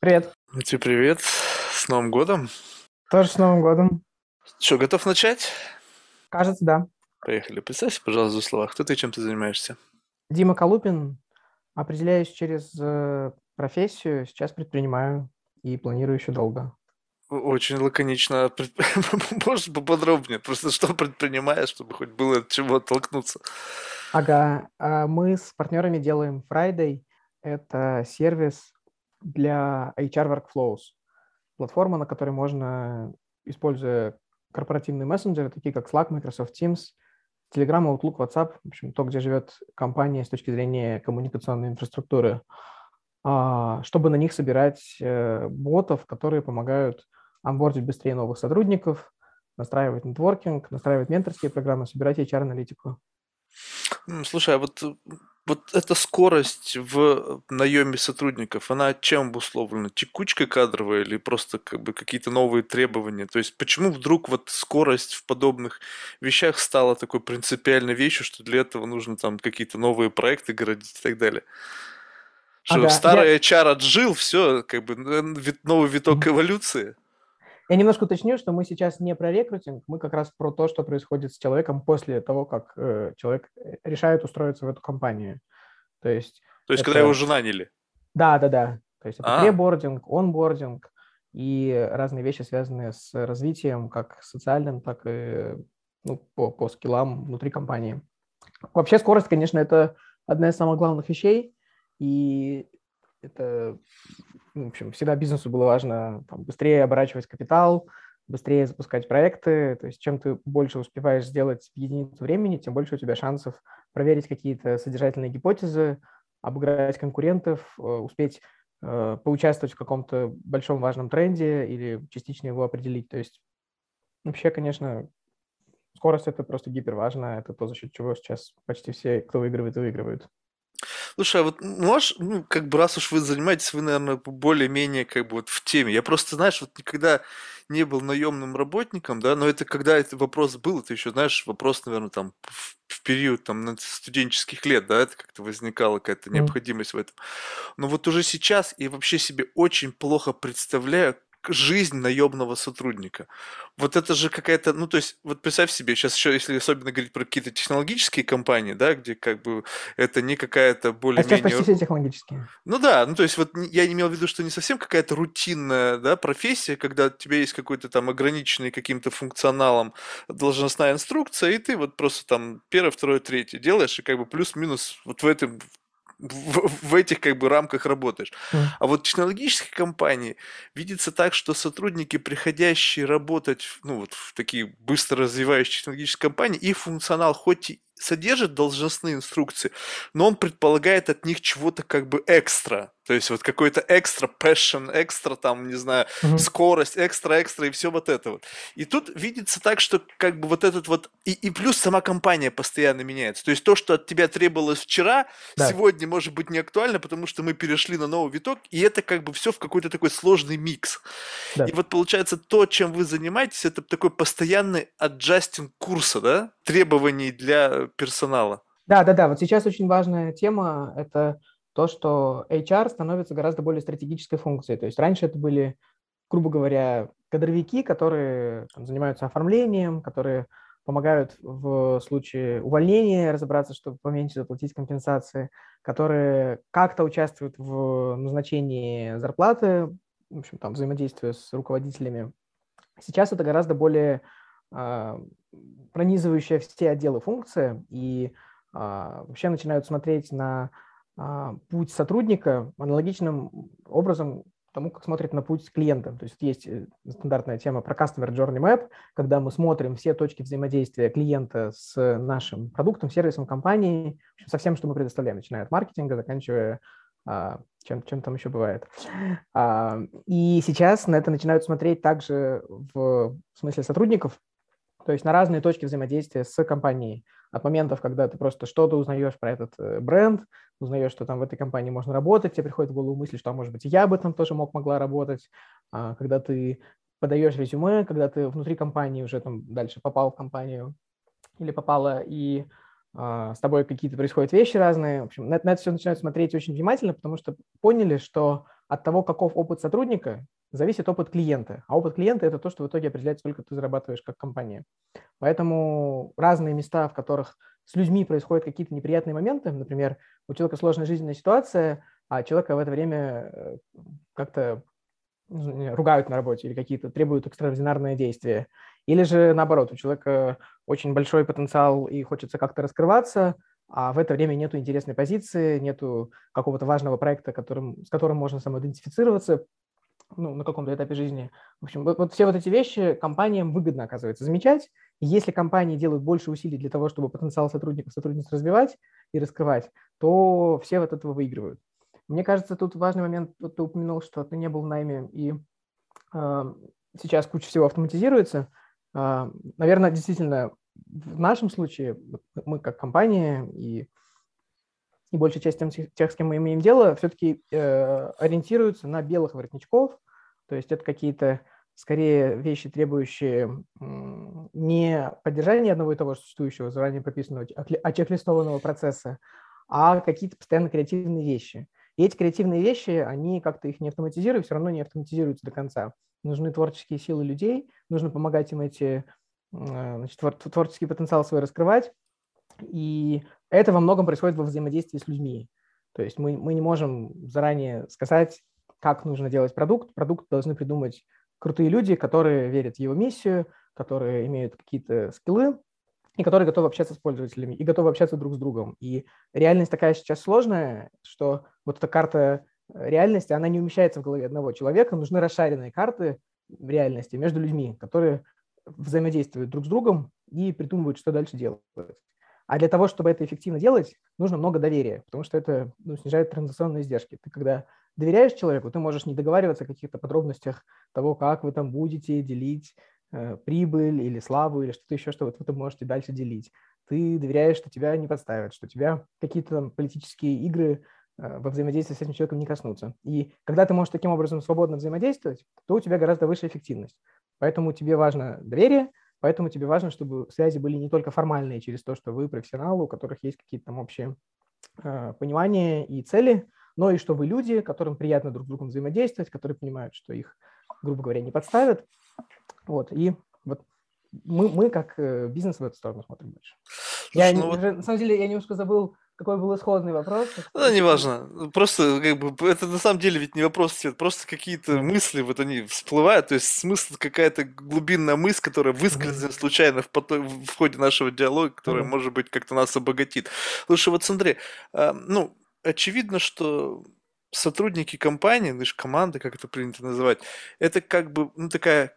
Привет. Тебе привет. С Новым годом. Тоже с Новым годом. Что, готов начать? Кажется, да. Поехали. Представься, пожалуйста, в двух словах. Кто ты и чем ты занимаешься? Дима Колупин. Определяюсь через профессию. Сейчас предпринимаю и планирую еще долго. Очень лаконично. Можешь поподробнее? Просто что предпринимаешь, чтобы хоть было от чего оттолкнуться? Ага. Мы с партнерами делаем Friday. Это сервис для HR Workflows. Платформа, на которой можно, используя корпоративные мессенджеры, такие как Slack, Microsoft Teams, Telegram, Outlook, WhatsApp, в общем, то, где живет компания с точки зрения коммуникационной инфраструктуры, чтобы на них собирать ботов, которые помогают онбордить быстрее новых сотрудников, настраивать нетворкинг, настраивать менторские программы, собирать HR-аналитику. Слушай, а вот эта скорость в наеме сотрудников, она чем обусловлена? Текучкой кадровой или просто как бы какие-то новые требования? То есть почему вдруг вот скорость в подобных вещах стала такой принципиальной вещью, что для этого нужно там какие-то новые проекты городить и так далее? Что Ага, я, старый HR отжил, все, как бы новый виток Мгм. эволюции. я немножко уточню, что мы сейчас не про рекрутинг, мы как раз про то, что происходит с человеком после того, как человек решает устроиться в эту компанию. То есть То есть когда его это, уже наняли. да, да, да, то есть это А, пребординг, онбординг и разные вещи, связанные с развитием, как социальным, так и ну, по скиллам внутри компании. Вообще скорость, конечно, это одна из самых главных вещей, и это, в общем, всегда бизнесу было важно там, быстрее оборачивать капитал, быстрее запускать проекты, то есть чем ты больше успеваешь сделать в единицу времени, тем больше у тебя шансов проверить какие-то содержательные гипотезы, обыграть конкурентов, успеть поучаствовать в каком-то большом важном тренде или частично его определить. То есть вообще, конечно, скорость это просто гиперважно, это то, за счет чего сейчас почти все, кто выигрывает, выигрывают. слушай, а вот можешь, ну, как бы раз уж вы занимаетесь, вы, наверное, более-менее как бы вот в теме. Я просто, знаешь, вот никогда не был наемным работником, да, но это когда этот вопрос был, это еще, знаешь, вопрос, наверное, там в период там студенческих лет, да, это как-то возникала какая-то М. необходимость в этом. Но вот уже сейчас я вообще себе очень плохо представляю жизнь наемного сотрудника. Вот это же какая-то, ну то есть, вот представь себе, сейчас еще, если особенно говорить про какие-то технологические компании, да, где как бы это не какая-то А сейчас более-менее почти все технологические. ну да, ну то есть вот я не имел в виду, что не совсем какая-то рутинная, да, профессия, когда у тебя есть какой-то там ограниченный каким-то функционалом должностная инструкция, и ты вот просто там первое, второе, третье делаешь, и как бы плюс-минус вот в этом в этих как бы рамках работаешь. М. А вот технологические компании видится так, что сотрудники, приходящие работать ну, вот в такие быстро развивающиеся технологические компании, их функционал хоть и содержит должностные инструкции, но он предполагает от них чего-то как бы экстра. То есть вот какой-то экстра passion, экстра там, не знаю, Мгм. скорость, экстра и все вот это вот. И тут видится так, что как бы вот этот вот... И плюс сама компания постоянно меняется. То есть то, что от тебя требовалось вчера, Да, сегодня может быть не актуально, потому что мы перешли на новый виток, и это как бы все в какой-то такой сложный микс. И да. вот получается то, чем вы занимаетесь, это такой постоянный аджастинг курса, да, требований для персонала. Да, да, да. Вот сейчас очень важная тема – это то, что HR становится гораздо более стратегической функцией. То есть раньше это были, грубо говоря, кадровики, которые там, занимаются оформлением, которые помогают в случае увольнения разобраться, чтобы поменьше заплатить компенсации, которые как-то участвуют в назначении зарплаты, в общем, там, взаимодействие с руководителями. Сейчас это гораздо более а, пронизывающая все отделы функция, и вообще начинают смотреть на путь сотрудника аналогичным образом тому, как смотрят на путь клиента. То есть стандартная тема про Customer Journey Map, когда мы смотрим все точки взаимодействия клиента с нашим продуктом, сервисом компании, в общем, со всем, что мы предоставляем, начиная от маркетинга, заканчивая чем там еще бывает. И сейчас на это начинают смотреть также в смысле сотрудников, то есть на разные точки взаимодействия с компанией. От моментов, когда ты просто что-то узнаешь про этот бренд, узнаешь, что там в этой компании можно работать, тебе приходит в голову мысль, что, может быть, я бы там тоже могла работать. Когда ты подаешь резюме, когда ты внутри компании уже там дальше попал в компанию или попала, и с тобой какие-то происходят вещи разные. В общем, на это все начинают смотреть очень внимательно, потому что поняли, что от того, каков опыт сотрудника, зависит опыт клиента. А опыт клиента – это то, что в итоге определяет, сколько ты зарабатываешь как компания. Поэтому разные места, в которых с людьми происходят какие-то неприятные моменты, например, у человека сложная жизненная ситуация, а человека в это время как-то ругают на работе или какие-то требуют экстраординарные действия. Или же наоборот, у человека очень большой потенциал и хочется как-то раскрываться, а в это время нету интересной позиции, нету какого-то важного проекта, с которым можно самоидентифицироваться, на каком-то этапе жизни. В общем, вот все вот эти вещи компаниям выгодно, оказывается, замечать. И если компании делают больше усилий для того, чтобы потенциал сотрудников, сотрудниц развивать и раскрывать, то все от этого выигрывают. Мне кажется, тут важный момент, вот ты упомянул, что ты не был в найме, и сейчас куча всего автоматизируется. Наверное, действительно, в нашем случае мы как компания и большая часть тех, с кем мы имеем дело, все-таки ориентируются на белых воротничков. То есть это какие-то, скорее, вещи, требующие не поддержания одного и того же существующего, заранее прописанного, чек-листованного процесса, а какие-то постоянно креативные вещи. И эти креативные вещи, они как-то их не автоматизируют, все равно не автоматизируются до конца. Нужны творческие силы людей, нужно помогать им творческий потенциал свой раскрывать. И это во многом происходит во взаимодействии с людьми. То есть мы не можем заранее сказать, как нужно делать продукт. Продукт должны придумать крутые люди, которые верят в его миссию, которые имеют какие-то скиллы, и которые готовы общаться с пользователями, и готовы общаться друг с другом. И реальность такая сейчас сложная, что вот эта карта реальности, она не умещается в голове одного человека. Нужны расшаренные карты реальности между людьми, которые взаимодействуют друг с другом и придумывают, что дальше делать. А для того, чтобы это эффективно делать, нужно много доверия, потому что это снижает транзакционные издержки. Ты когда доверяешь человеку, ты можешь не договариваться о каких-то подробностях того, как вы там будете делить прибыль или славу, или что-то еще, что вот вы можете дальше делить. Ты доверяешь, что тебя не подставят, что тебя какие-то там политические игры во взаимодействии с этим человеком не коснутся. И когда ты можешь таким образом свободно взаимодействовать, то у тебя гораздо выше эффективность. Поэтому тебе важно доверие, поэтому тебе важно, чтобы связи были не только формальные через то, что вы профессионалы, у которых есть какие-то там общие понимания и цели, но и что вы люди, которым приятно друг с другом взаимодействовать, которые понимают, что их, грубо говоря, не подставят. Вот, и вот мы как бизнес в эту сторону смотрим больше. Слушай, На самом деле, я немножко забыл, какой был исходный вопрос. Ну, неважно. Просто, как бы, это на самом деле ведь не вопрос цвет, просто какие-то мысли, вот они всплывают, то есть смысл, какая-то глубинная мысль, которая выскользнет случайно в ходе нашего диалога, которая, может быть, как-то нас обогатит. Слушай, вот смотри, очевидно, что сотрудники компании, команды, как это принято называть, это как бы, такая,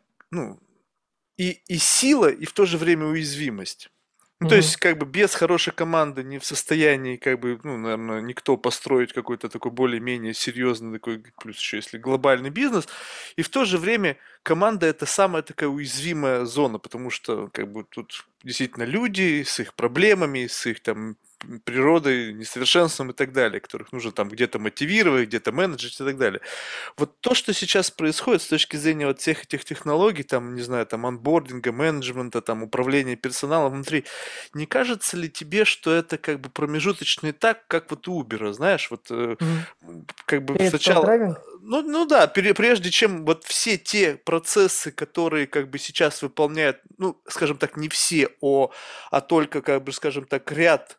и сила, и в то же время уязвимость. То есть, как бы без хорошей команды не в состоянии, как бы, наверное, никто построить какой-то такой более-менее серьезный такой, плюс еще если глобальный бизнес. И в то же время команда это самая такая уязвимая зона, потому что, как бы, тут действительно люди с их проблемами, с их там природой, несовершенством и так далее, которых нужно там где-то мотивировать, где-то менеджить и так далее. Вот то, что сейчас происходит с точки зрения вот всех этих технологий, там, не знаю, там, анбординга, менеджмента, там, управления персоналом внутри, не кажется ли тебе, что это как бы промежуточный этап, как вот у Uber, знаешь, вот как бы сначала... да, прежде чем вот все те процессы, которые как бы сейчас выполняют, скажем так, не все, а только, как бы, скажем так, ряд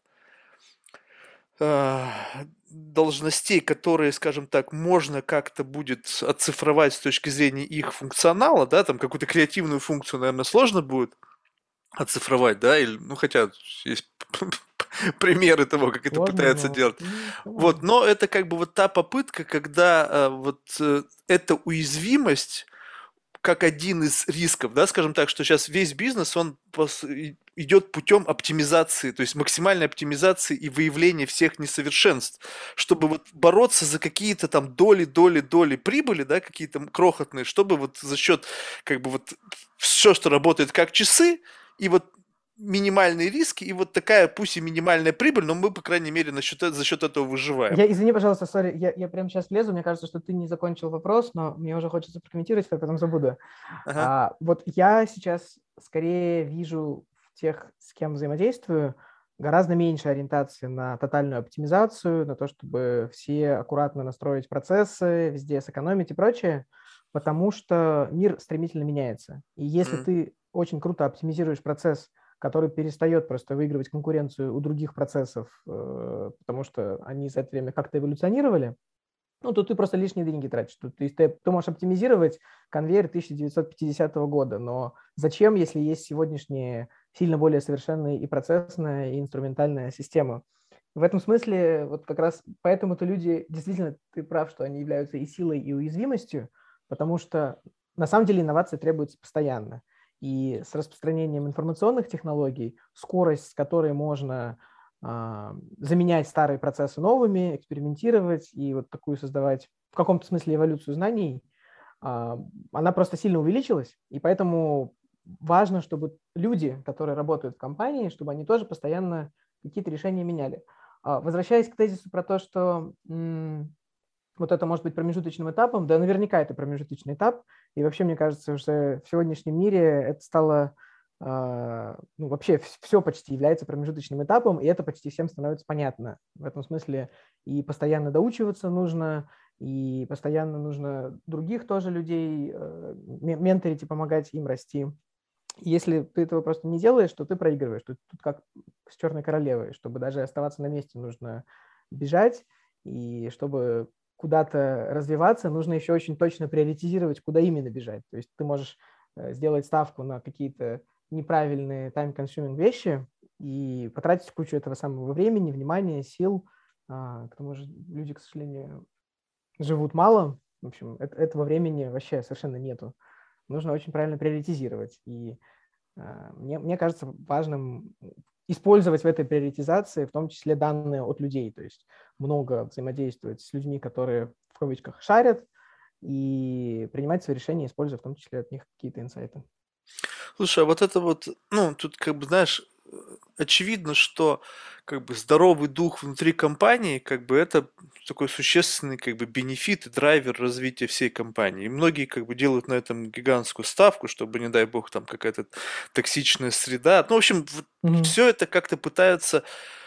должностей, которые, скажем так, можно как-то будет оцифровать с точки зрения их функционала, да, там какую-то креативную функцию, наверное, сложно будет оцифровать, да, или, хотя есть примеры того, как это пытаются делать. Вот, но это как бы вот та попытка, когда эта уязвимость как один из рисков, да, скажем так, что сейчас весь бизнес, он идет путем оптимизации, то есть максимальной оптимизации и выявления всех несовершенств, чтобы вот бороться за какие-то там доли прибыли, да, какие-то крохотные, чтобы вот за счет как бы вот все, что работает как часы, и вот минимальные риски, и вот такая, пусть и минимальная прибыль, но мы, по крайней мере, за счет этого выживаем. Извини, пожалуйста, сори, я прямо сейчас влезу, мне кажется, что ты не закончил вопрос, но мне уже хочется прокомментировать, я потом забуду. Вот я сейчас скорее вижу в тех, с кем взаимодействую, гораздо меньше ориентации на тотальную оптимизацию, на то, чтобы все аккуратно настроить процессы, везде сэкономить и прочее, потому что мир стремительно меняется. И если М. ты очень круто оптимизируешь процесс, который перестает просто выигрывать конкуренцию у других процессов, потому что они за это время как-то эволюционировали, ну, то ты просто лишние деньги тратишь. То есть ты можешь оптимизировать конвейер 1950 года, но зачем, если есть сегодняшние сильно более совершенные и процессная, и инструментальная система? В этом смысле, вот как раз поэтому-то люди, действительно, ты прав, что они являются и силой, и уязвимостью, потому что на самом деле инновации требуются постоянно. И с распространением информационных технологий скорость, с которой можно заменять старые процессы новыми, экспериментировать и вот такую создавать в каком-то смысле эволюцию знаний, она просто сильно увеличилась, и поэтому важно, чтобы люди, которые работают в компании, чтобы они тоже постоянно какие-то решения меняли. Возвращаясь к тезису про то, что вот это может быть промежуточным этапом, да, наверняка это промежуточный этап, и вообще, мне кажется, уже в сегодняшнем мире это стало, ну, вообще все почти является промежуточным этапом, и это почти всем становится понятно. В этом смысле и постоянно доучиваться нужно, и постоянно нужно других тоже людей менторить и помогать им расти. Если ты этого просто не делаешь, то ты проигрываешь. Тут как с черной королевой. Чтобы даже оставаться на месте, нужно бежать. И чтобы куда-то развиваться, нужно еще очень точно приоритизировать, куда именно бежать. То есть ты можешь сделать ставку на какие-то неправильные time-consuming вещи и потратить кучу этого самого времени, внимания, сил. К тому же люди, к сожалению, живут мало. В общем, этого времени вообще совершенно нету. Нужно очень правильно приоритизировать. И мне кажется важным использовать в этой приоритизации в том числе данные от людей, то есть много взаимодействовать с людьми, которые в кавычках шарят, и принимать свои решения, используя в том числе от них какие-то инсайты. Слушай, а вот это вот, ну, тут как бы, знаешь, очевидно, что как бы здоровый дух внутри компании, как бы это такой существенный как бы бенефит и драйвер развития всей компании. И многие как бы делают на этом гигантскую ставку, чтобы, не дай бог, там какая-то токсичная среда. Ну, в общем, Мгм. все это как-то пытаются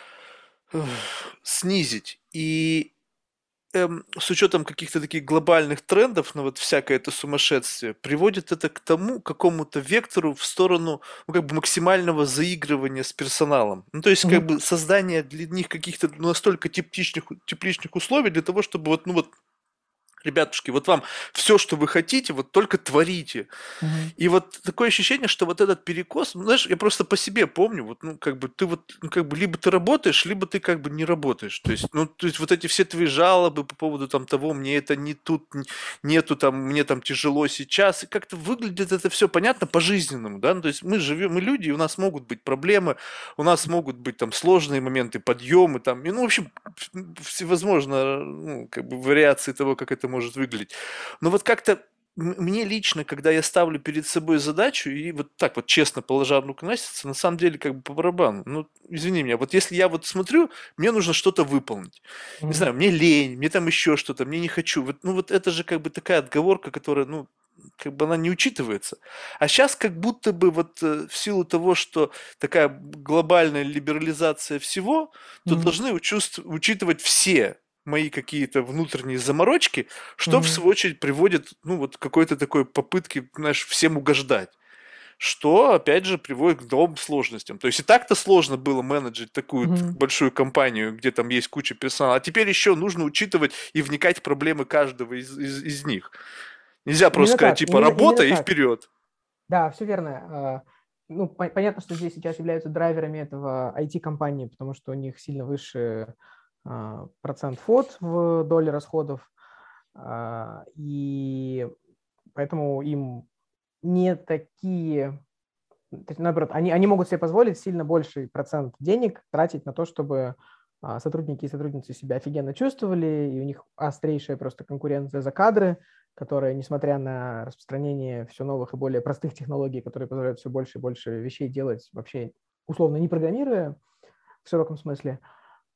снизить. И с учетом каких-то таких глобальных трендов на вот всякое это сумасшествие, приводит это к тому, к какому-то вектору в сторону, ну, как бы максимального заигрывания с персоналом. Ну, то есть, как Мгм. бы создание для них каких-то настолько тепличных условий для того, чтобы вот, ну вот, ребятушки, вот вам все, что вы хотите, вот только творите. Мгм. И вот такое ощущение, что вот этот перекос, ну, знаешь, я просто по себе помню, вот, ну, как бы ты вот, ну, как бы либо ты работаешь, либо ты как бы не работаешь. То есть, ну, то есть вот эти все твои жалобы по поводу там того, мне это не тут, нету там, мне там тяжело сейчас, и как-то выглядит это все понятно по-жизненному, да, ну, то есть мы живем, мы люди, и у нас могут быть проблемы, у нас могут быть там сложные моменты, подъемы там, и, ну, в общем, всевозможно, ну, как бы вариации того, как это может выглядеть. Но вот как-то мне лично, когда я ставлю перед собой задачу и вот так вот честно положа руку на сердце, на самом деле как бы по барабану. Ну, извини меня, вот если я вот смотрю, мне нужно что-то выполнить. Не Мгм. знаю, мне лень, мне там еще что-то, мне не хочу. Вот, ну вот это же как бы такая отговорка, которая, ну, как бы она не учитывается. А сейчас как будто бы вот в силу того, что такая глобальная либерализация всего, то Мгм. должны учитывать все мои какие-то внутренние заморочки, что в Мгм. свою очередь приводит, ну, вот к какой-то такой попытке, знаешь, всем угождать. Что, опять же, приводит к новым сложностям. То есть и так-то сложно было менеджить такую Мгм. большую компанию, где там есть куча персонала, а теперь еще нужно учитывать и вникать в проблемы каждого из них. Нельзя просто Именно сказать, так, типа, именно работа и так. вперед. Да, все верно. Ну, понятно, что здесь сейчас являются драйверами этого IT-компании, потому что у них сильно выше процент ФОД в доле расходов, и поэтому им не такие, то есть, наоборот, они могут себе позволить сильно больший процент денег тратить на то, чтобы сотрудники и сотрудницы себя офигенно чувствовали, и у них острейшая просто конкуренция за кадры, которая, несмотря на распространение все новых и более простых технологий, которые позволяют все больше и больше вещей делать, вообще условно не программируя в широком смысле,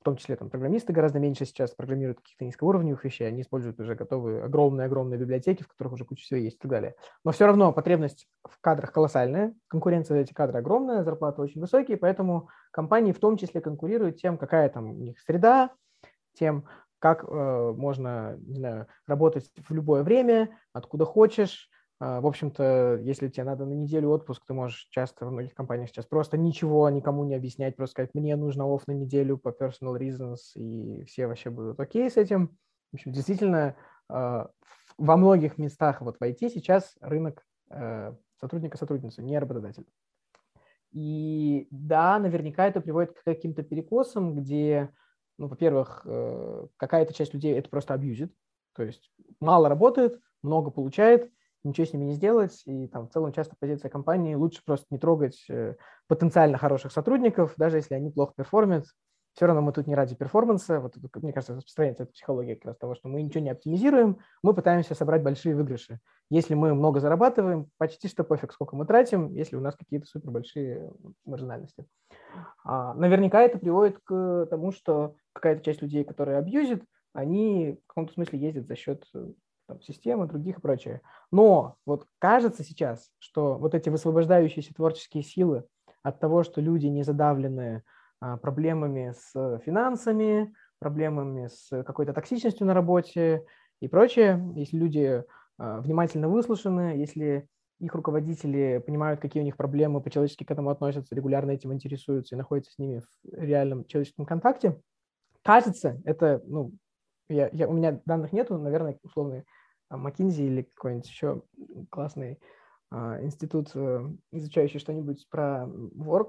в том числе там программисты гораздо меньше сейчас программируют каких-то низкоуровневых вещей, они используют уже готовые огромные-огромные библиотеки, в которых уже куча всего есть и так далее. Но все равно потребность в кадрах колоссальная, конкуренция за эти кадры огромная, зарплаты очень высокие, поэтому компании в том числе конкурируют тем, какая там у них среда, тем, как можно, не знаю, работать в любое время, откуда хочешь. В общем-то, если тебе надо на неделю отпуск, ты можешь часто в многих компаниях сейчас просто ничего никому не объяснять, просто сказать, мне нужно офф на неделю по personal reasons, и все вообще будут окей с этим. В общем, действительно, во многих местах вот в IT сейчас рынок сотрудника-сотрудницы, не работодатель. И да, наверняка это приводит к каким-то перекосам, где, ну, во-первых, какая-то часть людей это просто абьюзит, то есть мало работает, много получает, ничего с ними не сделать, и там в целом часто позиция компании лучше просто не трогать потенциально хороших сотрудников, даже если они плохо перформят. Все равно мы тут не ради перформанса, вот это, мне кажется, распространяется эта психология как раз того, что мы ничего не оптимизируем, мы пытаемся собрать большие выигрыши. Если мы много зарабатываем, почти что пофиг, сколько мы тратим, если у нас какие-то супер большие маржинальности. Наверняка это приводит к тому, что какая-то часть людей, которые абьюзят, они в каком-то смысле ездят за счет там, системы, других и прочее. Но вот кажется сейчас, что вот эти высвобождающиеся творческие силы от того, что люди не задавлены проблемами с финансами, проблемами с какой-то токсичностью на работе и прочее, если люди внимательно выслушаны, если их руководители понимают, какие у них проблемы, по-человечески к этому относятся, регулярно этим интересуются и находятся с ними в реальном человеческом контакте, кажется, это, ну, у меня данных нету, наверное, условный McKinsey или какой-нибудь еще классный институт, изучающий что-нибудь про work.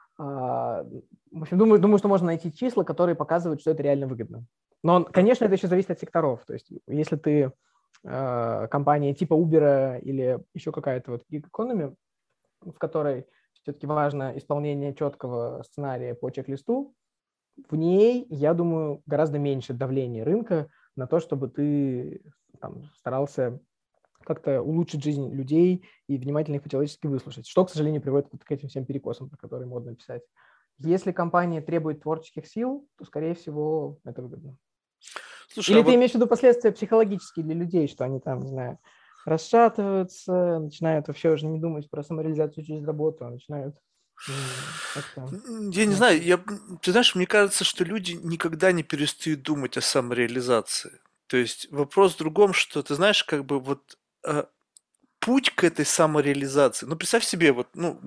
В общем, думаю, что можно найти числа, которые показывают, что это реально выгодно. Но, конечно, это еще зависит от секторов. То есть, если ты компания типа Uber или еще какая-то вот gig economy, в которой все-таки важно исполнение четкого сценария по чек-листу, в ней, я думаю, гораздо меньше давления рынка на то, чтобы ты там, старался как-то улучшить жизнь людей и внимательно их по-человечески выслушать, что, к сожалению, приводит к этим всем перекосам, про которые модно писать. Если компания требует творческих сил, то, скорее всего, это выгодно. Слушай, Или ты имеешь в виду последствия психологические для людей, что они там, не знаю, расшатываются, начинают вообще уже не думать про самореализацию через работу, а начинают как-то... Я не знаю, ты знаешь, мне кажется, что люди никогда не перестают думать о самореализации. То есть вопрос в другом, что ты знаешь, как бы вот путь к этой самореализации. Ну, представь себе, вот, ну,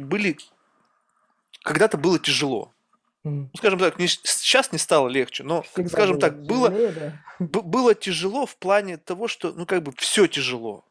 когда-то было тяжело. Ну, скажем так, сейчас не стало легче, но, Всегда скажем было так, тяжелее, да. было тяжело в плане того, что, ну, как бы все тяжело.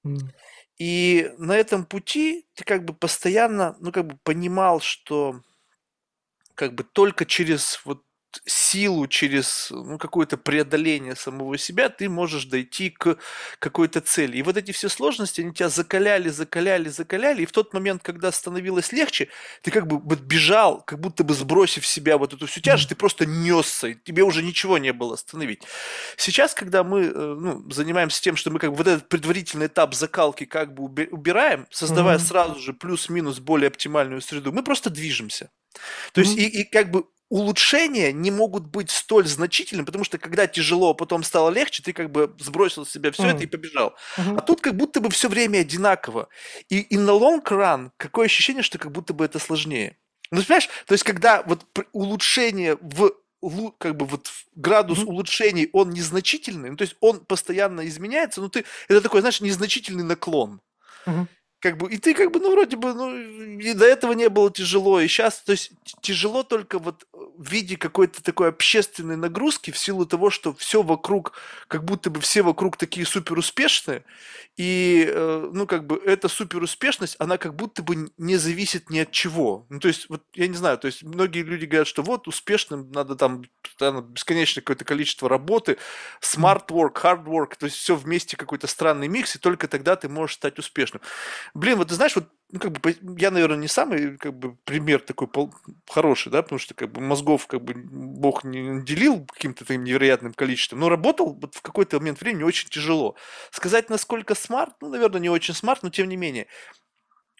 И на этом пути ты как бы постоянно, ну, как бы понимал, что как бы только через вот силу, через ну, какое-то преодоление самого себя ты можешь дойти к какой-то цели. И вот эти все сложности, они тебя закаляли, закаляли, закаляли, и в тот момент, когда становилось легче, ты как бы вот бежал, как будто бы сбросив с себя вот эту всю тяжесть, ты просто несся, и тебе уже ничего не было остановить. Сейчас, когда мы ну, занимаемся тем, что мы как бы вот этот предварительный этап закалки как бы убираем, создавая сразу же плюс-минус более оптимальную среду, мы просто движемся. То есть и как бы улучшения не могут быть столь значительными, потому что когда тяжело, а потом стало легче, ты как бы сбросил с себя все это и побежал. А тут как будто бы все время одинаково. И на long run какое ощущение, что как будто бы это сложнее. Ну, понимаешь, то есть когда вот улучшение как бы вот градус улучшений, он незначительный, ну, то есть он постоянно изменяется, но это такой, знаешь, незначительный наклон. Как бы, и ты как бы, ну, вроде бы, ну, и до этого не было тяжело, и сейчас, то есть тяжело только вот в виде какой-то такой общественной нагрузки в силу того, что все вокруг, как будто бы все вокруг такие супер успешные, и, ну, как бы эта суперуспешность, она как будто бы не зависит ни от чего. Ну, то есть, вот, я не знаю, то есть многие люди говорят, что вот успешным надо там бесконечное какое-то количество работы, smart work, hard work, то есть все вместе какой-то странный микс, и только тогда ты можешь стать успешным. Блин, вот ты знаешь, вот ну, как бы, я, наверное, не самый как бы, пример такой хороший, да, потому что как бы, мозгов как бы, Бог не наделил каким-то таким невероятным количеством, но работал вот, в какой-то момент времени очень тяжело. Сказать, насколько смарт, ну, наверное, не очень смарт, но тем не менее.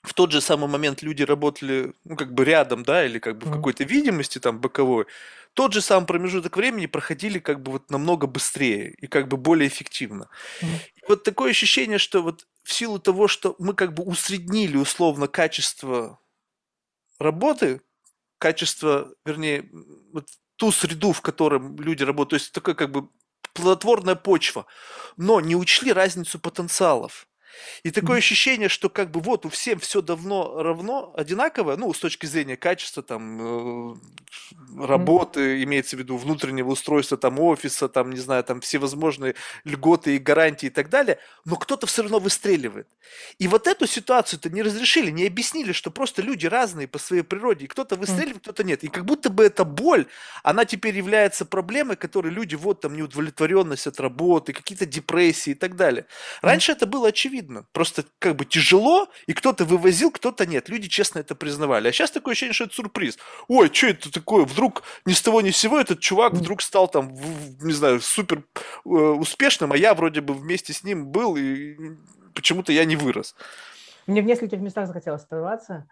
в тот же самый момент люди работали, ну, как бы рядом, да, или как бы в Мгм. какой-то видимости там боковой, тот же самый промежуток времени проходили как бы вот намного быстрее и как бы более эффективно. Мгм. И вот такое ощущение, что вот в силу того, что мы как бы усреднили условно качество работы, качество, вернее, вот ту среду, в которой люди работают, то есть такая как бы плодотворная почва, но не учли разницу потенциалов. И такое Мгм. ощущение, что как бы вот у всем все давно равно, одинаково, ну, с точки зрения качества там Мгм. работы, имеется в виду внутреннего устройства там офиса, там, не знаю, там всевозможные льготы и гарантии и так далее, но кто-то все равно выстреливает. И вот эту ситуацию-то не разрешили, не объяснили, что просто люди разные по своей природе, и кто-то Мгм. выстреливает, кто-то нет. И как будто бы эта боль, она теперь является проблемой, которой люди, вот там неудовлетворенность от работы, какие-то депрессии и так далее. Мгм. Раньше это было очевидно. Просто как бы тяжело, и кто-то вывозил, кто-то нет. Люди честно это признавали. А сейчас такое ощущение, что это сюрприз. Ой, что это такое? Вдруг ни с того ни с сего этот чувак Мгм. вдруг стал там, не знаю, супер успешным, а я вроде бы вместе с ним был, и почему-то я не вырос. Мне в нескольких местах захотелось оставаться,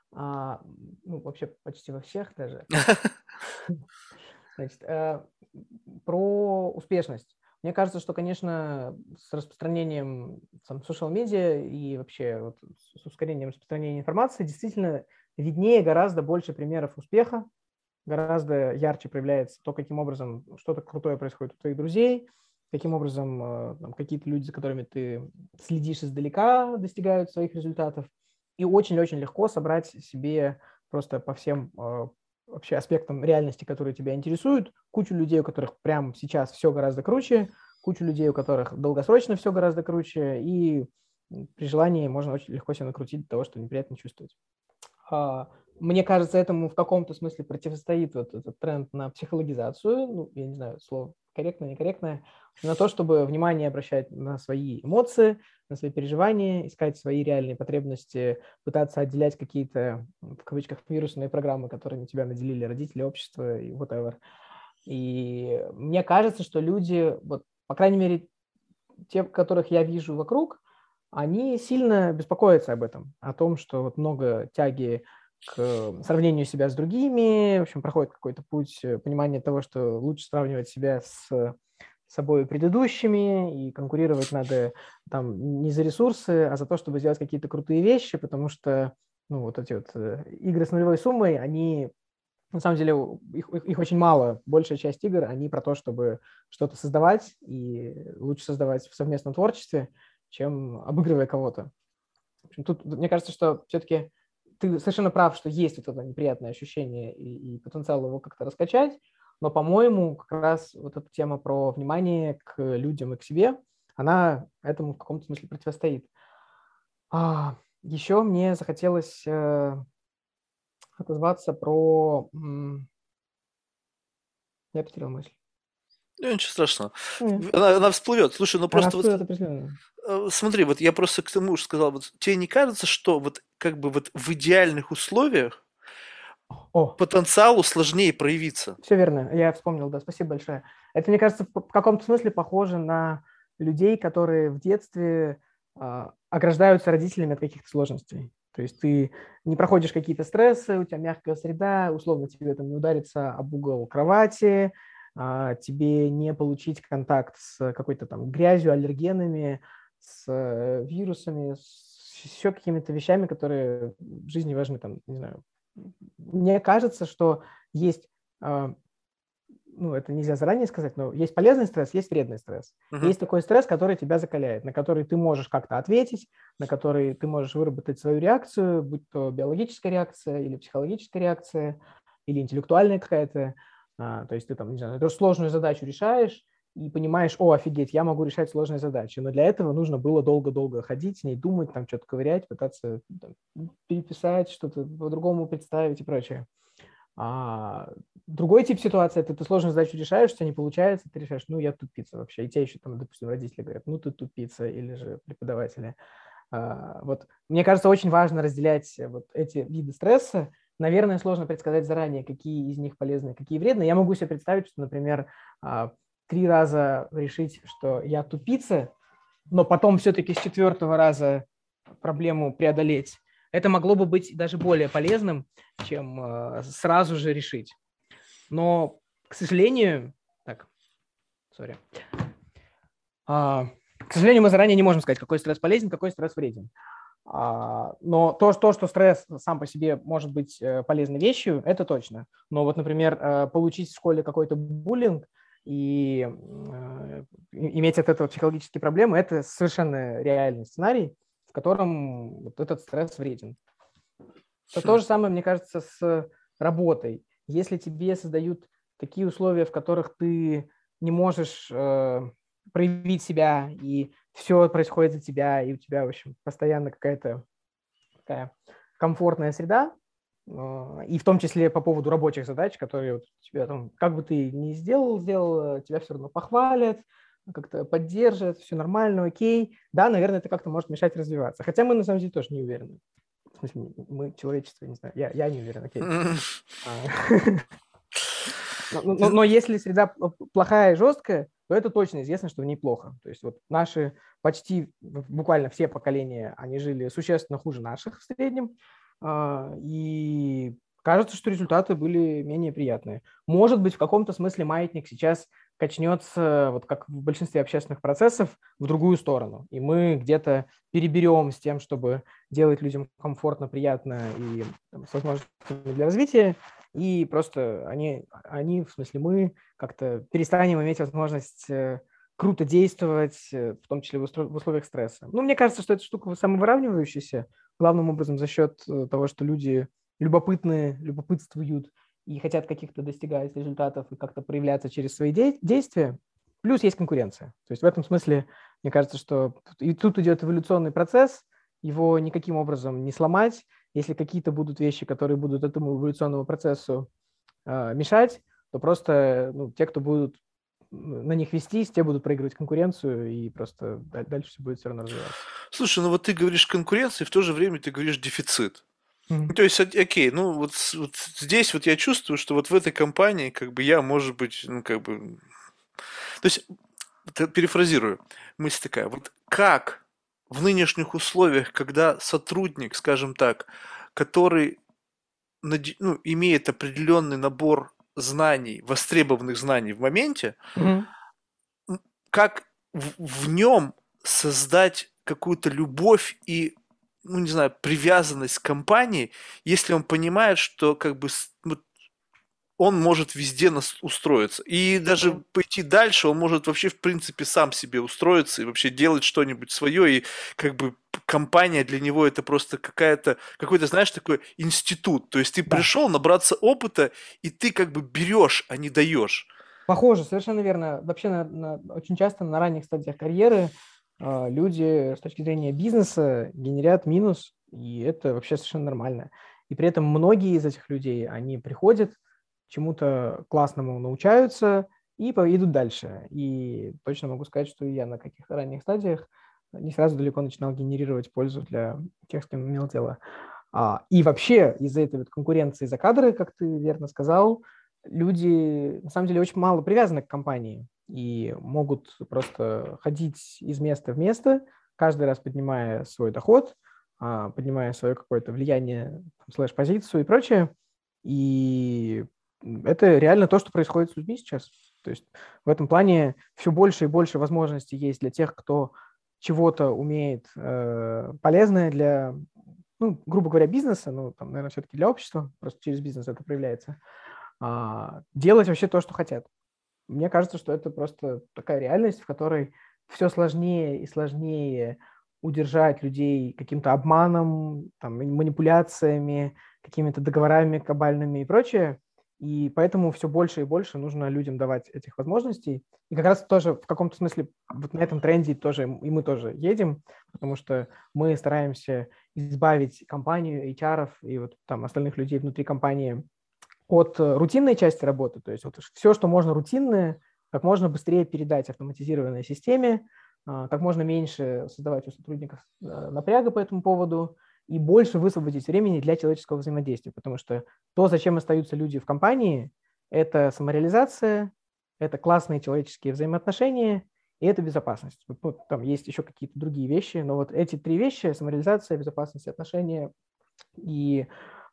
ну, вообще почти во всех даже. Значит, про успешность. Мне кажется, что, конечно, с распространением social медиа и вообще вот с ускорением распространения информации действительно виднее гораздо больше примеров успеха, гораздо ярче проявляется то, каким образом что-то крутое происходит у твоих друзей, каким образом там, какие-то люди, за которыми ты следишь издалека, достигают своих результатов. И очень-очень легко собрать себе просто по всем вообще аспектам реальности, которые тебя интересуют, кучу людей, у которых прямо сейчас все гораздо круче, кучу людей, у которых долгосрочно все гораздо круче, и при желании можно очень легко себя накрутить до того, что неприятно чувствовать. Мне кажется, этому в каком-то смысле противостоит вот этот тренд на психологизацию, ну, я не знаю, слово корректное, некорректное, на то, чтобы внимание обращать на свои эмоции, на свои переживания, искать свои реальные потребности, пытаться отделять какие-то, в кавычках, вирусные программы, которыми тебя наделили родители, общество и whatever. И мне кажется, что люди, вот, по крайней мере, те, которых я вижу вокруг, они сильно беспокоятся об этом, о том, что вот много тяги к сравнению себя с другими, в общем, проходит какой-то путь понимания того, что лучше сравнивать себя с собой предыдущими, и конкурировать надо там не за ресурсы, а за то, чтобы сделать какие-то крутые вещи, потому что ну, вот эти вот игры с нулевой суммой, они на самом деле их очень мало. Большая часть игр, они про то, чтобы что-то создавать, и лучше создавать в совместном творчестве, чем обыгрывая кого-то. В общем, тут мне кажется, что все-таки ты совершенно прав, что есть вот это неприятное ощущение и потенциал его как-то раскачать, но, по-моему, как раз вот эта тема про внимание к людям и к себе, она этому в каком-то смысле противостоит. Еще мне захотелось отозваться про... Я потерял мысль. Ну, ничего страшного. Не, Она всплывет. Слушай, ну она просто вот всплывет определенно. смотри, вот я просто к тому же сказал, вот тебе не кажется, что вот как бы вот в идеальных условиях О, потенциалу сложнее проявиться? все верно, я вспомнил, да, спасибо большое. Это, мне кажется, в каком-то смысле похоже на людей, которые в детстве ограждаются родителями от каких-то сложностей. То есть ты не проходишь какие-то стрессы, у тебя мягкая среда, условно тебе там не удариться об угол кровати, тебе не получить контакт с какой-то там грязью, аллергенами, с вирусами, с еще какими-то вещами, которые в жизни важны, там, не знаю. Мне кажется, что есть ну, это нельзя заранее сказать, но есть полезный стресс, есть вредный стресс. Мгм. Есть такой стресс, который тебя закаляет, на который ты можешь как-то ответить, на который ты можешь выработать свою реакцию, будь то биологическая реакция или психологическая реакция, или интеллектуальная какая-то. То есть ты там, не знаю, эту сложную задачу решаешь и понимаешь, о, офигеть, я могу решать сложные задачи. Но для этого нужно было долго-долго ходить, с ней думать, там что-то ковырять, пытаться там, переписать, что-то по-другому представить и прочее. Другой тип ситуации, это ты сложную задачу решаешь, у тебя не получается, ты решаешь, ну, я тупица вообще. И тебе еще, там, допустим, родители говорят, ну, ты тупица, или же преподаватели. Вот. Мне кажется, очень важно разделять вот эти виды стресса. Наверное, сложно предсказать заранее, какие из них полезны, какие вредны. Я могу себе представить, что, например, 3 раза решить, что я тупица, но потом все-таки с 4-го раза проблему преодолеть. это могло бы быть даже более полезным, чем сразу же решить. Но, к сожалению, к сожалению, мы заранее не можем сказать, какой стресс полезен, какой стресс вреден. Но что стресс сам по себе может быть полезной вещью, это точно. Но вот, например, получить в школе какой-то буллинг и иметь от этого психологические проблемы, это совершенно реальный сценарий, в котором вот этот стресс вреден. Это то же самое, мне кажется, с работой. Если тебе создают такие условия, в которых ты не можешь проявить себя, и все происходит за тебя, и у тебя, в общем, постоянно какая-то такая комфортная среда, и в том числе по поводу рабочих задач, которые вот тебя там, как бы ты ни сделал, тебя все равно похвалят, как-то поддержат, все нормально, окей. Да, наверное, это как-то может мешать развиваться. Хотя мы, на самом деле, тоже не уверены. В смысле, мы, человечество, не знаю, я не уверен, окей. Но если среда плохая и жесткая, то это точно известно, что в ней плохо. То есть вот наши почти буквально все поколения, они жили существенно хуже наших в среднем, и кажется, что результаты были менее приятные. Может быть, в каком-то смысле маятник сейчас качнется, вот как в большинстве общественных процессов, в другую сторону. И мы где-то переберем с тем, чтобы делать людям комфортно, приятно и с возможностями для развития, и просто они, в смысле мы, как-то перестанем иметь возможность круто действовать, в том числе в условиях стресса. Ну, мне кажется, что эта штука самовыравнивающаяся, главным образом за счет того, что люди любопытные, любопытствуют и хотят каких-то достигать результатов и как-то проявляться через свои действия. Плюс есть конкуренция. То есть в этом смысле, мне кажется, что и тут идет эволюционный процесс, его никаким образом не сломать. Если какие-то будут вещи, которые будут этому эволюционному процессу мешать, то просто те, кто будут на них вестись, те будут проигрывать конкуренцию, и просто дальше все будет все равно развиваться. Слушай, ну вот ты говоришь конкуренция, и в то же время ты говоришь дефицит. Mm-hmm. То есть, окей, ну вот здесь вот я чувствую, что вот в этой компании как бы я, может быть, ну как бы... То есть, перефразирую, мысль такая, вот как в нынешних условиях, когда сотрудник, скажем так, который имеет определенный набор знаний, востребованных знаний в моменте, Mm-hmm. как в нем создать какую-то любовь и, ну, не знаю, привязанность к компании, если он понимает, что как бы он может везде устроиться. И даже пойти дальше, он может вообще, в принципе, сам себе устроиться и вообще делать что-нибудь свое. И как бы компания для него это просто какой-то, знаешь, такой институт. То есть ты пришел набраться опыта, и ты как бы берешь, а не даешь. Похоже, совершенно верно. Вообще очень часто на ранних стадиях карьеры люди с точки зрения бизнеса генерят минус, и это вообще совершенно нормально. И при этом многие из этих людей, они приходят, чему-то классному научаются и идут дальше. И точно могу сказать, что я на каких-то ранних стадиях не сразу далеко начинал генерировать пользу для тех, с кем имел дело. И вообще из-за этой вот конкуренции за кадры, как ты верно сказал, люди на самом деле очень мало привязаны к компании и могут просто ходить из места в место, каждый раз поднимая свой доход, поднимая свое какое-то влияние, слэш-позицию и прочее. И это реально то, что происходит с людьми сейчас. То есть в этом плане все больше и больше возможностей есть для тех, кто чего-то умеет полезное для, ну, грубо говоря, бизнеса, ну, там, наверное, все-таки для общества, просто через бизнес это проявляется, делать вообще то, что хотят. Мне кажется, что это просто такая реальность, в которой все сложнее и сложнее удержать людей каким-то обманом, там, манипуляциями, какими-то договорами кабальными и прочее. И поэтому все больше и больше нужно людям давать этих возможностей. И как раз тоже в каком-то смысле вот на этом тренде тоже и мы тоже едем, потому что мы стараемся избавить компанию, HR и вот там остальных людей внутри компании от рутинной части работы. То есть вот все, что можно рутинное, как можно быстрее передать автоматизированной системе, как можно меньше создавать у сотрудников напряга по этому поводу и больше высвободить времени для человеческого взаимодействия. Потому что то, зачем остаются люди в компании, это самореализация, это классные человеческие взаимоотношения и это безопасность. Ну, там есть еще какие-то другие вещи, но вот эти три вещи – самореализация, безопасность и отношения И,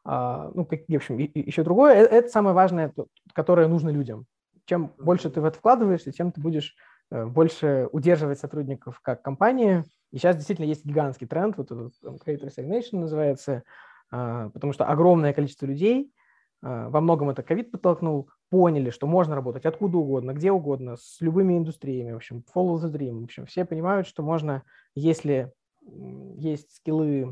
в общем, еще другое, это самое важное, которое нужно людям. Чем больше ты в это вкладываешься, тем ты будешь больше удерживать сотрудников как компания. И сейчас действительно есть гигантский тренд, вот этот Great Resignation называется, потому что огромное количество людей, во многом это ковид подтолкнул, поняли, что можно работать откуда угодно, где угодно, с любыми индустриями, в общем, follow the dream. В общем, все понимают, что можно, если есть скиллы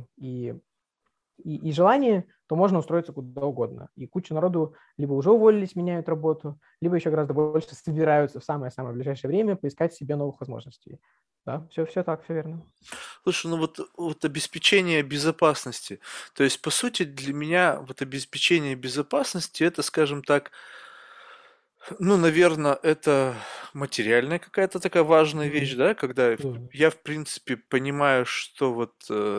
и желание, то можно устроиться куда угодно. И куча народу либо уже уволились, меняют работу, либо еще гораздо больше собираются в самое-самое ближайшее время поискать себе новых возможностей. Да, все так, все верно. Слушай, ну вот обеспечение безопасности. То есть, по сути, для меня вот обеспечение безопасности это, скажем так, ну, наверное, это материальная какая-то такая важная вещь, да, когда Безусловно. я, в принципе, понимаю, что вот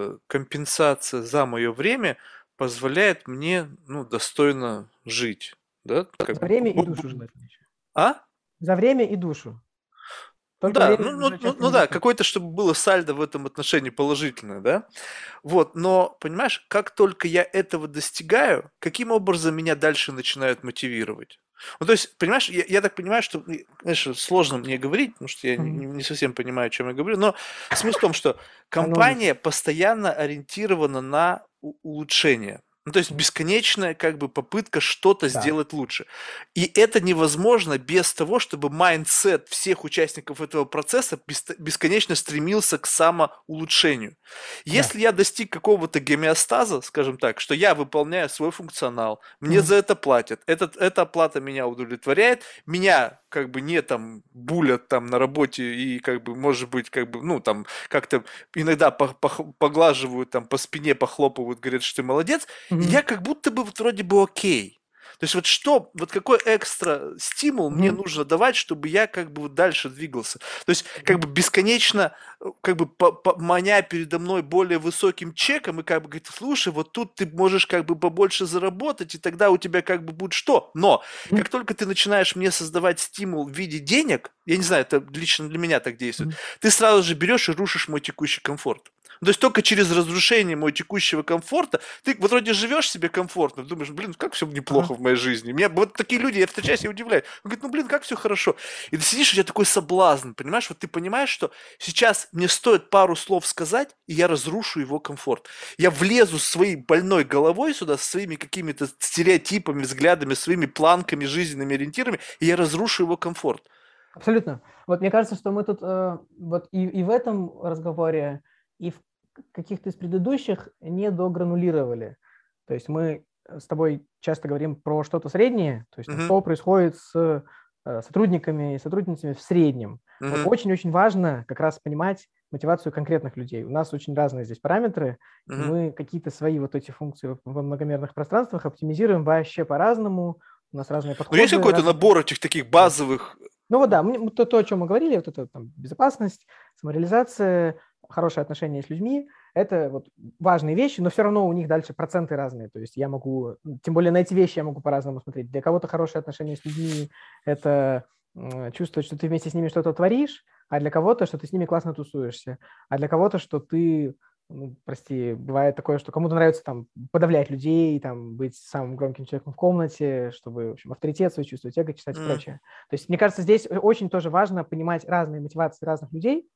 компенсация за мое время позволяет мне, ну, достойно жить, да, как За бы, время и душу желательно еще. а? За время и душу. Только Да, время уже часто ну да, недостаточно. какое-то, чтобы было сальдо в этом отношении положительное, да? Вот, но, понимаешь, как только я этого достигаю, каким образом меня дальше начинают мотивировать? Ну, то есть, понимаешь, я так понимаю, что, конечно, сложно мне говорить, потому что я не совсем понимаю, о чем я говорю, но смысл в том, что Каноники. компания постоянно ориентирована на улучшение. Ну, то есть Мгм. бесконечная как бы попытка что-то Да. сделать лучше. И это невозможно без того, чтобы майндсет всех участников этого процесса бесконечно стремился к самоулучшению. Да. Если я достиг какого-то гомеостаза, скажем так, что я выполняю свой функционал, мне Мгм. за это платят, эта оплата меня удовлетворяет, меня как бы не там булят там на работе и как бы может быть как бы ну там как-то иногда поглаживают там по спине, похлопывают, говорят, что ты молодец, и Мгм. я как будто бы вот вроде бы окей. То есть вот что, вот какой экстра стимул мне Мгм. нужно давать, чтобы я как бы вот дальше двигался. То есть как Мгм. бы бесконечно, как бы маня передо мной более высоким чеком и как бы говорит, слушай, вот тут ты можешь как бы побольше заработать, и тогда у тебя как бы будет что. Но Мгм. как только ты начинаешь мне создавать стимул в виде денег, я не знаю, это лично для меня так действует, Мгм. ты сразу же берешь и рушишь мой текущий комфорт. То есть только через разрушение моего текущего комфорта ты вот вроде живешь себе комфортно, думаешь, блин, как все Ага. неплохо в моей жизни. Меня вот такие люди, я встречаюсь и удивляюсь. Он говорит, ну блин, как все хорошо. И ты сидишь, у тебя такой соблазн, понимаешь? Вот ты понимаешь, что сейчас мне стоит пару слов сказать, и я разрушу его комфорт. Я влезу своей больной головой сюда, со своими какими-то стереотипами, взглядами, своими планками, жизненными ориентирами, и я разрушу его комфорт. Абсолютно. Вот мне кажется, что мы тут вот и в этом разговоре, и в каких-то из предыдущих не догранулировали. То есть мы с тобой часто говорим про что-то среднее, то есть там, Мгм, что происходит с сотрудниками и сотрудницами в среднем. Вот мгм, очень-очень важно как раз понимать мотивацию конкретных людей. У нас очень разные здесь параметры, и мгм. мы какие-то свои вот эти функции во многомерных пространствах оптимизируем вообще по-разному. У нас разные Но есть подходы, какой-то разные набор этих таких да. базовых. Ну вот да, то, о чем мы говорили, вот это там, безопасность, самореализация, хорошие отношения с людьми, это вот важные вещи, но все равно у них дальше проценты разные. То есть я могу, тем более на эти вещи я могу по-разному смотреть. Для кого-то хорошие отношения с людьми– это чувствовать, что ты вместе с ними что-то творишь, а для кого-то, что ты с ними классно тусуешься, а для кого-то, что ты прости, бывает такое, что кому-то нравится там подавлять людей, там быть самым громким человеком в комнате, чтобы, в общем, авторитет свой чувствовать, эго читать и м. прочее. То есть, мне кажется, здесь очень тоже важно понимать разные мотивации разных людей,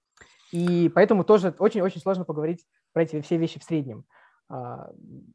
и поэтому тоже очень-очень сложно поговорить про эти все вещи в среднем. А,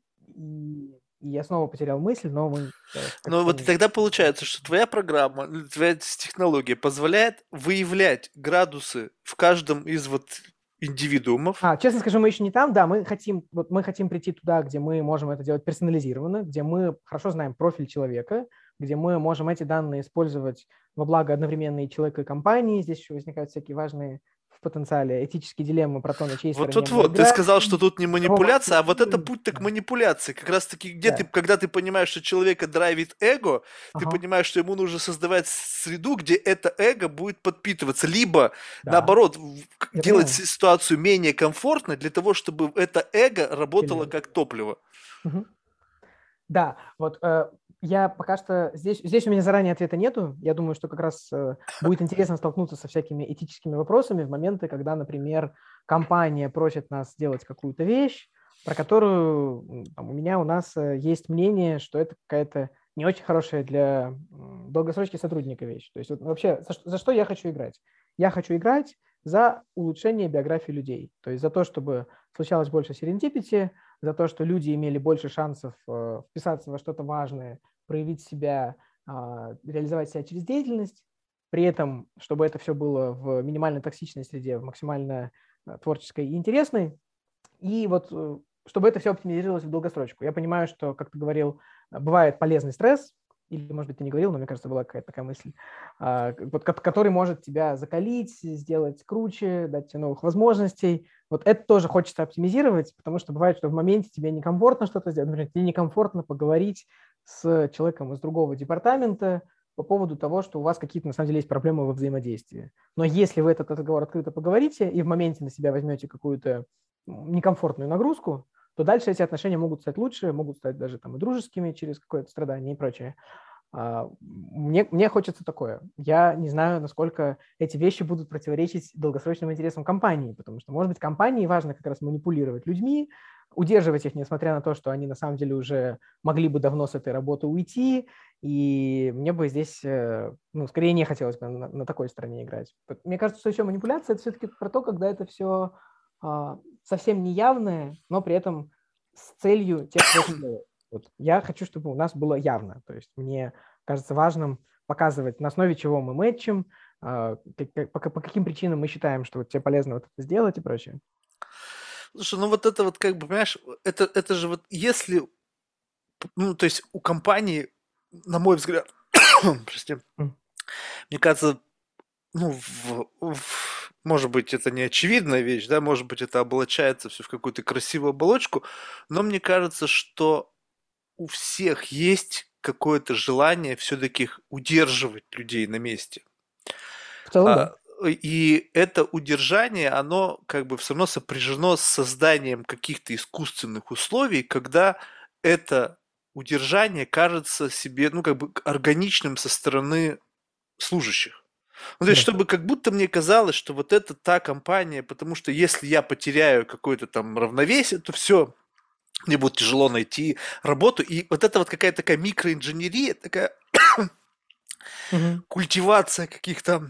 и я снова потерял мысль, но мы Но как-то вот и не... тогда получается, что твоя программа, твоя технология позволяет выявлять градусы в каждом из вот индивидуумов. Честно скажу, мы еще не там, да, мы хотим прийти туда, где мы можем это делать персонализированно, где мы хорошо знаем профиль человека, где мы можем эти данные использовать во благо одновременно и человека, и компании. Здесь еще возникают всякие важные в потенциале этические дилеммы про то, на чьей стороне мы Вот, ты играем, сказал, что тут не кого мы манипуляция, а вот это оптимизируем. путь к Да, манипуляции. Как раз таки, где ты, да. когда ты понимаешь, что человека драйвит эго, ты Ага, понимаешь, что ему нужно создавать среду, где это эго будет подпитываться. Либо, да, наоборот, я делать понимаю. ситуацию менее комфортной для того, чтобы это эго работало Усиливать. как топливо. Мгм. Да, вот я пока что здесь у меня заранее ответа нету. Я думаю, что как раз будет интересно столкнуться со всякими этическими вопросами в моменты, когда, например, компания просит нас сделать какую-то вещь, про которую у нас есть мнение, что это какая-то не очень хорошая для долгосрочки сотрудника вещь. То есть вот вообще за что я хочу играть? Я хочу играть за улучшение биографии людей. То есть за то, чтобы случалось больше серендипити, за то, что люди имели больше шансов вписаться во что-то важное, проявить себя, реализовать себя через деятельность, при этом, чтобы это все было в минимально токсичной среде, в максимально творческой и интересной, и вот чтобы это все оптимизировалось в долгосрочку. Я понимаю, что, как ты говорил, бывает полезный стресс, или, может быть, ты не говорил, но мне кажется, была какая-то такая мысль, который может тебя закалить, сделать круче, дать тебе новых возможностей. Вот это тоже хочется оптимизировать, потому что бывает, что в моменте тебе некомфортно что-то сделать, например, тебе некомфортно поговорить с человеком из другого департамента по поводу того, что у вас какие-то, на самом деле, есть проблемы во взаимодействии. Но если вы этот разговор открыто поговорите и в моменте на себя возьмете какую-то некомфортную нагрузку, то дальше эти отношения могут стать лучше, могут стать даже там и дружескими через какое-то страдание и прочее. Мне хочется такое. Я не знаю, насколько эти вещи будут противоречить долгосрочным интересам компании, потому что, может быть, компании важно как раз манипулировать людьми, удерживать их, несмотря на то, что они на самом деле уже могли бы давно с этой работы уйти, и мне бы здесь, скорее не хотелось бы на такой стороне играть. Мне кажется, что еще манипуляция – это все-таки про то, когда это все совсем неявное, но при этом с целью тех, кто это делает. Вот. Я хочу, чтобы у нас было явно. То есть мне кажется важным показывать, на основе чего мы мэтчим, по каким причинам мы считаем, что вот тебе полезно вот это сделать и прочее. Слушай, ну вот это вот как бы, понимаешь, это же вот если, ну, то есть у компании, на мой взгляд, прости, мне кажется, ну, может быть, это не очевидная вещь, да, может быть, это облачается все в какую-то красивую оболочку, но мне кажется, что у всех есть какое-то желание все-таки удерживать людей на месте. В целом, да. И это удержание, оно как бы все равно сопряжено с созданием каких-то искусственных условий, когда это удержание кажется себе, ну, как бы органичным со стороны служащих. Ну, то есть, Да. чтобы как будто мне казалось, что вот это та компания, потому что если я потеряю какое-то там равновесие, то все, мне будет тяжело найти работу. И вот это вот какая-то такая микроинженерия, такая Мгм. культивация каких-то,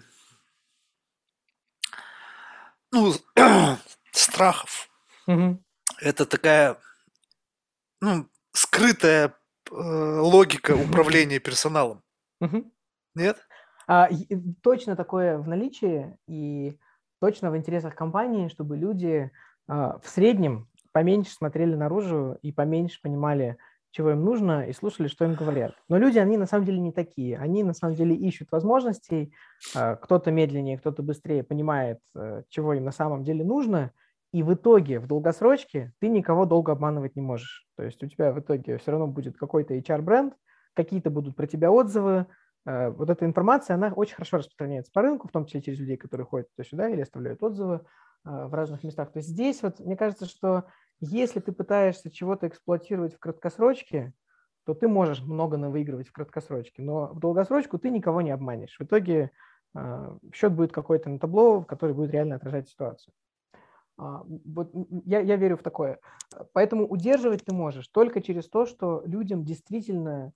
ну, страхов. Мгм. Это такая, ну, скрытая логика управления персоналом. Мгм. Нет? Точно такое в наличии и точно в интересах компании, чтобы люди в среднем поменьше смотрели наружу и поменьше понимали, чего им нужно, и слушали, что им говорят. Но люди, они на самом деле не такие. Они на самом деле ищут возможностей. Кто-то медленнее, кто-то быстрее понимает, чего им на самом деле нужно. И в итоге, в долгосрочке, ты никого долго обманывать не можешь. То есть у тебя в итоге все равно будет какой-то HR-бренд, какие-то будут про тебя отзывы, вот эта информация, она очень хорошо распространяется по рынку, в том числе через людей, которые ходят туда-сюда или оставляют отзывы в разных местах. То есть здесь вот мне кажется, что если ты пытаешься чего-то эксплуатировать в краткосрочке, то ты можешь много выигрывать в краткосрочке, но в долгосрочку ты никого не обманешь. В итоге счет будет какой-то на табло, который будет реально отражать ситуацию. Вот я верю в такое. Поэтому удерживать ты можешь только через то, что людям действительно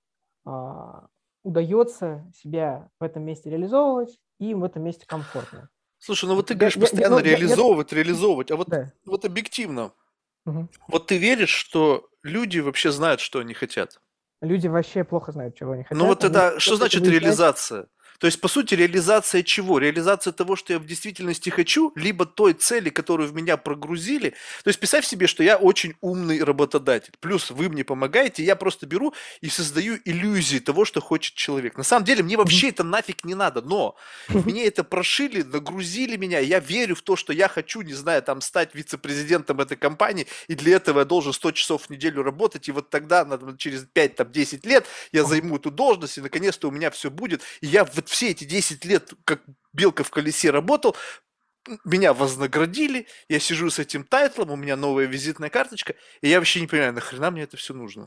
удается себя в этом месте реализовывать, и им в этом месте комфортно. Слушай, ну вот ты Я, говоришь я, я, постоянно ну, я- реализовывать, реализовывать, а вот, да. вот объективно, Мгм. вот ты веришь, что люди вообще знают, что они хотят? Люди вообще плохо знают, чего они Ну хотят, вот они не это, что хотят это значит выяснять. реализация? То есть, по сути, реализация чего? Реализация того, что я в действительности хочу, либо той цели, которую в меня прогрузили. То есть, представь себе, что я очень умный работодатель. Плюс вы мне помогаете, я просто беру и создаю иллюзии того, что хочет человек. На самом деле, мне Мгм. вообще это нафиг не надо, но мне это прошили, нагрузили меня, я верю в то, что я хочу, не знаю, там, стать вице-президентом этой компании, и для этого я должен 100 часов в неделю работать, и вот тогда, через 5-10 лет, я Ага. займу эту должность, и наконец-то у меня все будет. И я вот все эти 10 лет, как белка в колесе работал, меня вознаградили, я сижу с этим тайтлом, у меня новая визитная карточка, и я вообще не понимаю, нахрена мне это все нужно.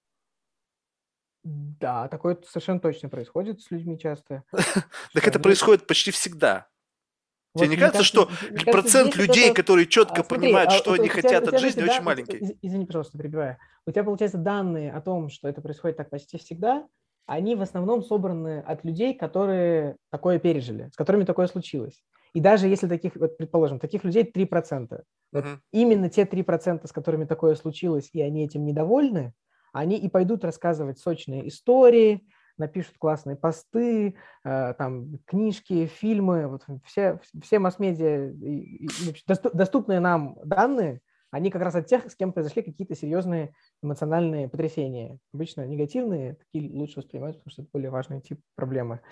Да, такое совершенно точно происходит с людьми часто, Так что это они... происходит почти всегда. Тебе Вот не мне кажется, кажется, что мне кажется, процент здесь вот людей, это... которые четко Смотри, понимают, что они хотят у от тебя же эти жизни, очень маленький? извини, пожалуйста, перебиваю. У тебя, получается, данные о том, что это происходит так почти всегда, они в основном собраны от людей, которые такое пережили, с которыми такое случилось. И даже если таких, вот, предположим, таких людей 3%, вот Мгм. именно те 3%, с которыми такое случилось, и они этим недовольны, они и пойдут рассказывать сочные истории, напишут классные посты, там, книжки, фильмы, вот все масс-медиа, в общем, доступные нам данные, они как раз от тех, с кем произошли какие-то серьезные эмоциональные потрясения. Обычно негативные, такие лучше воспринимаются, потому что это более важный тип проблемы.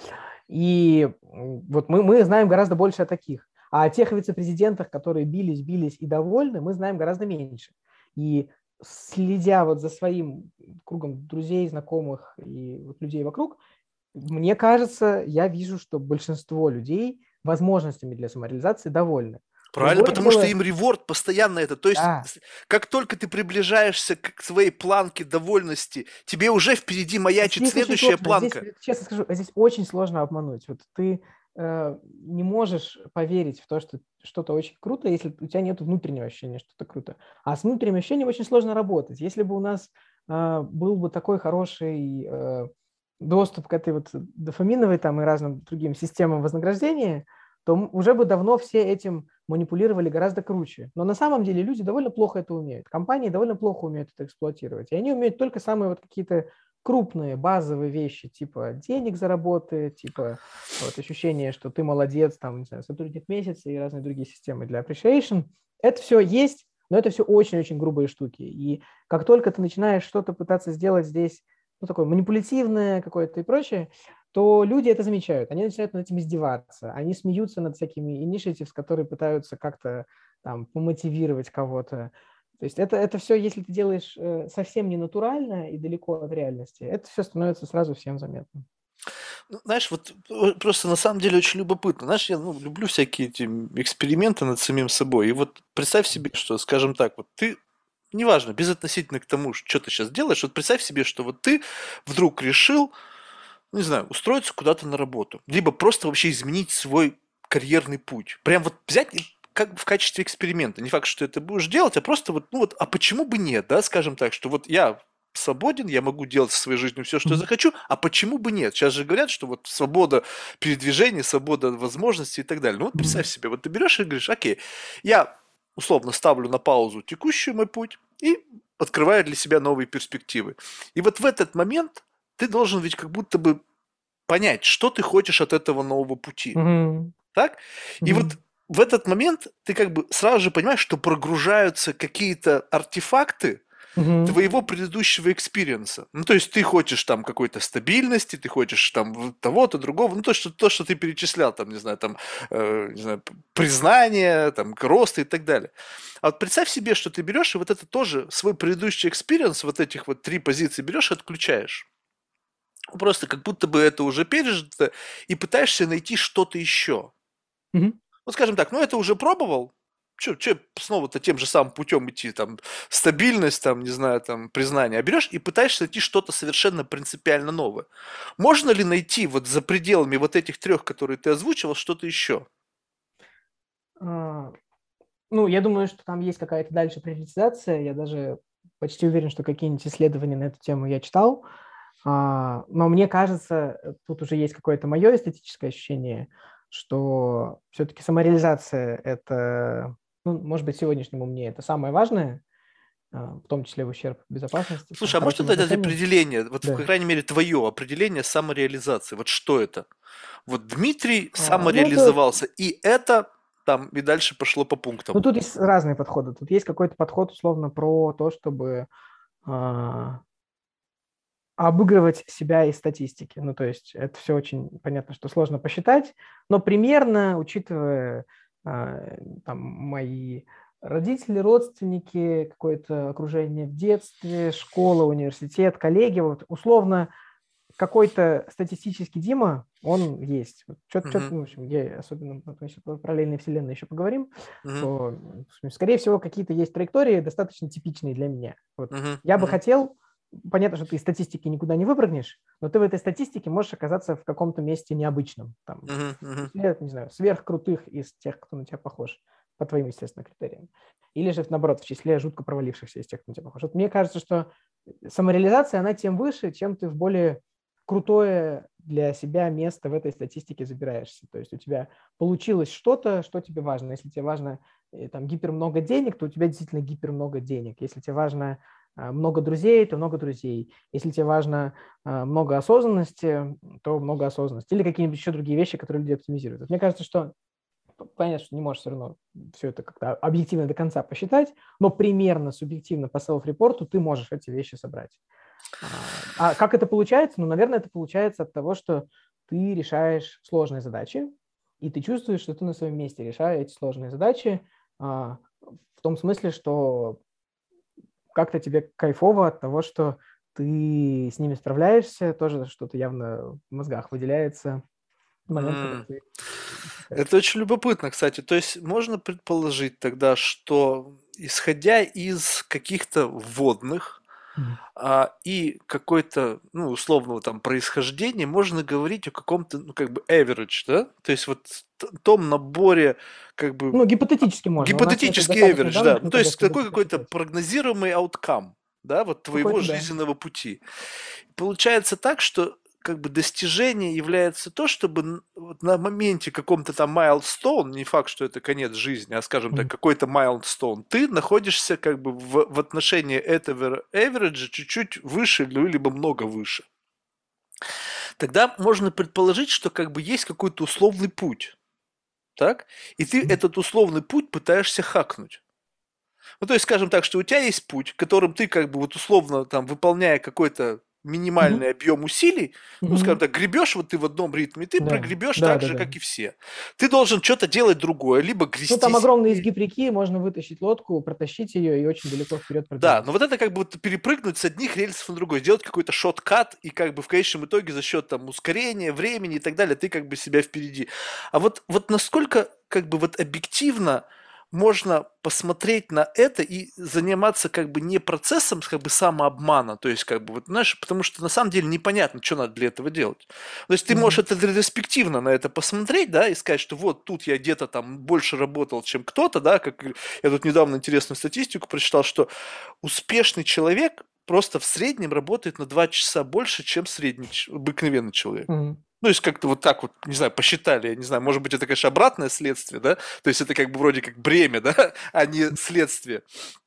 И вот мы знаем гораздо больше о таких. А о тех вице-президентах, которые бились и довольны, мы знаем гораздо меньше. И следя вот за своим кругом друзей, знакомых и вот людей вокруг, мне кажется, я вижу, что большинство людей возможностями для самореализации довольны. Правильно, Другое потому что дело, им реворд постоянно это. То есть, да, как только ты приближаешься к своей планке довольности, тебе уже впереди маячит здесь очень следующая сложно, здесь, планка. честно скажу, здесь очень сложно обмануть. Вот ты не можешь поверить в то, что что-то очень круто, если у тебя нет внутреннего ощущения, что это круто. А с внутренним ощущением очень сложно работать. Если бы у нас был бы такой хороший доступ к этой вот дофаминовой там и разным другим системам вознаграждения, то уже бы давно все этим манипулировали гораздо круче. Но на самом деле люди довольно плохо это умеют. Компании довольно плохо умеют это эксплуатировать. И они умеют только самые вот какие-то крупные базовые вещи, типа денег заработать, типа вот ощущение, что ты молодец, там, не знаю, сотрудник месяца и разные другие системы для appreciation. Это все есть, но это все очень-очень грубые штуки. И как только ты начинаешь что-то пытаться сделать здесь, ну, такое манипулятивное какое-то и прочее, то люди это замечают, они начинают над этим издеваться, они смеются над всякими initiatives, которые пытаются как-то там помотивировать кого-то. То есть это все, если ты делаешь совсем не натурально и далеко от реальности, это все становится сразу всем заметно. Ну, знаешь, вот просто на самом деле очень любопытно. Знаешь, я люблю всякие эти эксперименты над самим собой. И вот представь себе, что, скажем так, вот ты, неважно, безотносительно к тому, что ты сейчас делаешь, вот представь себе, что вот ты вдруг решил, не знаю, устроиться куда-то на работу, либо просто вообще изменить свой карьерный путь. Прям вот взять и как бы в качестве эксперимента. Не факт, что это будешь делать, а просто вот, ну вот, а почему бы нет, да, скажем так, что вот я свободен, я могу делать со своей жизнью все, что я Мгм. захочу, а почему бы нет? Сейчас же говорят, что вот свобода передвижения, свобода возможностей и так далее. Ну вот представь Мгм. себе, вот ты берешь и говоришь, окей, я условно ставлю на паузу текущий мой путь и открываю для себя новые перспективы. И вот в этот момент ты должен ведь как будто бы понять, что ты хочешь от этого нового пути. Мгм. Так? И вот Мгм. в этот момент ты как бы сразу же понимаешь, что прогружаются какие-то артефакты Мгм. твоего предыдущего экспириенса. Ну, то есть ты хочешь там какой-то стабильности, ты хочешь там того-то, другого, ну, то, что ты перечислял, там, не знаю, там, не знаю, признание, там, роста и так далее. А вот представь себе, что ты берешь и вот это тоже свой предыдущий экспириенс, вот этих вот 3 позиции берешь и отключаешь. Просто как будто бы это уже пережито, и пытаешься найти что-то еще. Мгм. Вот скажем так, ну это уже пробовал, че снова-то тем же самым путем идти, там, стабильность, там, не знаю, там, признание, а берешь и пытаешься найти что-то совершенно принципиально новое. Можно ли найти вот за пределами вот этих 3, которые ты озвучивал, что-то еще? А, Ну, я думаю, что там есть какая-то дальше приоритизация. Я даже почти уверен, что какие-нибудь исследования на эту тему я читал. Но мне кажется, тут уже есть какое-то мое эстетическое ощущение, что все-таки самореализация – это, ну, может быть, сегодняшнему мне это самое важное, в том числе в ущерб безопасности, там, Слушай, а можешь ты хорошим дать отношениям. определение, вот, по Да. крайней мере, твое определение самореализации? Вот что это? Вот Дмитрий Ну, это, самореализовался, и это, там, и дальше пошло по пунктам. ну, тут есть разные подходы. Тут есть какой-то подход, условно, про то, чтобы а, обыгрывать себя из статистики. Ну, то есть это все очень понятно, что сложно посчитать, но примерно, учитывая там, мои родители, родственники, какое-то окружение в детстве, школа, университет, коллеги, вот условно какой-то статистический Дима, он есть. Вот что-то, Мгм, ну, в общем, я особенно, вот мы еще про параллельные вселенные еще поговорим, мгм, то, в общем, скорее всего, какие-то есть траектории достаточно типичные для меня. Вот мгм, я бы мгм. хотел понятно, что ты из статистики никуда не выпрыгнешь, но ты в этой статистике можешь оказаться в каком-то месте необычном. Там, не знаю, сверхкрутых из тех, кто на тебя похож, по твоим, естественно, критериям. Или же, наоборот, в числе жутко провалившихся из тех, кто на тебя похож. Вот мне кажется, что самореализация, она тем выше, чем ты в более крутое для себя место в этой статистике забираешься. То есть у тебя получилось что-то, что тебе важно. Если тебе важно там гипер много денег, то у тебя действительно гипер много денег. Если тебе важно много друзей, то много друзей. Если тебе важно много осознанности, то много осознанности. Или какие-нибудь еще другие вещи, которые люди оптимизируют. Вот мне кажется, что понятно, что не можешь все равно все это как-то объективно до конца посчитать, но примерно субъективно по селф-репорту ты можешь эти вещи собрать. А как это получается? Ну, наверное, это получается от того, что ты решаешь сложные задачи, и ты чувствуешь, что ты на своем месте решаешь эти сложные задачи в том смысле, что как-то тебе кайфово от того, что ты с ними справляешься, тоже что-то явно в мозгах выделяется в момент, когда ты... Это очень любопытно, кстати. То есть можно предположить тогда, что исходя из каких-то вводных и какой-то, ну, условного там происхождения, можно говорить о каком-то, ну, как бы average, да? То есть вот том наборе, как бы, Ну, гипотетически можно. У нас нет гипотетический достаточно average, да. данных, Ну, мы то тогда есть все такой будем какой-то посчитать. прогнозируемый outcome, да, вот твоего Какой-то, да. жизненного пути. Получается так, что как бы достижение является то, чтобы вот на моменте каком-то там milestone, не факт, что это конец жизни, а, скажем так, какой-то milestone, ты находишься как бы в отношении этого average чуть-чуть выше, либо много выше. Тогда можно предположить, что как бы есть какой-то условный путь, так? И ты этот условный путь пытаешься хакнуть. Ну, то есть, скажем так, что у тебя есть путь, которым ты как бы вот условно там, выполняя какой-то минимальный объем усилий, ну, скажем так, гребешь вот ты в одном ритме, ты Да, прогребешь да, так да, же, да. как и все. Ты должен что-то делать другое, либо Ну, там грести огромный сильнее. изгиб реки, можно вытащить лодку, протащить ее и очень далеко вперед Да, но продвинуться. вот это как бы вот перепрыгнуть с одних рельсов на другой, сделать какой-то шорткат, и как бы в конечном итоге за счет там ускорения, времени и так далее, ты как бы себя впереди. А вот насколько как бы вот объективно можно посмотреть на это и заниматься как бы не процессом как бы самообмана, то есть как бы вот, знаешь, потому что на самом деле непонятно, что надо для этого делать. То есть ты можешь это ретроспективно на это посмотреть, да, и сказать, что вот тут я где-то там больше работал, чем кто-то, да, как я тут недавно интересную статистику прочитал, что успешный человек просто в среднем работает на 2 часа больше, чем средний обыкновенный человек. Ну, то есть как-то вот так вот, не знаю, посчитали, я не знаю, может быть, это, конечно, обратное следствие, да, то есть это как бы вроде как бремя, да, а не следствие.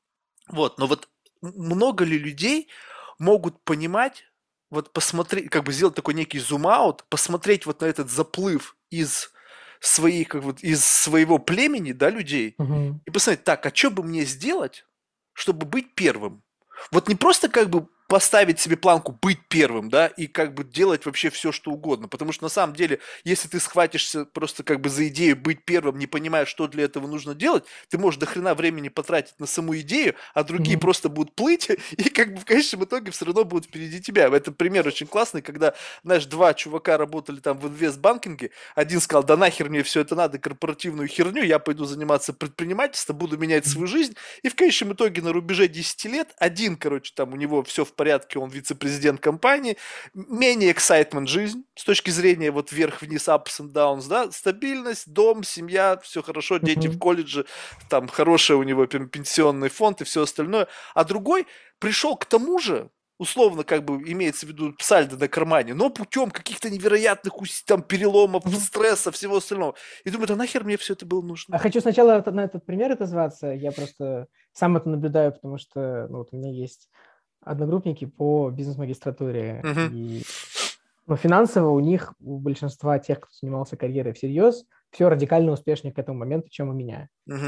Вот, но вот много ли людей могут понимать, вот посмотреть, как бы сделать такой некий зум-аут, посмотреть вот на этот заплыв из своих, как вот, из своего племени, да, людей, и посмотреть, так, а что бы мне сделать, чтобы быть первым? Вот не просто как бы поставить себе планку быть первым, да, и как бы делать вообще все, что угодно. Потому что на самом деле, если ты схватишься просто как бы за идею быть первым, не понимая, что для этого нужно делать, ты можешь до хрена времени потратить на саму идею, а другие просто будут плыть, и как бы в конечном итоге все равно будут впереди тебя. Это пример очень классный, когда, знаешь, два чувака работали там в инвестбанкинге, один сказал, да нахер мне все это надо, корпоративную херню, я пойду заниматься предпринимательством, буду менять свою жизнь, и в конечном итоге на рубеже 10 лет один, короче, там у него все в порядке, он вице-президент компании, менее excitement жизнь с точки зрения вот вверх-вниз, ups and downs, да, стабильность, дом, семья, все хорошо, дети в колледже, там хороший у него пенсионный фонд и все остальное, а другой пришел к тому же, условно, как бы имеется в виду сальдо на кармане, но путем каких-то невероятных там переломов, стресса, всего остального. И думаю, да нахер мне все это было нужно? А хочу сначала на этот пример отозваться. Я просто сам это наблюдаю, потому что ну, вот у меня есть одногруппники по бизнес-магистратуре. И финансово у них, у большинства тех, кто занимался карьерой всерьез, все радикально успешнее к этому моменту, чем у меня.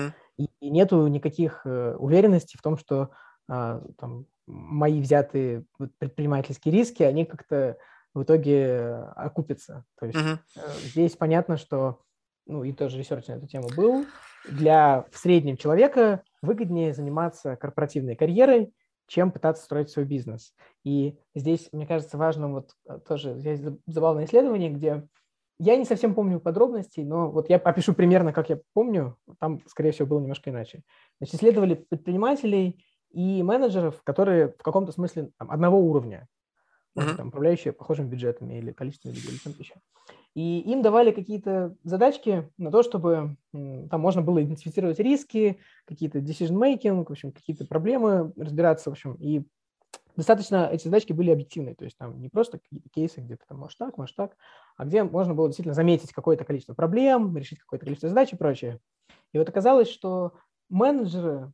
И нету никаких уверенностей в том, что там, мои взятые предпринимательские риски, они как-то в итоге окупятся. То есть здесь понятно, что, ну и тоже ресерч на эту тему был, для в среднем человека выгоднее заниматься корпоративной карьерой, чем пытаться строить свой бизнес. И здесь, мне кажется, важно вот тоже, есть забавное исследование, где я не совсем помню подробностей, но вот я опишу примерно, как я помню, там, скорее всего, было немножко иначе. Значит, исследовали предпринимателей и менеджеров, которые в каком-то смысле там, одного уровня, может быть, Мгм. там, управляющие похожими бюджетами или количеством людей, или чем-то еще. И им давали какие-то задачки на то, чтобы там можно было идентифицировать риски, какие-то decision-making, в общем, какие-то проблемы разбираться, в общем, и достаточно эти задачки были объективные, то есть там не просто какие-то кейсы, где ты там можешь так, а где можно было действительно заметить какое-то количество проблем, решить какое-то количество задач и прочее. И вот оказалось, что менеджеры,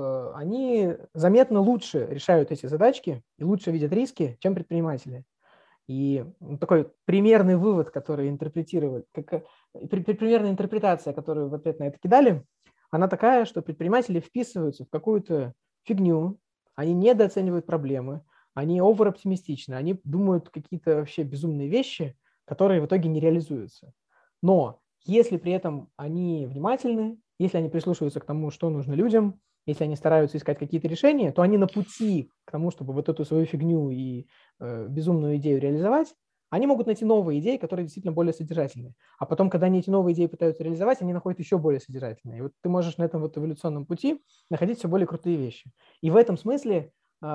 они заметно лучше решают эти задачки и лучше видят риски, чем предприниматели. И такой примерный вывод, который интерпретировали, примерная интерпретация, которую в ответ на это кидали, она такая, что предприниматели вписываются в какую-то фигню, они недооценивают проблемы, они овер-оптимистичны, они думают какие-то вообще безумные вещи, которые в итоге не реализуются. Но если при этом они внимательны, если они прислушиваются к тому, что нужно людям, если они стараются искать какие-то решения, то они на пути к тому, чтобы вот эту свою фигню и безумную идею реализовать, они могут найти новые идеи, которые действительно более содержательные. А потом, когда они эти новые идеи пытаются реализовать, они находят еще более содержательные. И вот ты можешь на этом вот эволюционном пути находить все более крутые вещи. И в этом смысле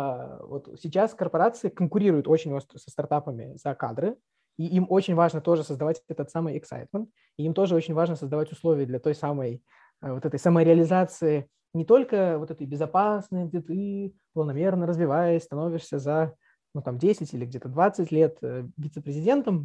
вот сейчас корпорации конкурируют очень остро со стартапами за кадры, и им очень важно тоже создавать этот самый excitement, и им тоже очень важно создавать условия для той самой вот этой самореализации, не только вот этой безопасной, где ты планомерно развиваясь, становишься за там, 10 или где-то 20 лет вице-президентом,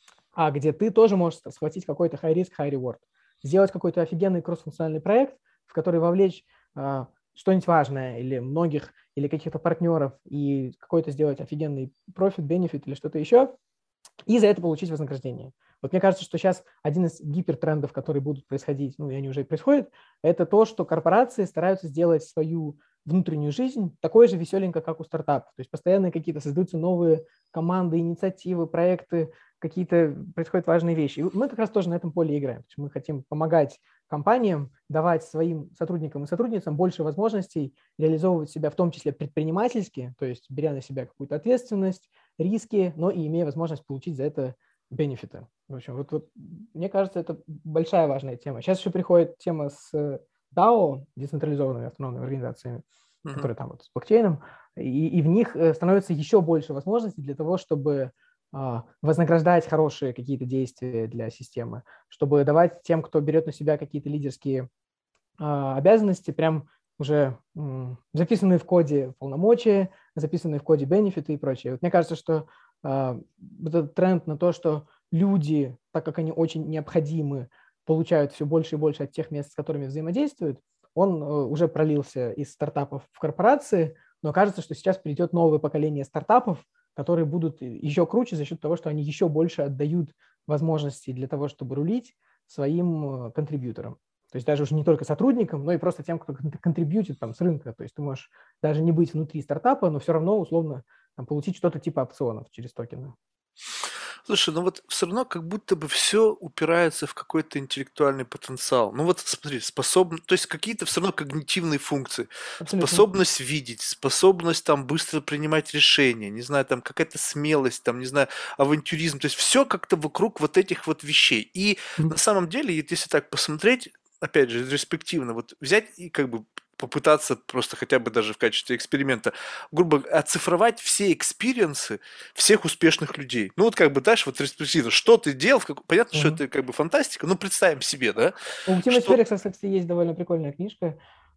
а где ты тоже можешь схватить какой-то high risk, high reward, сделать какой-то офигенный кроссфункциональный проект, в который вовлечь что-нибудь важное или многих, или каких-то партнеров, и какой-то сделать офигенный профит, бенефит или что-то еще, и за это получить вознаграждение. Вот мне кажется, что сейчас один из гипертрендов, которые будут происходить, и они уже происходят, это то, что корпорации стараются сделать свою внутреннюю жизнь такой же веселенькой, как у стартапов. То есть постоянно какие-то создаются новые команды, инициативы, проекты, какие-то происходят важные вещи. И мы как раз тоже на этом поле играем. То есть мы хотим помогать компаниям, давать своим сотрудникам и сотрудницам больше возможностей реализовывать себя, в том числе предпринимательски, то есть беря на себя какую-то ответственность, риски, но и имея возможность получить за это бенефиты. В общем, вот мне кажется, это большая важная тема. Сейчас еще приходит тема с DAO, децентрализованными автономными организациями, которые там вот с блокчейном, и в них становится еще больше возможностей для того, чтобы вознаграждать хорошие какие-то действия для системы, чтобы давать тем, кто берет на себя какие-то лидерские обязанности, прям уже записанные в коде полномочия, записанные в коде бенефиты и прочее. Вот мне кажется, что вот этот тренд на то, что люди, так как они очень необходимы, получают все больше и больше от тех мест, с которыми взаимодействуют, он уже пролился из стартапов в корпорации, но кажется, что сейчас придет новое поколение стартапов, которые будут еще круче за счет того, что они еще больше отдают возможности для того, чтобы рулить своим контрибьюторам. То есть даже уже не только сотрудникам, но и просто тем, кто контрибьютит там с рынка. То есть ты можешь даже не быть внутри стартапа, но все равно условно там, получить что-то типа опционов через токены. Слушай, ну вот все равно как будто бы все упирается в какой-то интеллектуальный потенциал. Ну вот смотри, то есть какие-то все равно когнитивные функции. Абсолютно. Способность видеть, способность там быстро принимать решения, не знаю, там какая-то смелость, там, не знаю, авантюризм. То есть все как-то вокруг вот этих вот вещей. И на самом деле, если так посмотреть, опять же, ретроспективно, вот взять и как бы попытаться просто хотя бы даже в качестве эксперимента, грубо говоря, оцифровать все экспириенсы всех успешных людей. Ну вот как бы дальше вот ретроспективно, что ты делал, понятно, что это как бы фантастика, но представим себе, да, У Тима что... Феррикса, кстати, есть довольно прикольная книжка,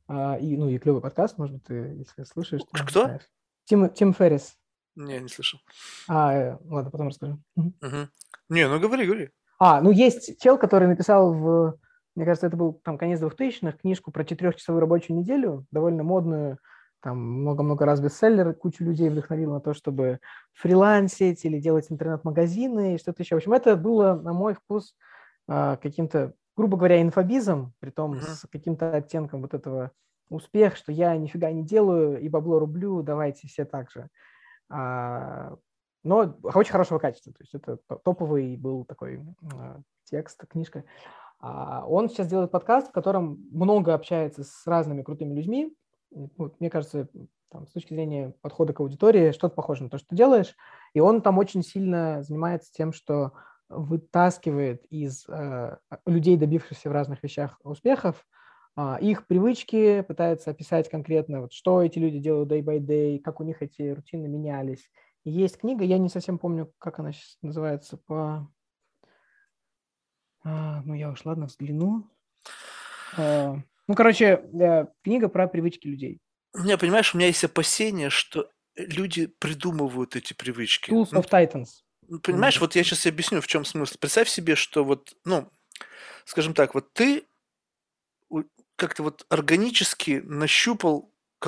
и клевый подкаст, может быть, ты, если слушаешь, ты Кто? знаешь. Тим Феррис. Не, не слышал. Ладно, потом расскажу. Мгм. Не, ну говори, говори. Есть чел, который написал мне кажется, это был там конец 2000-х, книжку про 4-часовую рабочую неделю, довольно модную, там много-много раз бестселлер, кучу людей вдохновил на то, чтобы фрилансить или делать интернет-магазины и что-то еще. В общем, это было, на мой вкус, каким-то, грубо говоря, инфобизом, притом Мгм. с каким-то оттенком вот этого успеха, что я нифига не делаю и бабло рублю, давайте все так же. А, но очень хорошего качества. То есть это топовый был такой текст, книжка. Он сейчас делает подкаст, в котором много общается с разными крутыми людьми. Вот, мне кажется, там, с точки зрения подхода к аудитории, что-то похоже на то, что ты делаешь. И он там очень сильно занимается тем, что вытаскивает из людей, добившихся в разных вещах успехов, их привычки, пытается описать конкретно, вот, что эти люди делают day by day, как у них эти рутины менялись. И есть книга, я не совсем помню, как она сейчас называется, ну я уж, ладно, взгляну. Книга про привычки людей. Понимаешь, у меня есть опасение, что люди придумывают эти привычки. Tools of Titans. Понимаешь, вот я сейчас объясню, в чем смысл. Представь себе, что вот, скажем так, вот ты как-то вот органически нащупал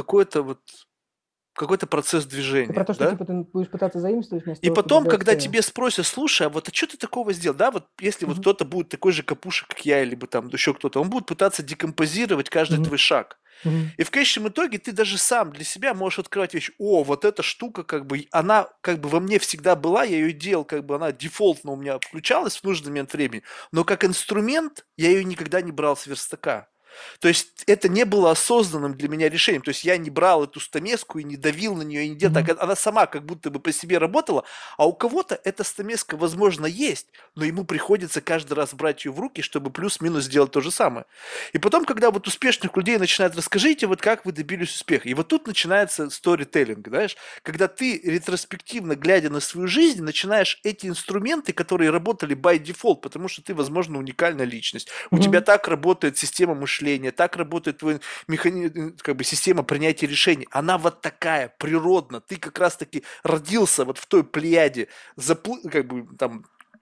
какой-то процесс Ты про движения, то, что да? типа ты будешь пытаться заимствовать вместо И того, чтобы потом, сделать когда свое. тебе спросят, слушай, а вот что ты такого сделал, да, вот если вот Мгм. кто-то будет такой же капуша, как я, либо там еще кто-то, он будет пытаться декомпозировать каждый Мгм. твой шаг. Мгм. И в конечном итоге ты даже сам для себя можешь открывать вещь. О, вот эта штука, как бы, она как бы во мне всегда была, я ее делал, как бы она дефолтно у меня включалась в нужный момент времени, но как инструмент я ее никогда не брал с верстака. То есть это не было осознанным для меня решением. То есть я не брал эту стамеску и не давил на нее, и не делал так. Мгм. Она сама как будто бы по себе работала, а у кого-то эта стамеска, возможно, есть, но ему приходится каждый раз брать ее в руки, чтобы плюс-минус сделать то же самое. И потом, когда вот успешных людей начинают, расскажите, вот как вы добились успеха. И вот тут начинается сторителлинг, знаешь, когда ты ретроспективно, глядя на свою жизнь, начинаешь эти инструменты, которые работали by default, потому что ты, возможно, уникальная личность. У тебя Мгм. так работает система мышления, так работает твой как бы система принятия решений. Она вот такая, природно. Ты как раз-таки родился вот в той плеяде, как бы там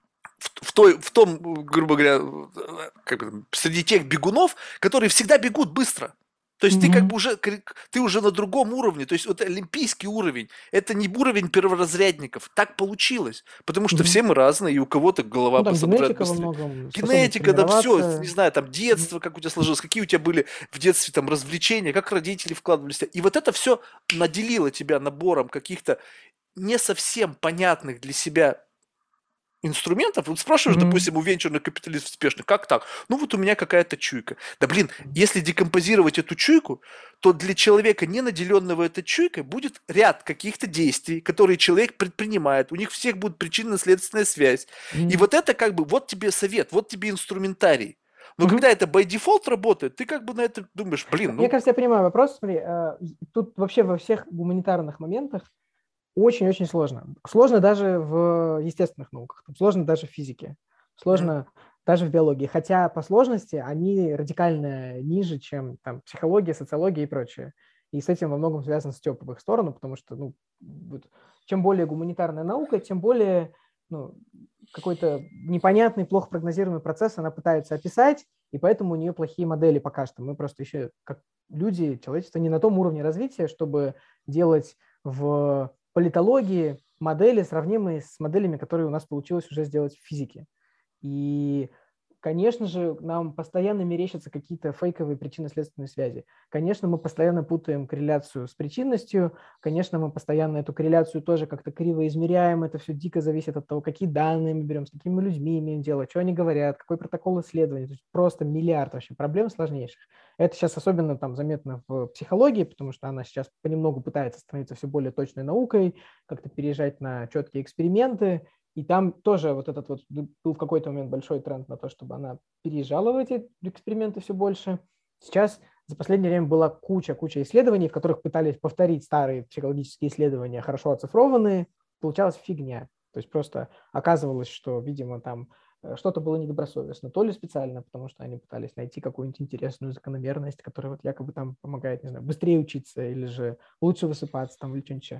в том, грубо говоря, как бы, среди тех бегунов, которые всегда бегут быстро. То есть ты как Мгм. бы уже, ты уже на другом уровне. То есть вот олимпийский уровень, это не уровень перворазрядников. Так получилось. Потому что Мгм. все мы разные, и у кого-то Ну, голова там соображает генетика во быстрее. многом, способность Генетика, да все, не тренироваться. знаю, там Мгм. детство, как у тебя сложилось, какие у тебя были в детстве там развлечения, как родители вкладывались. И вот это все наделило тебя набором каких-то не совсем понятных для себя инструментов. Вот спрашиваешь, Мгм. допустим, у венчурных капиталистов успешных, как так? Ну вот у меня какая-то чуйка. Да блин, если декомпозировать эту чуйку, то для человека, не наделенного этой чуйкой, будет ряд каких-то действий, которые человек предпринимает. У них всех будет причинно-следственная связь. И Мгм. вот это как бы, вот тебе совет, вот тебе инструментарий. Но Мгм. когда это by default работает, ты как бы на это думаешь, блин, Мне кажется, я понимаю вопрос. Смотри, тут вообще во всех гуманитарных моментах очень-очень сложно. Сложно даже в естественных науках, сложно даже в физике, сложно даже в биологии. Хотя по сложности они радикально ниже, чем там, психология, социология и прочее. И с этим во многом связано Степа в их сторону, потому что вот, чем более гуманитарная наука, тем более какой-то непонятный, плохо прогнозируемый процесс она пытается описать, и поэтому у нее плохие модели пока что. Мы просто еще, как люди, человечество не на том уровне развития, чтобы делать в политологии модели, сравнимые с моделями, которые у нас получилось уже сделать в физике. И, конечно же, нам постоянно мерещатся какие-то фейковые причинно-следственные связи. Конечно, мы постоянно путаем корреляцию с причинностью. Конечно, мы постоянно эту корреляцию тоже как-то криво измеряем. Это все дико зависит от того, какие данные мы берем, с какими мы людьми имеем дело, что они говорят, какой протокол исследования. То есть просто миллиард вообще проблем сложнейших. Это сейчас особенно там заметно в психологии, потому что она сейчас понемногу пытается становиться все более точной наукой, как-то переезжать на четкие эксперименты. И там тоже вот этот вот был в какой-то момент большой тренд на то, чтобы она переезжала в эти эксперименты все больше. Сейчас за последнее время была куча исследований, в которых пытались повторить старые психологические исследования, хорошо оцифрованные. Получалась фигня. То есть просто оказывалось, что, видимо, там что-то было недобросовестно, то ли специально, потому что они пытались найти какую-нибудь интересную закономерность, которая вот якобы там помогает, не знаю, быстрее учиться или же лучше высыпаться там или что-нибудь еще.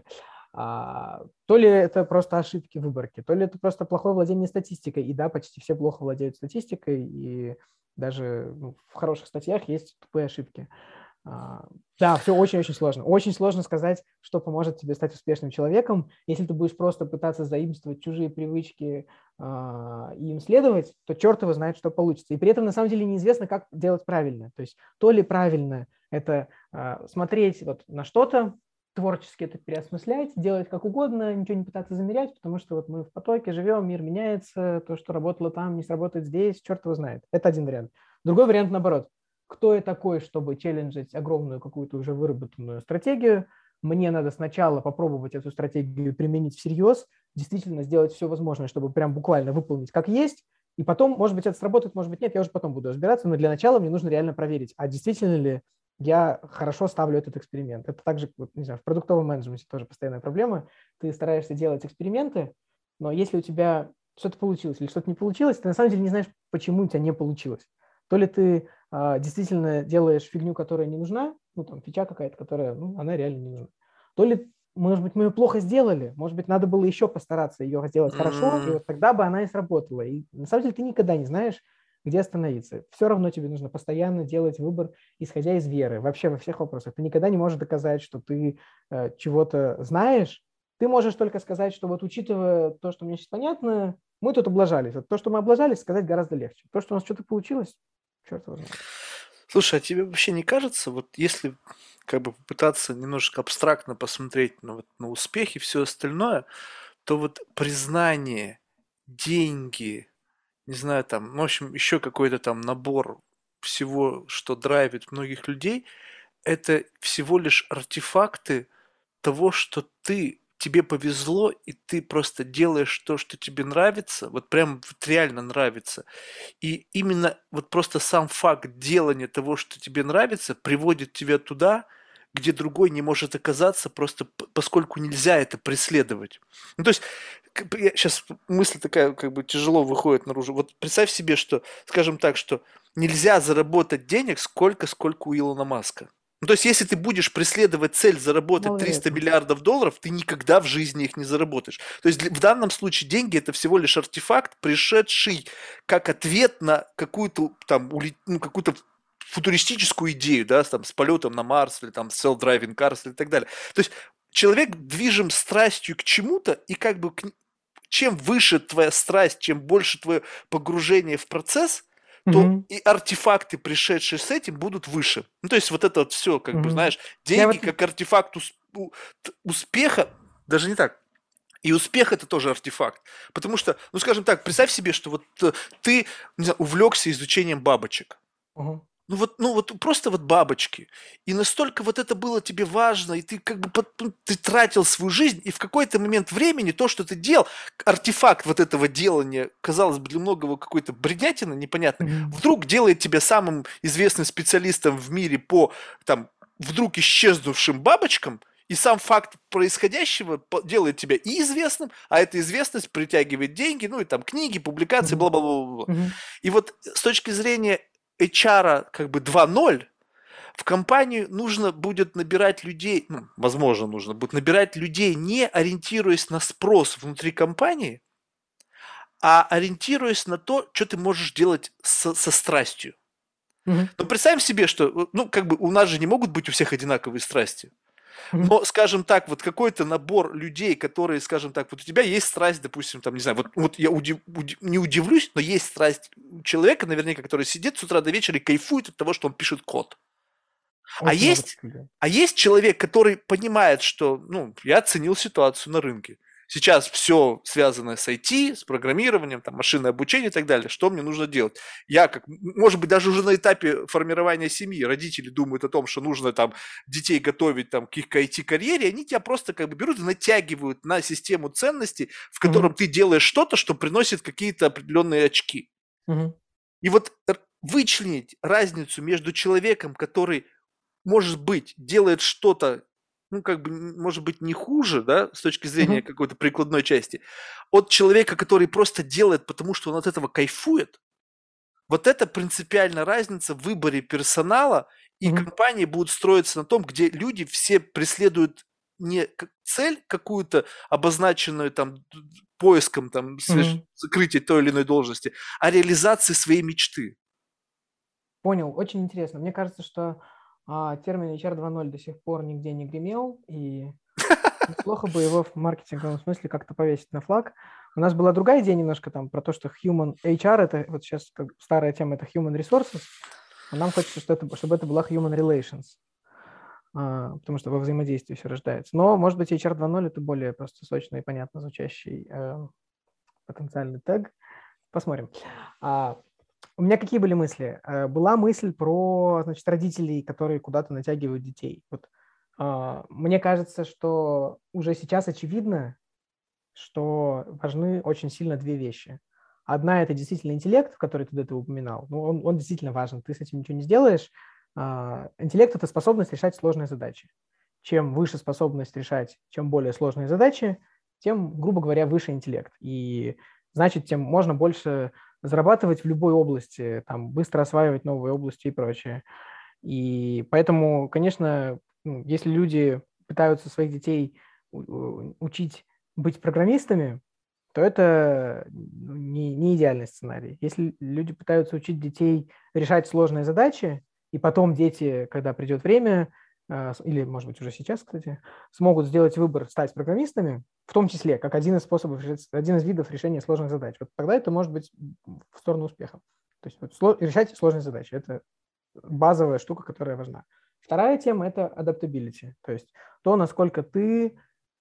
То ли это просто ошибки выборки, то ли это просто плохое владение статистикой. И да, почти все плохо владеют статистикой, и даже в хороших статьях есть тупые ошибки. Да, все очень-очень сложно. Очень сложно сказать, что поможет тебе стать успешным человеком. Если ты будешь просто пытаться заимствовать чужие привычки и им следовать, то черт его знает, что получится. И при этом на самом деле неизвестно, как делать правильно. То есть то ли правильно это смотреть вот на что-то, творчески это переосмыслять, делать как угодно, ничего не пытаться замерять, потому что вот мы в потоке живем, мир меняется, то, что работало там, не сработает здесь, черт его знает. Это один вариант. Другой вариант наоборот. Кто я такой, чтобы челленджить огромную какую-то уже выработанную стратегию? Мне надо сначала попробовать эту стратегию применить всерьез, действительно сделать все возможное, чтобы прям буквально выполнить как есть, И потом, может быть, это сработает, может быть, нет, я уже потом буду разбираться, но для начала мне нужно реально проверить, а действительно ли я хорошо ставлю этот эксперимент. Это также, вот, не знаю, в продуктовом менеджменте тоже постоянная проблема. Ты стараешься делать эксперименты, но если у тебя что-то получилось или что-то не получилось, ты на самом деле не знаешь, почему у тебя не получилось. То ли ты действительно делаешь фигню, которая не нужна, ну, там, фича какая-то, которая, ну, она реально не нужна. То ли, может быть, мы ее плохо сделали, может быть, надо было еще постараться ее сделать хорошо, и вот тогда бы она и сработала. И на самом деле ты никогда не знаешь, где остановиться. Все равно тебе нужно постоянно делать выбор, исходя из веры, вообще во всех вопросах. Ты никогда не можешь доказать, что ты чего-то знаешь. Ты можешь только сказать, что вот учитывая то, что мне сейчас понятно, мы тут облажались. Вот то, что мы облажались, сказать гораздо легче. То, что у нас что-то получилось, черт его знает. Слушай, а тебе вообще не кажется, вот если как бы попытаться немножко абстрактно посмотреть на успех и все остальное, то вот признание, деньги, не знаю, там, ну, в общем, еще какой-то там набор всего, что драйвит многих людей, это всего лишь артефакты того, что тебе повезло, и ты просто делаешь то, что тебе нравится, вот прям вот реально нравится. И именно вот просто сам факт делания того, что тебе нравится, приводит тебя туда, где другой не может оказаться, просто поскольку нельзя это преследовать. Ну, то есть, сейчас мысль такая, как бы тяжело выходит наружу. Вот представь себе, что, скажем так, что нельзя заработать денег сколько у Илона Маска. Ну, то есть, если ты будешь преследовать цель заработать 300 Маловероятно. миллиардов долларов, ты никогда в жизни их не заработаешь. То есть, в данном случае деньги – это всего лишь артефакт, пришедший как ответ на какую-то там, ну, какую-то футуристическую идею, да, там, с полетом на Марс или там self-driving cars или так далее. То есть человек движим страстью к чему-то, и как бы чем выше твоя страсть, чем больше твое погружение в процесс, то Мгм. и артефакты, пришедшие с этим, будут выше. Ну, то есть вот это вот все, как бы, Мгм. знаешь, Я деньги вот... как артефакт успеха, даже не так, и успех это тоже артефакт. Потому что, ну скажем так, представь себе, что вот ты, не знаю, увлекся изучением бабочек. Мгм. Ну вот просто вот бабочки. И настолько вот это было тебе важно, и ты как бы ты тратил свою жизнь, и в какой-то момент времени то, что ты делал, артефакт вот этого делания, казалось бы, для многого какой-то бредятины непонятной, Мгм. вдруг делает тебя самым известным специалистом в мире по там вдруг исчезнувшим бабочкам, и сам факт происходящего делает тебя и известным, а эта известность притягивает деньги, ну и там книги, публикации, Мгм. бла-бла-бла. Мгм. И вот с точки зрения HR как бы 2.0, в компанию нужно будет набирать людей, ну, возможно, нужно будет набирать людей, не ориентируясь на спрос внутри компании, а ориентируясь на то, что ты можешь делать со страстью. Мгм. Но представим себе, что, ну, как бы у нас же не могут быть у всех одинаковые страсти. Мгм. Но, скажем так, вот какой-то набор людей, которые, скажем так, вот у тебя есть страсть, допустим, там, не знаю, вот я не удивлюсь, но есть страсть у человека, наверняка, который сидит с утра до вечера и кайфует от того, что он пишет код. А Очень много есть, таких людей. а есть человек, который понимает, что, ну, я оценил ситуацию на рынке. Сейчас все связано с IT, с программированием, там, машинное обучение и так далее. Что мне нужно делать? Я, как, может быть, даже уже на этапе формирования семьи родители думают о том, что нужно там детей готовить там, к их IT-карьере, они тебя просто как бы берут и натягивают на систему ценностей, в Мгм. котором ты делаешь что-то, что приносит какие-то определенные очки. Мгм. И вот вычленить разницу между человеком, который может быть, делает что-то, ну, как бы, может быть, не хуже, да, с точки зрения Мгм. какой-то прикладной части, от человека, который просто делает, потому что он от этого кайфует, вот это принципиальная разница в выборе персонала, и Мгм. компании будут строиться на том, где люди все преследуют не цель какую-то обозначенную там поиском там Мгм. закрытия той или иной должности, а реализации своей мечты. Понял, очень интересно. Мне кажется, что термин HR 2.0 до сих пор нигде не гремел, и неплохо бы его в маркетинговом смысле как-то повесить на флаг. У нас была другая идея немножко там про то, что human HR, это вот сейчас старая тема, это human resources, а нам хочется, чтобы это была human relations, потому что во взаимодействии все рождается. Но, может быть, HR 2.0 это более просто сочно и понятно звучащий потенциальный тег. Посмотрим. А, у меня какие были мысли? Была мысль про, значит, родителей, которые куда-то натягивают детей. Вот, мне кажется, что уже сейчас очевидно, что важны очень сильно две вещи. Одна – это действительно интеллект, который ты до этого упоминал. Ну, он действительно важен, ты с этим ничего не сделаешь. Интеллект – это способность решать сложные задачи. Чем выше способность решать, чем более сложные задачи, тем, грубо говоря, выше интеллект. И значит, тем можно больше зарабатывать в любой области, там, быстро осваивать новые области и прочее. И поэтому, конечно, если люди пытаются своих детей учить быть программистами, то это не идеальный сценарий. Если люди пытаются учить детей решать сложные задачи, и потом дети, когда придет время, или, может быть, уже сейчас, кстати, смогут сделать выбор стать программистами, в том числе, как один из способов, один из видов решения сложных задач, вот тогда это может быть в сторону успеха. То есть вот решать сложные задачи – это базовая штука, которая важна. Вторая тема – это adaptability, то есть то, насколько ты…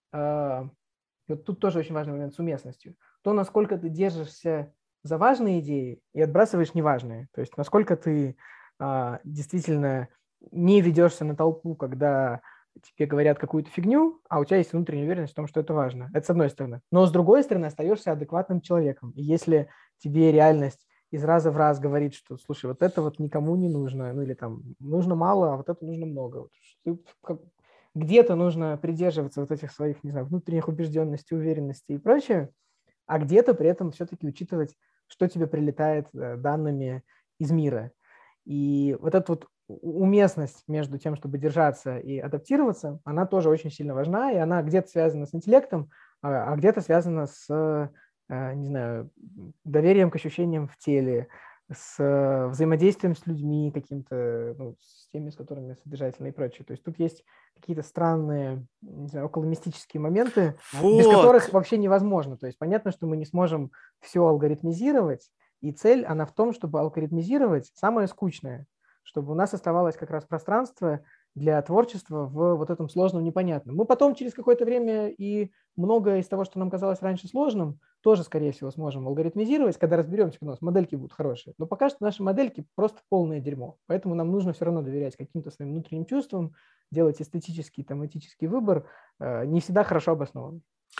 Вот тут тоже очень важный момент с уместностью. То, насколько ты держишься за важные идеи и отбрасываешь неважные. То есть насколько ты действительно не ведешься на толпу, когда тебе говорят какую-то фигню, а у тебя есть внутренняя уверенность в том, что это важно. Это с одной стороны. Но с другой стороны остаешься адекватным человеком. И если тебе реальность из раза в раз говорит, что, слушай, вот это вот никому не нужно, ну или там нужно мало, а вот это нужно много. Где-то нужно придерживаться вот этих своих, не знаю, внутренних убежденностей, уверенностей и прочее, а где-то при этом все-таки учитывать, что тебе прилетает данными из мира. И вот эта вот уместность между тем, чтобы держаться и адаптироваться, она тоже очень сильно важна, и она где-то связана с интеллектом, а где-то связана с, не знаю, доверием к ощущениям в теле, с взаимодействием с людьми каким-то, ну, с теми, с которыми содержательно и прочее. То есть тут есть какие-то странные, не знаю, околомистические моменты, без которых Вот. вообще невозможно. То есть понятно, что мы не сможем все алгоритмизировать, и цель, она в том, чтобы алгоритмизировать самое скучное, чтобы у нас оставалось как раз пространство для творчества в вот этом сложном непонятном. Мы потом через какое-то время и многое из того, что нам казалось раньше сложным, тоже, скорее всего, сможем алгоритмизировать, когда разберемся, когда у нас модельки будут хорошие. Но пока что наши модельки просто полное дерьмо. Поэтому нам нужно все равно доверять каким-то своим внутренним чувствам, делать эстетический, там, этический выбор, не всегда хорошо обоснованный.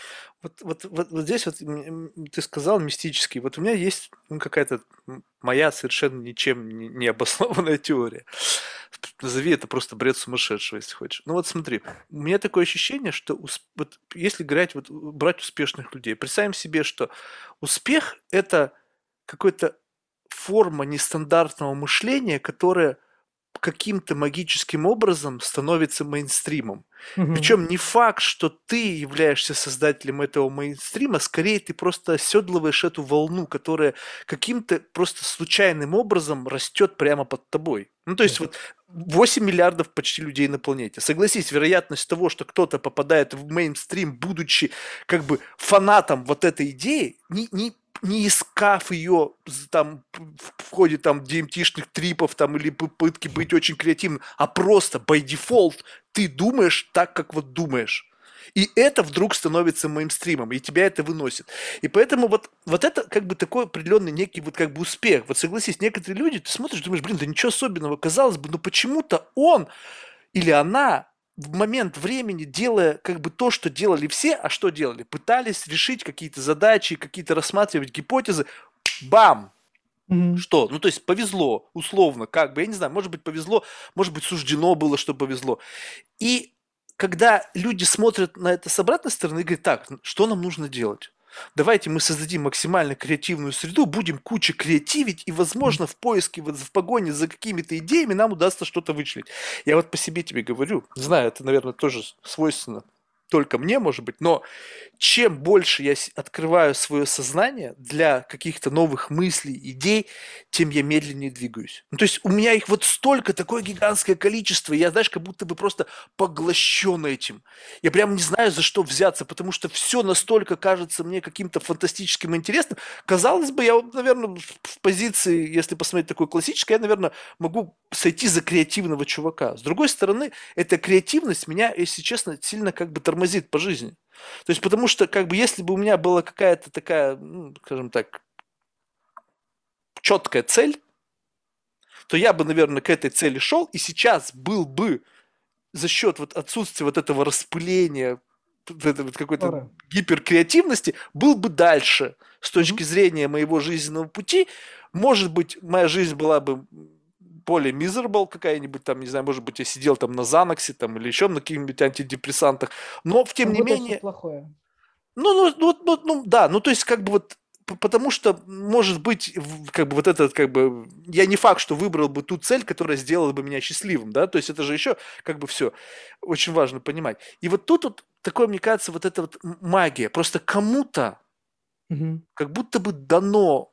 Вот здесь вот ты сказал мистический. Вот у меня есть какая-то моя совершенно ничем не обоснованная теория. Назови это просто бред сумасшедшего, если хочешь. Ну вот смотри, у меня такое ощущение, что вот если брать успешных людей, представим себе, что успех – это какая-то форма нестандартного мышления, которая каким-то магическим образом становится мейнстримом. Мгм. Причем не факт, что ты являешься создателем этого мейнстрима, скорее ты просто оседлываешь эту волну, которая каким-то просто случайным образом растет прямо под тобой. Ну, то есть Yes. вот 8 миллиардов почти людей на планете. Согласись, вероятность того, что кто-то попадает в мейнстрим, будучи как бы фанатом вот этой идеи, не искав ее там в ходе там DMT-шных трипов там или попытки быть очень креативным, а просто by default ты думаешь так, как вот думаешь. И это вдруг становится мейнстримом, и тебя это выносит. И поэтому вот это как бы такой определенный некий вот как бы успех. Вот согласись, некоторые люди, ты смотришь, думаешь, блин, да ничего особенного, казалось бы, но почему-то он или она в момент времени, делая как бы то, что делали все, а что делали? Пытались решить какие-то задачи, какие-то рассматривать гипотезы. Бам! Мгм. Что? Ну, то есть повезло, условно, как бы, я не знаю, может быть, повезло, может быть, суждено было, что повезло. И когда люди смотрят на это с обратной стороны и говорят, так, что нам нужно делать? Давайте мы создадим максимально креативную среду, будем куча креативить, и, возможно, в поиске, вот в погоне за какими-то идеями нам удастся что-то вычислить. Я вот по себе тебе говорю, не знаю, это, наверное, тоже свойственно только мне, может быть, но чем больше я открываю свое сознание для каких-то новых мыслей, идей, тем я медленнее двигаюсь. Ну, то есть у меня их вот столько, такое гигантское количество, я, знаешь, как будто бы просто поглощен этим. Я прям не знаю, за что взяться, потому что все настолько кажется мне каким-то фантастическим и интересным. Казалось бы, я, наверное, в позиции, если посмотреть такой классической, я, наверное, могу сойти за креативного чувака. С другой стороны, эта креативность меня, если честно, сильно как бы тормозит по жизни. То есть, потому что, как бы, если бы у меня была какая-то такая, ну, скажем так, четкая цель, то я бы, наверное, к этой цели шел, и сейчас был бы за счет вот отсутствия вот этого распыления какой-то Здорово. гиперкреативности, был бы дальше с точки Мгм. зрения моего жизненного пути. Может быть, моя жизнь была бы более miserable какая-нибудь там, не знаю, может быть, я сидел там на Заноксе там или еще на каких-нибудь антидепрессантах, но тем не Работает что-то менее, плохое. да, ну, то есть, как бы вот, потому что, может быть, как бы вот этот, как бы, я не факт, что выбрал бы ту цель, которая сделала бы меня счастливым, да, то есть это же еще, как бы, все, очень важно понимать. И вот тут вот такое, мне кажется, вот эта вот магия, просто кому-то Мгм. как будто бы дано,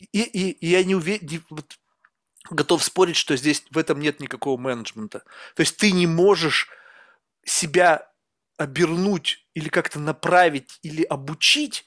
и я не уверен, вот готов спорить, что здесь в этом нет никакого менеджмента. То есть ты не можешь себя обернуть или как-то направить или обучить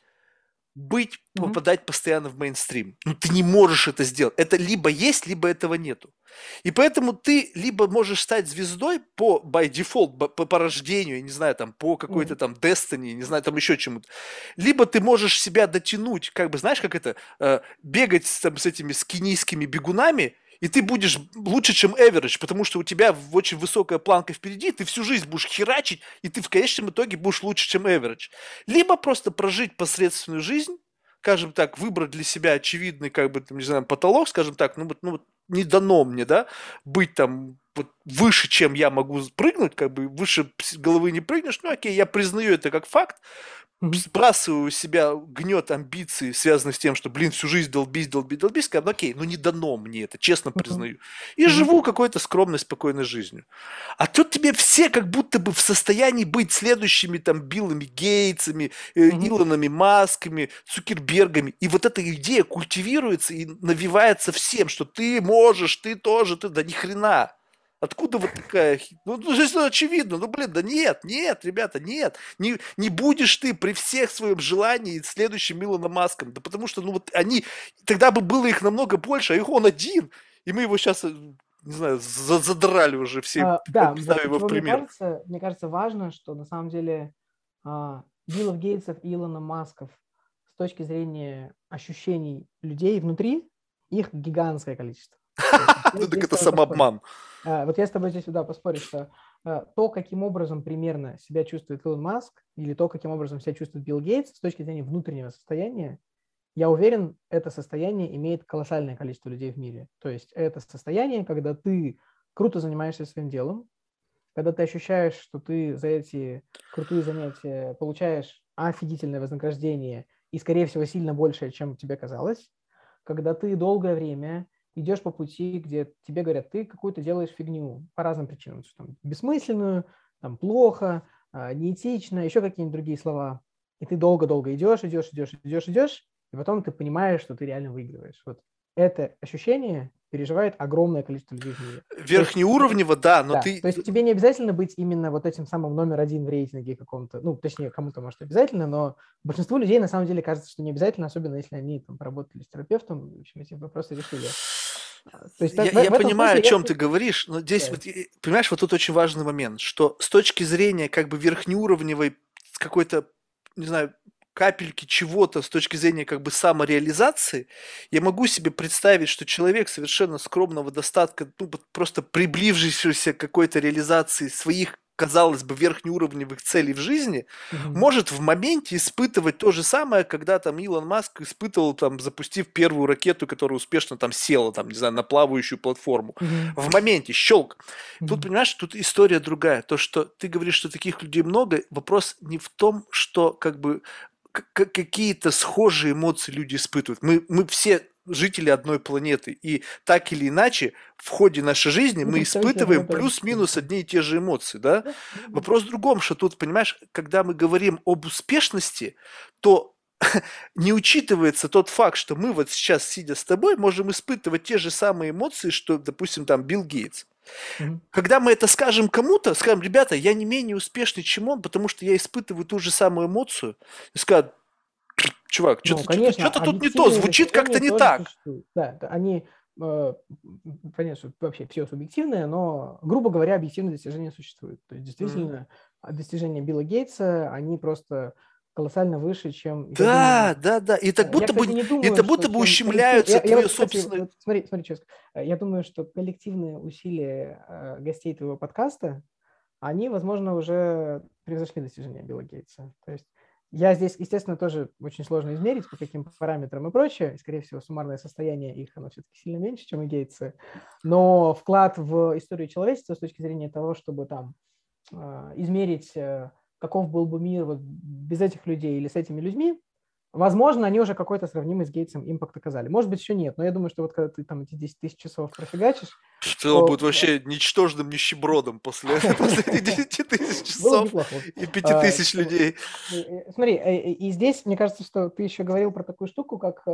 Мгм. попадать постоянно в мейнстрим. Ну, ты не можешь это сделать. Это либо есть, либо этого нету. И поэтому ты либо можешь стать звездой by default, по рождению, я не знаю, там, по какой-то Мгм. там destiny, не знаю, там еще чему-то. Либо ты можешь себя дотянуть, как бы, знаешь, как это, бегать с этими скинийскими бегунами, и ты будешь лучше, чем average, потому что у тебя очень высокая планка впереди, ты всю жизнь будешь херачить, и ты в конечном итоге будешь лучше, чем average. Либо просто прожить посредственную жизнь, скажем так, выбрать для себя очевидный, как бы, там, не знаю, потолок, скажем так, ну вот не дано мне, да, быть там вот выше, чем я могу прыгнуть, как бы выше головы не прыгнешь, ну окей, я признаю это как факт, Мгм. сбрасываю с себя гнет амбиций, связанных с тем, что, блин, всю жизнь долбись, долбись, долбись, сказал, ну окей, ну не дано мне это, честно Мгм. признаю. И Мгм. живу какой-то скромной, спокойной жизнью. А тут тебе все как будто бы в состоянии быть следующими там Биллами Гейтсами, Мгм. Илонами Масками, Цукербергами. И вот эта идея культивируется и навивается всем, что ты можешь, ты тоже, ты, да ни хрена. Откуда вот такая... Ну, здесь очевидно. Ну, блин, да нет, нет, ребята, нет. Не будешь ты при всех своем желании следующим Илоном Маском. Да потому что, ну, вот они... Тогда бы было их намного больше, а их он один. И мы его сейчас, не знаю, задрали уже все, Да, вот ставим его в почему пример. мне кажется важно, что на самом деле Биллов Гейтсов и Илона Масков с точки зрения ощущений людей внутри, их гигантское количество. То есть я Ну, так здесь с это тобой поспорю. самообман. Вот я с тобой здесь поспорю, что то, каким образом примерно себя чувствует Илон Маск, или то, каким образом себя чувствует Билл Гейтс с точки зрения внутреннего состояния, я уверен, это состояние имеет колоссальное количество людей в мире. То есть это состояние, когда ты круто занимаешься своим делом, когда ты ощущаешь, что ты за эти крутые занятия получаешь офигительное вознаграждение и, скорее всего, сильно большее, чем тебе казалось, когда ты долгое время идешь по пути, где тебе говорят, ты какую-то делаешь фигню по разным причинам, что там бессмысленную, там плохо, неэтично, еще какие-нибудь другие слова, и ты долго-долго идешь, и потом ты понимаешь, что ты реально выигрываешь. Вот это ощущение переживает огромное количество людей в мире. То есть Верхнеуровнево, да, но да, ты... то есть тебе не обязательно быть именно вот этим самым номер один в рейтинге каком-то, ну, точнее, кому-то, может, обязательно, но большинству людей на самом деле кажется, что не обязательно, особенно если они там поработали с терапевтом, в общем, эти вопросы решили. То есть Я в этом понимаю, о смысле, чем если... ты говоришь, но здесь Да. вот, понимаешь, вот тут очень важный момент, что с точки зрения как бы верхнеуровневой какой-то, не знаю, капельки чего-то с точки зрения как бы самореализации, я могу себе представить, что человек совершенно скромного достатка, ну, вот просто приближившийся к какой-то реализации своих, казалось бы, верхнеуровневых целей в жизни, Мгм. может в моменте испытывать то же самое, когда там Илон Маск испытывал, там, запустив первую ракету, которая успешно там села, там, не знаю, на плавающую платформу. Мгм. В моменте, щелк. Тут, Мгм. понимаешь, тут история другая. То, что ты говоришь, что таких людей много, вопрос не в том, что как бы какие-то схожие эмоции люди испытывают. Мы все жители одной планеты, и так или иначе в ходе нашей жизни Мы мы представители одной и испытываем той же плюс-минус цивилизации. одни и те же эмоции, да? Да, да, да. Вопрос в другом, что тут, понимаешь, когда мы говорим об успешности, то не учитывается тот факт, что мы вот сейчас, сидя с тобой, можем испытывать те же самые эмоции, что, допустим, там Билл Гейтс. Мгм. Когда мы это скажем кому-то, скажем, ребята, я не менее успешный, чем он, потому что я испытываю ту же самую эмоцию, и скажут, чувак, Ну, что-то, конечно, что-то тут не то, объективные звучит как-то достижения не тоже так. существуют. Да, они, понятно, что вообще все субъективное, но, грубо говоря, объективные достижения существуют. То есть, Мгм. действительно, достижения Билла Гейтса, они просто колоссально выше, чем, я Да, думаю, да, да. я, кстати, не думаю, Это что будто бы чем коллектив... ущемляются Я твое вот, кстати, собственное... вот смотри, что я скажу. Я думаю, что коллективные усилия гостей твоего подкаста, они, возможно, уже превзошли достижения Билла Гейтса. То есть я здесь, естественно, тоже очень сложно измерить, по каким параметрам и прочее. И, скорее всего, суммарное состояние их, оно все-таки сильно меньше, чем у Гейтса. Но вклад в историю человечества с точки зрения того, чтобы там измерить, каков был бы мир вот без этих людей или с этими людьми, возможно, они уже какой-то сравнимый с Гейтсом импакт оказали. Может быть, еще нет, но я думаю, что вот когда ты там эти 10 тысяч часов профигачишь, В целом то будет вообще ничтожным нищебродом после этих 10 тысяч было бы часов неплохо. и 5 тысяч людей. Смотри, и здесь, мне кажется, что ты еще говорил про такую штуку, как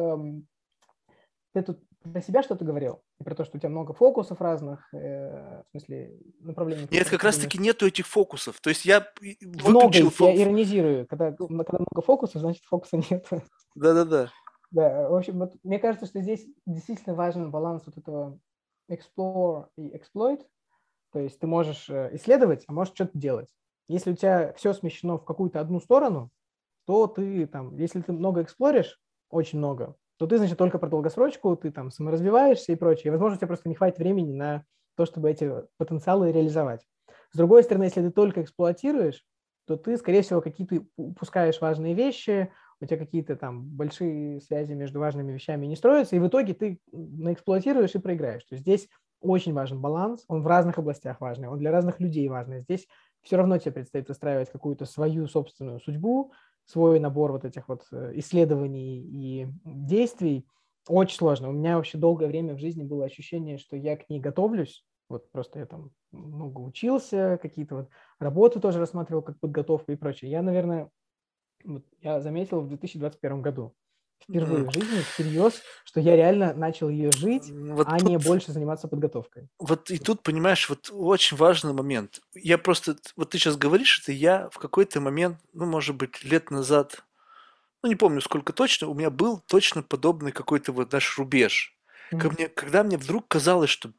ты тут про себя что-то говорил, и про то, что у тебя много фокусов разных, в смысле направлений, в Нет, которых как ты раз-таки думаешь. нету этих фокусов. То есть я Много выключил... их, я иронизирую. Когда Ну, много фокусов, значит, фокуса нет. да-да-да. Да, в общем, вот мне кажется, что здесь действительно важен баланс вот этого explore и exploit. То есть ты можешь исследовать, а можешь что-то делать. Если у тебя все смещено в какую-то одну сторону, то ты там, если ты много эксплоришь, очень много, то ты, значит, только про долгосрочку, ты там саморазвиваешься и прочее. И, возможно, у тебя просто не хватит времени на то, чтобы эти потенциалы реализовать. С другой стороны, если ты только эксплуатируешь, то ты, скорее всего, какие-то упускаешь важные вещи, у тебя какие-то там большие связи между важными вещами не строятся, и в итоге ты наэксплуатируешь и проиграешь. То есть здесь очень важен баланс, он в разных областях важный, он для разных людей важный. Здесь все равно тебе предстоит выстраивать какую-то свою собственную судьбу, свой набор вот этих вот исследований и действий. Очень сложно. У меня вообще долгое время в жизни было ощущение, что я к ней готовлюсь. Вот просто я там много учился, какие-то вот работы тоже рассматривал как подготовку и прочее. Я, наверное, вот я заметил в 2021 году впервые в жизни всерьез, что я реально начал ее жить, Вот а не тут, больше заниматься подготовкой. вот и тут, понимаешь, вот очень важный момент. Я просто, вот ты сейчас говоришь это, я в какой-то момент, ну, может быть, лет назад, ну, не помню сколько точно, у меня был точно подобный какой-то вот наш рубеж. Когда мне вдруг казалось, что,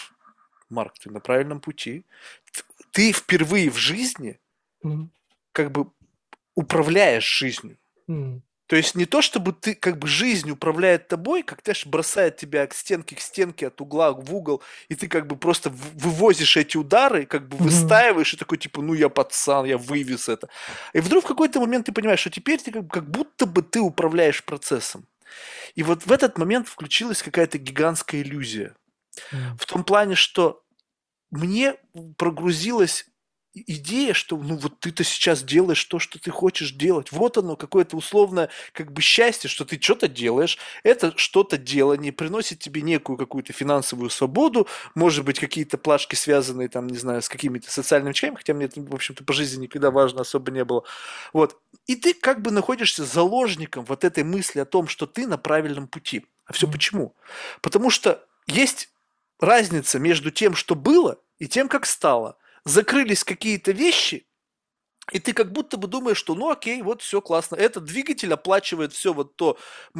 Марк, ты на правильном пути, ты впервые в жизни Мгм. как бы управляешь жизнью. Мгм. То есть не то, чтобы ты как бы жизнь управляет тобой, как знаешь, бросает тебя к стенке, от угла в угол, и ты как бы просто вывозишь эти удары, как бы Мгм. выстаиваешь, и такой типа, ну я пацан, я вывез это. И вдруг в какой-то момент ты понимаешь, что теперь ты как будто бы ты управляешь процессом. И вот в этот момент включилась какая-то гигантская иллюзия. Мгм. В том плане, что мне прогрузилась идея, что ну вот ты-то сейчас делаешь то, что ты хочешь делать. Вот оно, какое-то условное как бы счастье, что ты что-то делаешь, это что-то делание приносит тебе некую какую-то финансовую свободу, может быть, какие-то плашки, связанные там, не знаю, с какими-то социальными вещами, хотя мне это, в общем-то, по жизни никогда важно особо не было. Вот. И ты как бы находишься заложником вот этой мысли о том, что ты на правильном пути. А все Мгм. почему? Потому что есть разница между тем, что было, и тем, как стало. Закрылись какие-то вещи, и ты как будто бы думаешь, что ну окей, вот все классно. Этот двигатель оплачивает все вот то,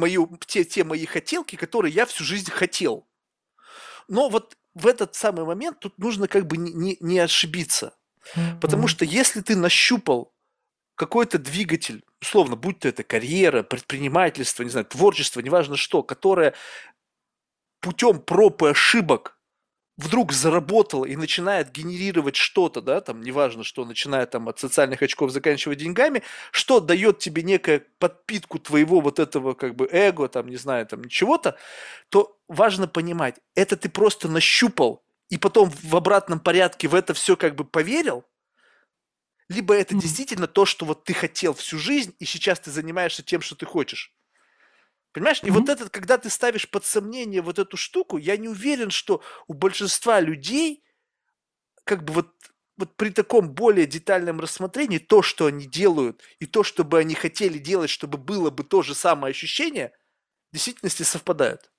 те мои хотелки, которые я всю жизнь хотел. Но вот в этот самый момент тут нужно как бы не ошибиться. Потому Мгм. что если ты нащупал какой-то двигатель, условно, будь то это карьера, предпринимательство, не знаю, творчество, неважно что, которое путем проб и ошибок вдруг заработала и начинает генерировать что-то, да, там, неважно что, начиная там от социальных очков, заканчивая деньгами, что дает тебе некую подпитку твоего вот этого как бы эго, там, не знаю, там, чего-то, то важно понимать, это ты просто нащупал и потом в обратном порядке в это все как бы поверил, либо это Мгм. действительно то, что вот ты хотел всю жизнь, и сейчас ты занимаешься тем, что ты хочешь. Понимаешь? И вот Мгм. этот, когда ты ставишь под сомнение вот эту штуку, я не уверен, что у большинства людей как бы вот при таком более детальном рассмотрении то, что они делают, и то, что бы они хотели делать, чтобы было бы то же самое ощущение, в действительности совпадают.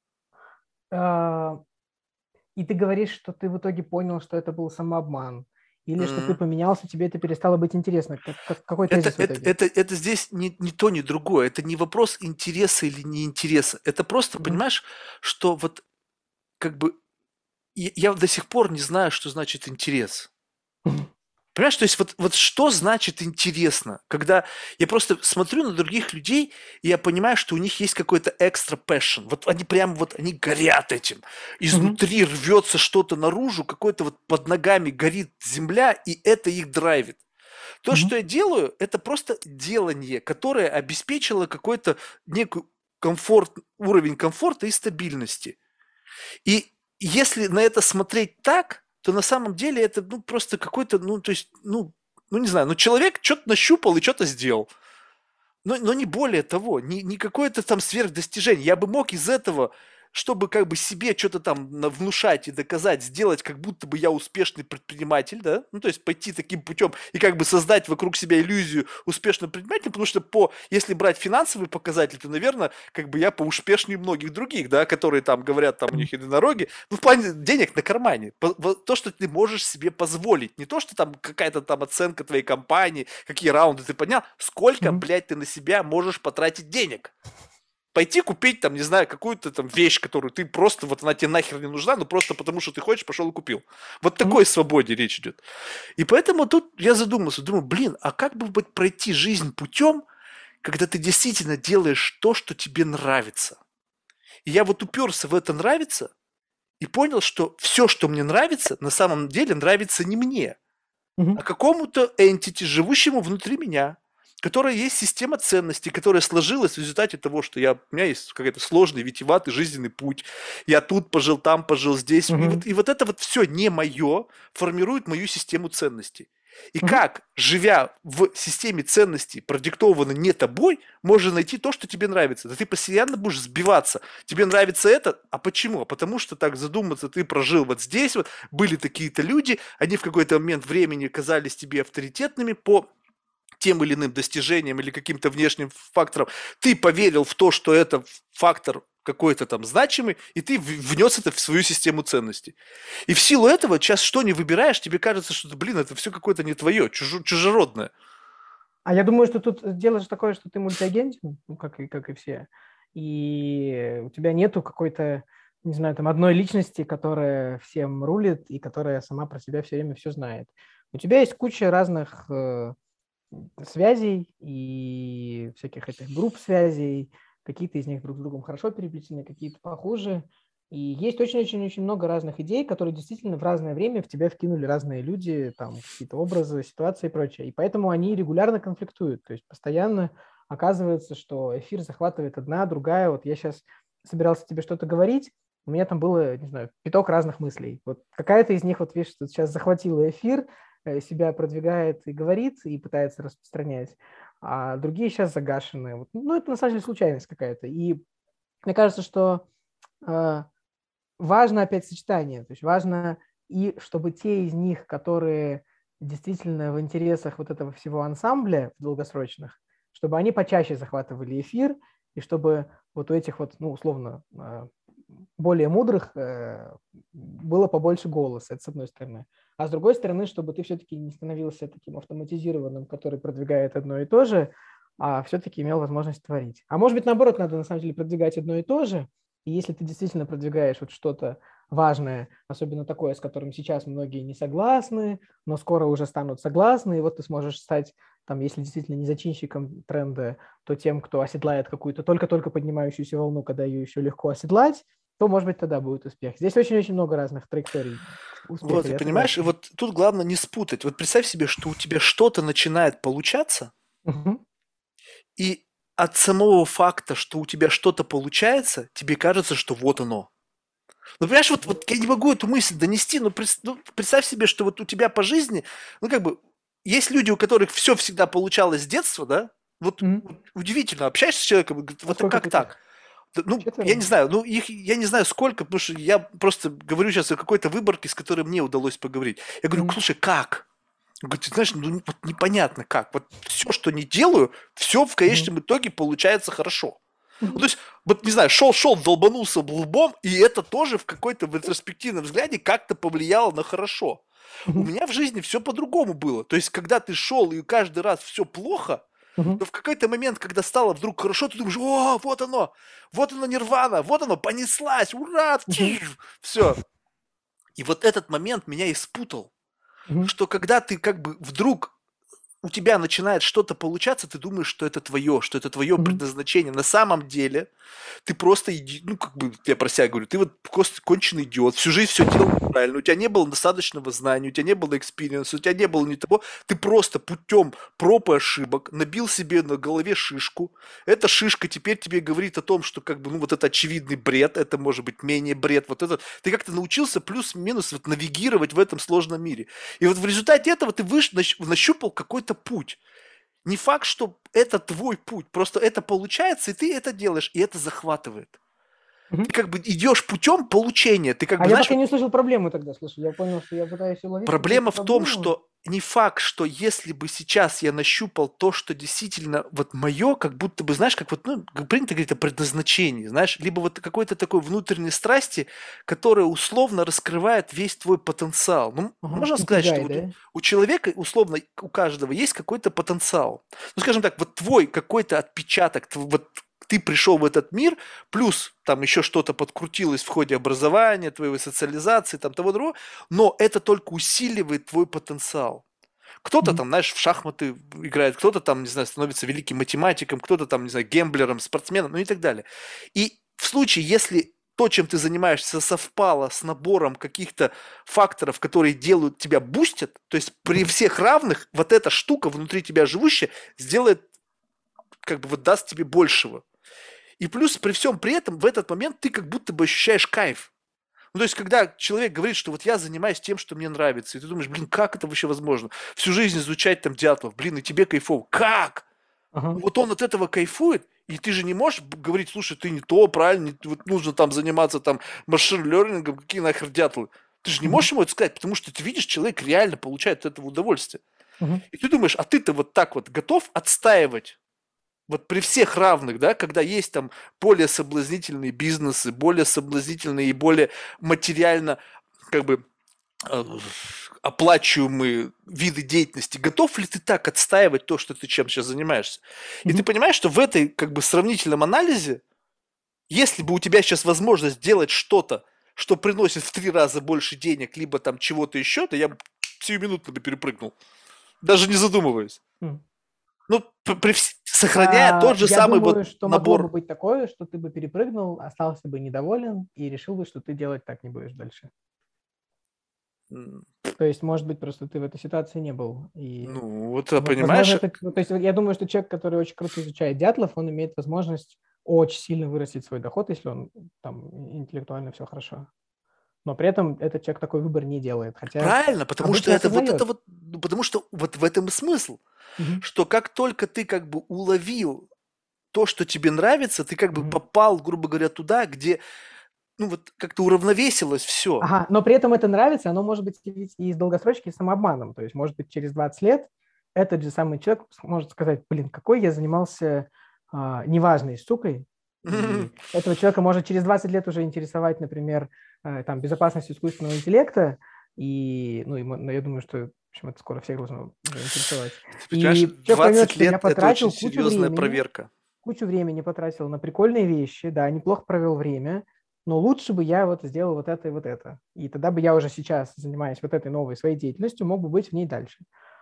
А, И ты говоришь, что ты в итоге понял, что это был самообман, или что ты М. поменялся, тебе это перестало быть интересно. Какой Это, тезис в это, итоге? это, это здесь ни то, ни другое. Это не вопрос интереса или не интереса. Это просто, Мгм. понимаешь, что вот как бы я до сих пор не знаю, что значит интерес. Понимаешь, то есть вот что значит интересно, когда я просто смотрю на других людей, и я понимаю, что у них есть какой-то экстра passion. Вот они прям вот, они горят этим. Мгм. Изнутри рвется что-то наружу, какой-то вот под ногами горит земля, и это их драйвит. То, Мгм. что я делаю, это просто делание, которое обеспечило какой-то некий комфорт, уровень комфорта и стабильности. И если на это смотреть так, то на самом деле это ну, просто какой-то, ну, то есть, ну, не знаю, ну, человек что-то нащупал и что-то сделал. Но не более того, не какое-то там сверхдостижение. Я бы мог из этого, чтобы как бы себе что-то там внушать и доказать, сделать, как будто бы я успешный предприниматель, да, ну, то есть пойти таким путем и как бы создать вокруг себя иллюзию успешного предпринимателя, потому что если брать финансовые показатели, то, наверное, как бы я поуспешнее многих других, да, которые там говорят, там у них единороги, ну, в плане денег на кармане, то, что ты можешь себе позволить, не то, что там какая-то там оценка твоей компании, какие раунды ты поднял, сколько, Мгм. блядь, ты на себя можешь потратить денег. Пойти купить там, не знаю, какую-то там вещь, которую ты просто, вот она тебе нахер не нужна, но просто потому, что ты хочешь, пошел и купил. Вот Мгм. такой свободе речь идет. И поэтому тут я задумался, думаю, блин, а как бы вот пройти жизнь путем, когда ты действительно делаешь то, что тебе нравится? И я вот уперся в это нравится и понял, что все, что мне нравится, на самом деле нравится не мне, Мгм. а какому-то entity, живущему внутри меня, которая есть система ценностей, которая сложилась в результате того, что у меня есть какой-то сложный, витиеватый жизненный путь. Я тут пожил, там пожил, здесь. Мгм. И вот это вот все не мое формирует мою систему ценностей. И Мгм. как, живя в системе ценностей, продиктованной не тобой, можно найти то, что тебе нравится. Да ты постоянно будешь сбиваться. Тебе нравится это, а почему? А потому что так задуматься, ты прожил вот здесь вот, были такие-то люди, они в какой-то момент времени казались тебе авторитетными по тем или иным достижениям или каким-то внешним факторам. Ты поверил в то, что это фактор какой-то там значимый, и ты внес это в свою систему ценностей. И в силу этого, сейчас что не выбираешь, тебе кажется, что, блин, это все какое-то не твое, чужеродное. А я думаю, что тут дело же такое, что ты мультиагентен, ну, как и все, и у тебя нету какой-то, не знаю, там одной личности, которая всем рулит и которая сама про себя все время все знает. У тебя есть куча разных связей и всяких этих групп связей, какие-то из них друг с другом хорошо переплетены, какие-то похуже. И есть очень-очень-очень много разных идей, которые действительно в разное время в тебя вкинули разные люди, там какие-то образы, ситуации и прочее. И поэтому они регулярно конфликтуют. То есть постоянно оказывается, что эфир захватывает одна, другая. Вот я сейчас собирался тебе что-то говорить, у меня там было, не знаю, пяток разных мыслей. Вот какая-то из них, вот видишь, что сейчас захватила эфир, себя продвигает и говорит, и пытается распространять, а другие сейчас загашены. Вот. Ну, это на самом деле случайность какая-то. И мне кажется, что э, важно опять сочетание. То есть важно и чтобы те из них, которые действительно в интересах вот этого всего ансамбля долгосрочных, чтобы они почаще захватывали эфир, и чтобы вот у этих вот, ну, условно, более мудрых было побольше голоса, это с одной стороны. А с другой стороны, чтобы ты все-таки не становился таким автоматизированным, который продвигает одно и то же, а все-таки имел возможность творить. А может быть, наоборот, надо на самом деле продвигать одно и то же, и если ты действительно продвигаешь вот что-то важное, особенно такое, с которым сейчас многие не согласны, но скоро уже станут согласны, и вот ты сможешь стать, там, если действительно не зачинщиком тренда, то тем, кто оседлает какую-то только-только поднимающуюся волну, когда ее еще легко оседлать, то, может быть, тогда будет успех. Здесь очень-очень много разных траекторий Вот, успеха, и я понимаешь, и согласен. вот тут главное не спутать. Вот представь себе, что у тебя что-то начинает получаться, Мгм. и от самого факта, что у тебя что-то получается, тебе кажется, что вот оно. Ну, понимаешь, вот я не могу эту мысль донести, но представь себе, что вот у тебя по жизни, ну, как бы, есть люди, у которых все всегда получалось с детства, да? Вот Мгм. удивительно, общаешься с человеком, и говорит, А вот сколько как так? таких? Да, ну, я не Четверо? знаю, ну, их, я не знаю сколько, потому что я просто говорю сейчас о какой-то выборке, с которой мне удалось поговорить. Я говорю, Мгм. слушай, как? Он говорит, ты знаешь, ну, вот непонятно как. Вот все, что не делаю, все в Мгм. конечном итоге получается хорошо. Ну, Мгм. то есть, вот, не знаю, шел, долбанулся лбом, и это тоже в какой-то в ретроспективном взгляде как-то повлияло на хорошо. У Мгм. меня в жизни все по-другому было. То есть, когда ты шел, и каждый раз все плохо, Мгм. то в какой-то момент, когда стало вдруг хорошо, ты думаешь, о, вот оно нирвана, вот оно, понеслась, ура, Мгм. все. И вот этот момент меня испутал, Мгм. что когда ты как бы вдруг у тебя начинает что-то получаться, ты думаешь, что это твое Мгм. предназначение. На самом деле ты просто, ну, как бы, я про себя говорю, ты вот конченый идиот, всю жизнь все делал неправильно, у тебя не было достаточного знания, у тебя не было экспириенса, у тебя не было ни того, ты просто путем проб и ошибок набил себе на голове шишку. Эта шишка теперь тебе говорит о том, что как бы, ну, вот это очевидный бред, это может быть менее бред, вот это. Ты как-то научился плюс-минус вот навигировать в этом сложном мире. И вот в результате этого ты нащупал какой-то путь. Не факт, что это твой путь, просто это получается, и ты это делаешь, и это захватывает. Ты Мгм. как бы идешь путем получения, ты как А бы, я знаешь, пока вот не услышал проблему тогда, слушай, я понял, что я пытаюсь уловить какую-то проблема в том, проблему. что не факт, что если бы сейчас я нащупал то, что действительно вот мое, как будто бы, знаешь, как вот, ну, как принято говорить о предназначении, знаешь, либо вот какой-то такой внутренней страсти, которая условно раскрывает весь твой потенциал. Ну, Ага, можно сказать, что икигай, вот да? у человека, условно, у каждого есть какой-то потенциал. Ну, скажем так, вот твой какой-то отпечаток, вот ты пришел в этот мир, плюс там еще что-то подкрутилось в ходе образования, твоей социализации, там того другого, но это только усиливает твой потенциал. Кто-то Мгм. там, знаешь, в шахматы играет, кто-то там, не знаю, становится великим математиком, кто-то там, не знаю, гемблером, спортсменом, ну и так далее. И в случае, если то, чем ты занимаешься, совпало с набором каких-то факторов, которые делают тебя бустят, то есть при Мгм. всех равных вот эта штука внутри тебя живущая сделает, как бы вот даст тебе большего. И плюс при всем при этом в этот момент ты как будто бы ощущаешь кайф. Ну, то есть, когда человек говорит, что вот я занимаюсь тем, что мне нравится, и ты думаешь, блин, как это вообще возможно? Всю жизнь изучать там Дятлов, блин, и тебе кайфово. Как? Ага. Ну, вот он от этого кайфует, и ты же не можешь говорить, слушай, ты не то, правильно, вот нужно там заниматься там машин-лернингом, какие нахер Дятлы. Ты же не Мгм. можешь ему это сказать, потому что ты видишь, человек реально получает от этого удовольствие. Мгм. И ты думаешь, а ты-то вот так вот готов отстаивать вот при всех равных, да, когда есть там более соблазнительные бизнесы, более соблазнительные и более материально как бы э, оплачиваемые виды деятельности, готов ли ты так отстаивать то, что ты чем сейчас занимаешься? И ты Мгм. понимаешь, что в этой как бы сравнительном анализе, если бы у тебя сейчас возможность делать что-то, что приносит в 3 раза больше денег, либо там чего-то еще, то я бы сиюминутно бы перепрыгнул, даже не задумываясь. Мгм. Ну, сохраняя тот же Я самый вот думаю, что могло бы набор. быть такое, что ты бы перепрыгнул, остался бы недоволен и решил бы, что ты делать так не будешь дальше. М, То есть, может быть, просто ты в этой ситуации не был. И, Ну, вот возможно, понимаешь, это... Ну, то есть, я думаю, что человек, который очень круто изучает дятлов, он имеет возможность очень сильно вырастить свой доход, если он там интеллектуально все хорошо. Но при этом этот человек такой выбор не делает, хотя правильно, потому что обычно это осознает. вот, ну, потому что вот в этом и смысл, Мгм. что как только ты как бы уловил то, что тебе нравится, ты как бы Мгм. попал, грубо говоря, туда, где, ну вот как-то уравновесилось все. Ага, но при этом это нравится, оно может быть и из долгосрочки самообманом. То есть, может быть, через 20 лет этот же самый человек может сказать, блин, какой я занимался неважной штукой, и этого человека может через 20 лет уже интересовать, например, там, безопасность искусственного интеллекта, и, ну, но я думаю, что в общем, это скоро всех должно уже интересовать. Ты понимаешь, И человек поймет, 20 что я лет это очень потратил серьезная проверка. кучу времени потратил на прикольные вещи, да, неплохо провел время, но лучше бы я вот сделал вот это и вот это. И тогда бы я уже сейчас, занимаясь вот этой новой своей деятельностью, мог бы быть в ней дальше.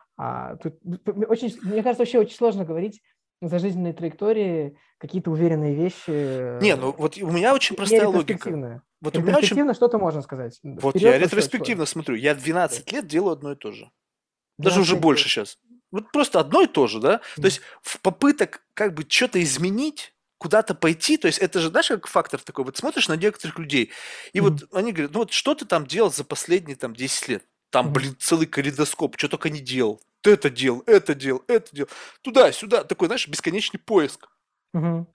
Тут очень, мне кажется, вообще очень сложно говорить за жизненные траектории какие-то уверенные вещи. Не, ну вот у меня очень Не простая логика. ретроспективно. Вот у меня очень... Ретроспективно что-то можно сказать. Вот я Вперед просрочило. ретроспективно смотрю. Я 12 лет делаю одно и то же. Даже 12 уже лет больше делаешь. сейчас. Вот просто одно и то же, да? То Мгм. есть в попыток как бы что-то изменить, куда-то пойти, то есть это же, знаешь, как фактор такой, вот смотришь на некоторых людей, и Мгм. вот они говорят, ну вот что ты там делал за последние там 10 лет? Там, Мгм. блин, целый калейдоскоп, что только не делал. Ты это делал, это делал, это делал. Туда-сюда, такой, знаешь, бесконечный поиск. Мгм.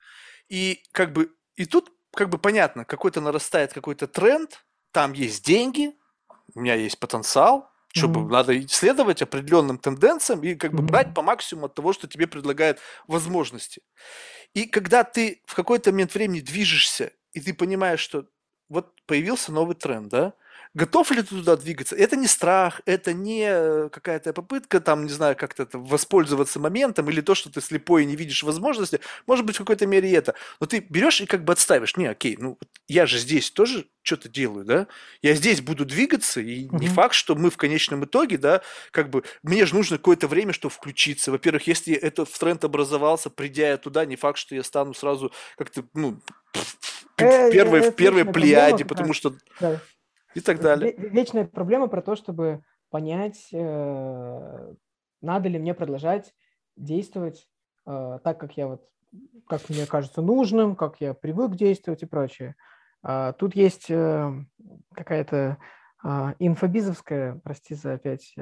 И как бы, и тут как бы понятно, какой-то нарастает какой-то тренд, там есть деньги, у меня есть потенциал, чтобы Мгм. надо исследовать определенным тенденциям и как бы брать Мгм. по максимуму от того, что тебе предлагает возможности. И когда ты в какой-то момент времени движешься, и ты понимаешь, что вот появился новый тренд, да, готов ли ты туда двигаться? Это не страх, это не какая-то попытка, там, не знаю, как-то воспользоваться моментом или то, что ты слепой и не видишь возможности. Может быть, в какой-то мере и это. Но ты берешь и как бы отставишь. Не, окей, ну вот я же здесь тоже что-то делаю, да? Я здесь буду двигаться, и не Мгм. факт, что мы в конечном итоге, да, как бы мне же нужно какое-то время, чтобы включиться. Во-первых, если этот тренд образовался, придя я туда, не факт, что я стану сразу как-то, ну, в Это первой вечная проблема плеяде, как потому раз. что Да. и так далее. Вечная проблема про то, чтобы понять, надо ли мне продолжать действовать так, как я вот, как мне кажется нужным, как я привык действовать и прочее. Тут есть какая-то инфобизовская, прости за опять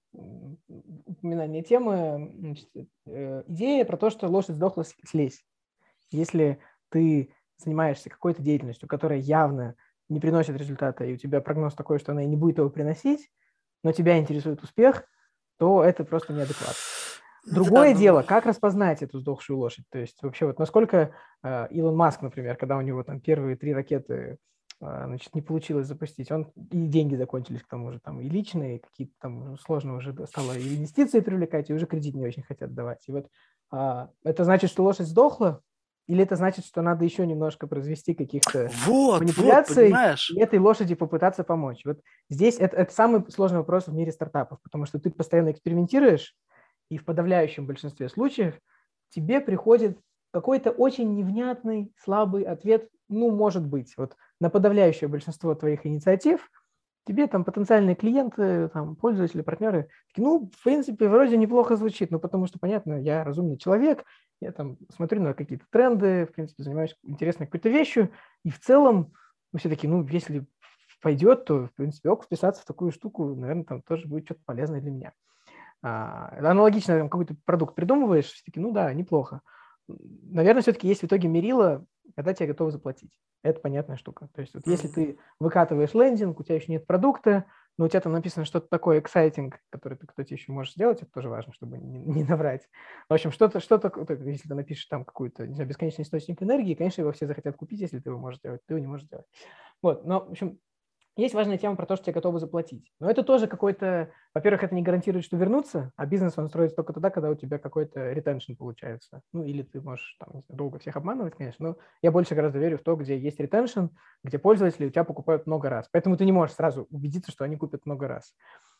упоминание темы, значит, идея про то, что лошадь сдохла, слезь. Если ты занимаешься какой-то деятельностью, которая явно не приносит результата, и у тебя прогноз такой, что она и не будет его приносить, но тебя интересует успех, то это просто неадекват. Да, Другое ну, дело, как распознать эту сдохшую лошадь. То есть вообще вот насколько Илон Маск, например, когда у него там первые 3 ракеты значит, не получилось запустить, он и деньги закончились к тому же, там и личные, какие-то там сложно уже стало и инвестиции привлекать, и уже кредит не очень хотят давать. И вот это значит, что лошадь сдохла, или это значит, что надо еще немножко произвести каких-то вот, манипуляций понимаешь? и этой лошади попытаться помочь? Вот здесь это самый сложный вопрос в мире стартапов, потому что ты постоянно экспериментируешь, и в подавляющем большинстве случаев тебе приходит какой-то очень невнятный, слабый ответ, ну, может быть, вот на подавляющее большинство твоих инициатив тебе там потенциальные клиенты, там, пользователи, партнеры, такие, ну, в принципе, вроде неплохо звучит, ну, потому что, понятно, я разумный человек, я там смотрю на какие-то тренды, в принципе, занимаюсь интересной какой-то вещью, и в целом мы все такие, ну, если пойдет, то, в принципе, ок, вписаться в такую штуку, наверное, там тоже будет что-то полезное для меня. Аналогично там, какой-то продукт придумываешь, все таки, ну да, неплохо. Наверное, все-таки есть в итоге мерило, когда тебе готовы заплатить. Это понятная штука. То есть вот если ты выкатываешь лендинг, у тебя еще нет продукта, но у тебя там написано что-то такое exciting, которое ты, кто-то еще можешь сделать, это тоже важно, чтобы не наврать. В общем, если ты напишешь там какую-то, не знаю, бесконечный источник энергии, конечно, его все захотят купить, если ты его можешь сделать, ты его не можешь сделать. Вот, но, в общем, есть важная тема про то, что тебе готовы заплатить. Но это тоже какой-то... Во-первых, это не гарантирует, что вернуться, а бизнес, он строится только тогда, когда у тебя какой-то ретеншн получается. Ну, или ты можешь там, долго всех обманывать, конечно, но я больше гораздо верю в то, где есть ретеншн, где пользователи у тебя покупают много раз. Поэтому ты не можешь сразу убедиться, что они купят много раз.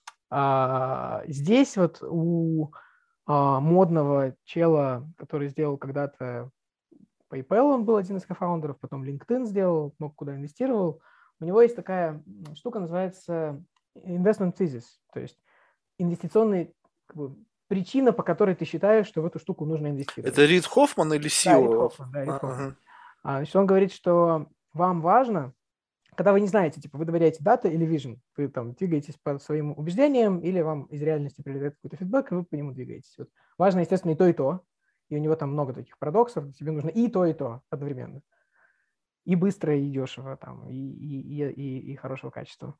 Здесь вот у модного чела, который сделал когда-то PayPal, он был один из кофаундеров, потом LinkedIn сделал, много куда инвестировал. У него есть такая штука, называется investment thesis, то есть инвестиционная как бы, причина, по которой ты считаешь, что в эту штуку нужно инвестировать. Это Рид Хоффман или Да, Рид Сио? Хоффман, да, Рид Хоффман. Ага. Значит, он говорит, что вам важно, когда вы не знаете, типа, вы доверяете дата или vision, вы там двигаетесь по своим убеждениям, или вам из реальности прилетает какой-то фидбэк, и вы по нему двигаетесь. Вот. Важно, естественно, и то, и у него там много таких парадоксов, тебе нужно и то одновременно. И быстро, и дешево, там, и хорошего качества.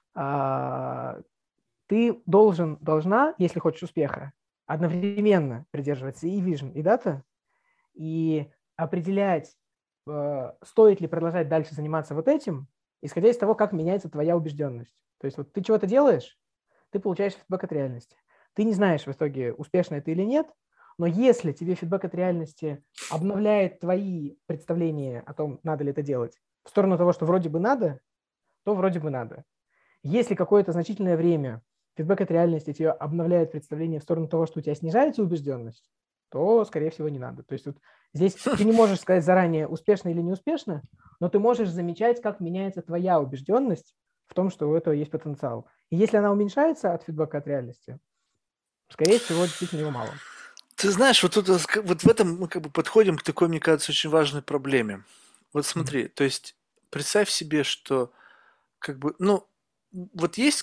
Ты должна, если хочешь успеха, одновременно придерживаться и vision, и дата, и определять, стоит ли продолжать дальше заниматься вот этим, исходя из того, как меняется твоя убежденность. То есть вот ты чего-то делаешь, ты получаешь фидбэк от реальности. Ты не знаешь в итоге, успешно это или нет, но если тебе фидбэк от реальности обновляет твои представления о том, надо ли это делать, в сторону того, что вроде бы надо, то вроде бы надо. Если какое-то значительное время фидбэк от реальности тебе обновляет представление в сторону того, что у тебя снижается убежденность, то, скорее всего, не надо. То есть вот здесь ты не можешь сказать заранее, успешно или не успешно, но ты можешь замечать, как меняется твоя убежденность в том, что у этого есть потенциал. И если она уменьшается от фидбэка от реальности, скорее всего, действительно его мало. Ты знаешь, вот тут вот в этом мы как бы подходим к такой, мне кажется, очень важной проблеме. Вот Мгм. смотри, то есть представь себе, что как бы, ну, вот есть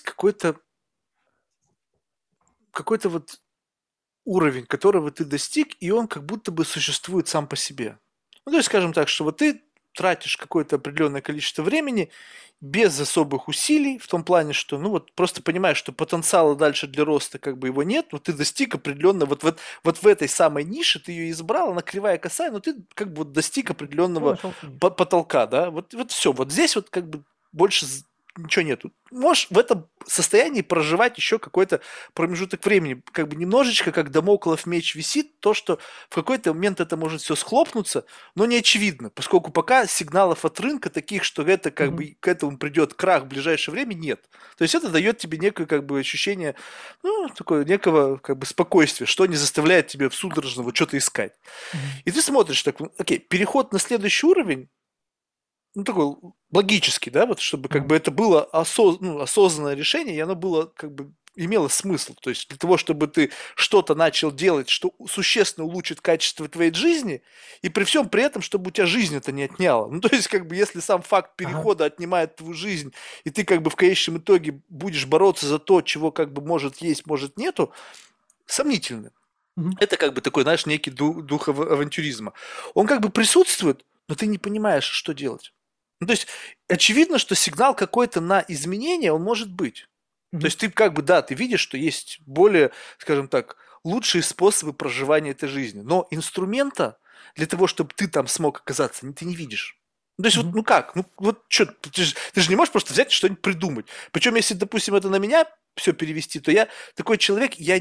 какой-то вот уровень, которого ты достиг, и он как будто бы существует сам по себе. Ну, то есть, скажем так, что вот ты тратишь какое-то определенное количество времени без особых усилий, в том плане, что, ну, вот просто понимаешь, что потенциала дальше для роста как бы его нет, но ты достиг определенно, вот в этой самой нише ты ее избрал, она кривая косая, но ты как бы вот достиг Ну, определенного нашел свою нишу. потолка, да, вот все, вот здесь вот как бы больше ничего нету. Можешь в этом состоянии проживать еще какой-то промежуток времени. Как бы немножечко, как дамоклов меч висит, то, что в какой-то момент это может все схлопнуться, но не очевидно, поскольку пока сигналов от рынка таких, что это как Мгм. бы к этому придет крах в ближайшее время, нет. То есть это дает тебе некое как бы ощущение, ну, такое некого как бы спокойствия, что не заставляет тебя судорожно вот что-то искать. Мгм. И ты смотришь так, ну, окей, переход на следующий уровень, ну, такой логический, да, вот чтобы как Ага. бы это было осознанное решение, и оно было как бы имело смысл. То есть для того, чтобы ты что-то начал делать, что существенно улучшит качество твоей жизни, и при всем при этом, чтобы у тебя жизнь это не отняло. Ну, то есть, как бы, если сам факт Ага. перехода отнимает твою жизнь, и ты как бы в конечном итоге будешь бороться за то, чего как бы может есть, может нету, сомнительно. Мгм. Это как бы такой, знаешь, некий дух авантюризма. Он как бы присутствует, но ты не понимаешь, что делать. Ну, то есть очевидно, что сигнал какой-то на изменение, он может быть. То Мгм. есть ты как бы, да, ты видишь, что есть более, скажем так, лучшие способы проживания этой жизни. Но инструмента для того, чтобы ты там смог оказаться, ты не видишь. Ну, то есть вот, Мгм. ну как, ну вот что, ты же не можешь просто взять и что-нибудь придумать. Причем, если, допустим, это на меня все перевести, то я такой человек, я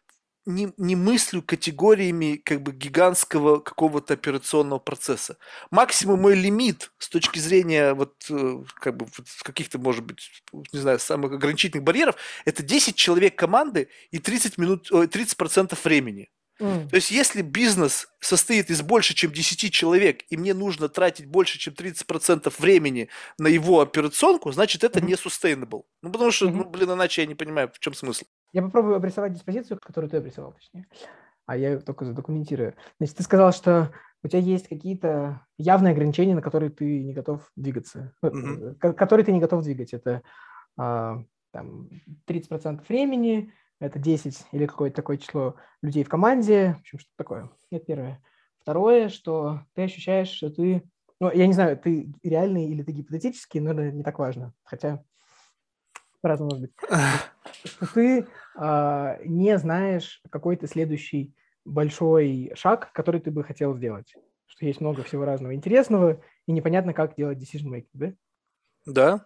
не мыслю категориями как бы гигантского какого-то операционного процесса. Максимум мой лимит с точки зрения вот как бы вот каких-то, может быть, не знаю, самых ограничительных барьеров, это 10 человек команды и 30 минут, 30% времени. М. То есть, если бизнес состоит из больше, чем 10 человек, и мне нужно тратить больше, чем 30% времени на его операционку, значит, это не Мгм. sustainable. Ну, потому что, ну, Мгм. блин, иначе я не понимаю, в чем смысл. Я попробую обрисовать диспозицию, которую ты обрисовал, точнее. А я ее только задокументирую. Значит, ты сказал, что у тебя есть какие-то явные ограничения, на которые ты не готов двигаться, Мгм. которые ты не готов двигать. Это а, там 30% времени, это 10 или какое-то такое число людей в команде, в общем, что-то такое. Это первое. Второе, что ты ощущаешь, что ты, ну, я не знаю, ты реальный или ты гипотетический, но это не так важно, хотя по-разному может быть. Значит, что ты не знаешь какой-то следующий большой шаг, который ты бы хотел сделать. Что есть много всего разного интересного, и непонятно, как делать decision making, да? Да.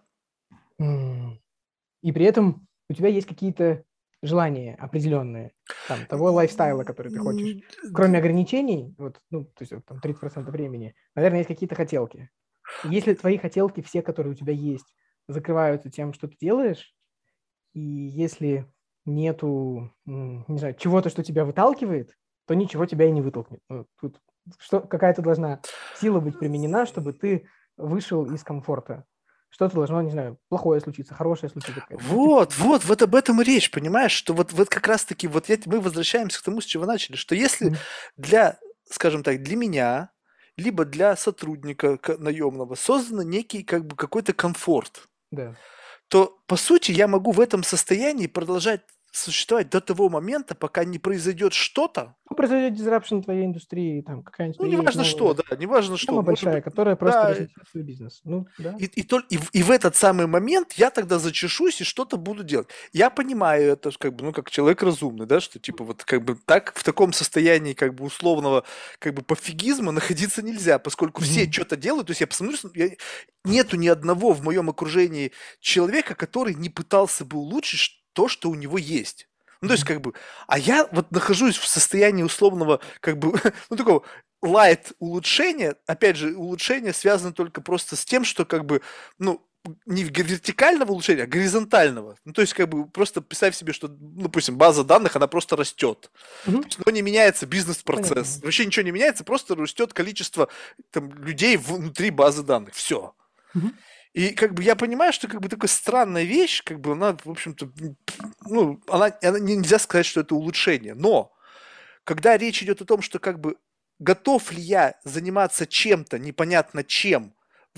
М. И при этом у тебя есть какие-то желания определенные, там, того лайфстайла, который ты хочешь. Кроме ограничений, вот, ну, то есть вот, там 30% времени, наверное, есть какие-то хотелки. И если твои хотелки, все, которые у тебя есть, закрываются тем, что ты делаешь, и если нету, не знаю, чего-то, что тебя выталкивает, то ничего тебя и не вытолкнет. Ну, тут какая-то должна сила быть применена, чтобы ты вышел из комфорта. Что-то должно, не знаю, плохое случиться, хорошее случиться. Ну, типа, Вот об этом и речь, понимаешь, что вот как раз-таки мы возвращаемся к тому, с чего начали, что если мгм, для, скажем так, для меня, либо для сотрудника наемного создан некий как бы какой-то комфорт, да. то по сути я могу в этом состоянии продолжать существовать до того момента, пока не произойдет что-то, Ну, произойдет disruption твоей индустрии, там какая-нибудь ну, не приедет важно что, новая да, не важно что, фирма может большая, быть, которая просто да, разнесет свой бизнес. Ну, да. и в этот самый момент я тогда зачешусь и что-то буду делать. Я понимаю это, как бы, ну, как человек разумный, да, что, типа, вот, как бы, так, в таком состоянии, как бы, условного, как бы, пофигизма находиться нельзя, поскольку все Мгм, что-то делают, то есть я посмотрю, нету ни одного в моем окружении человека, который не пытался бы улучшить то, что у него есть. Ну, то есть, мгм, как бы, а я вот нахожусь в состоянии условного, как бы, ну, такого лайт улучшения, опять же, улучшение связано только просто с тем, что как бы, ну, не вертикального улучшения, а горизонтального. Ну, то есть, как бы, просто представь себе, что, ну, допустим, база данных, она просто растет. мгм. Но не меняется Ну, бизнес-процесс. понятно. Вообще ничего не меняется, просто растет количество там, людей внутри базы данных. Все. Мгм, И как бы я понимаю, что как бы такая странная вещь, как бы она, в общем-то, ну, она нельзя сказать, что это улучшение. Но когда речь идет о том, что как бы готов ли я заниматься чем-то, непонятно чем,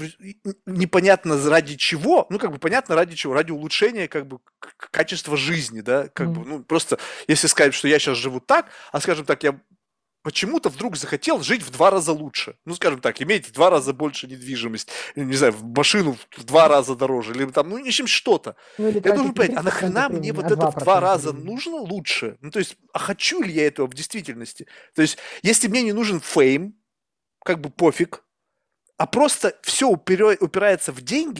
непонятно ради чего, ну, как бы понятно ради чего, ради улучшения, как бы, качества жизни, да, как бы, мгм. ну, просто, если сказать, что я сейчас живу так, а, скажем так, я почему-то вдруг захотел жить в 2 раза лучше. Ну, скажем так, иметь в 2 раза больше недвижимость, не знаю, машину в 2 раза дороже, или там, ну, ничем что-то. Ну, или Я должен тратить не понять, а 30% нахрена мне времени, а вот это два в два процента раза времени. нужно лучше? Ну, то есть, а хочу ли я этого в действительности? То есть, если мне не нужен фейм, как бы пофиг, а просто все упирается в деньги,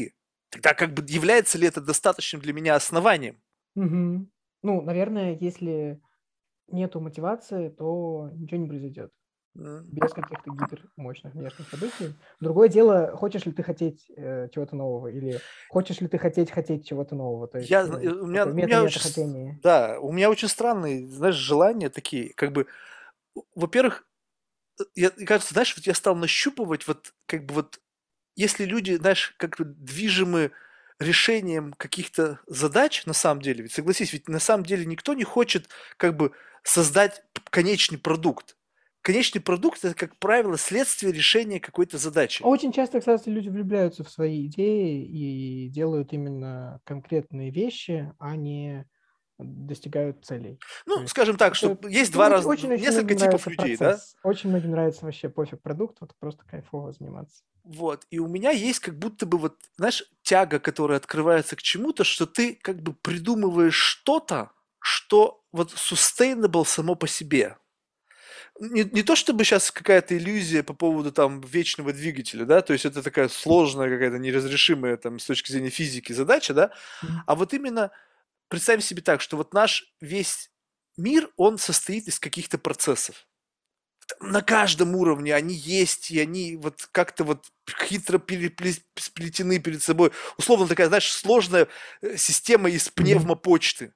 Тогда как бы является ли это достаточным для меня основанием? Мгм. Ну, наверное, если нету мотивации, то ничего не произойдет М. без каких-то гипермощных внешних событий. Другое дело, хочешь ли ты хотеть чего-то нового или хочешь ли ты хотеть чего-то нового. То есть, ну, такой У меня мета-мета очень, хотение. да, у меня очень странные, знаешь, желания такие, как бы, во-первых, мне кажется, знаешь, вот я стал нащупывать вот, как бы вот, если люди, знаешь, как бы движимы решением каких-то задач, на самом деле, ведь согласись, ведь на самом деле никто не хочет как бы создать конечный продукт. Конечный продукт – это, как правило, следствие решения какой-то задачи. Очень часто, кстати, люди влюбляются в свои идеи и делают именно конкретные вещи, а не достигают целей. То Ну, есть скажем так, что это, есть ну, два очень, раз, очень несколько многим типов нравится людей, да? процесс. Очень многим нравится вообще пофиг продукт, вот просто кайфово заниматься. Вот. И у меня есть как будто бы вот, знаешь, тяга, которая открывается к чему-то, что ты как бы придумываешь что-то, что вот sustainable само по себе. Не то чтобы сейчас какая-то иллюзия по поводу там вечного двигателя, да, то есть это такая сложная какая-то неразрешимая там с точки зрения физики задача, да, Мгм. а вот именно представим себе так, что вот наш весь мир, он состоит из каких-то процессов. На каждом уровне они есть, и они вот как-то вот хитро сплетены перед собой. Условно такая, знаешь, сложная система из Мгм. пневмопочты.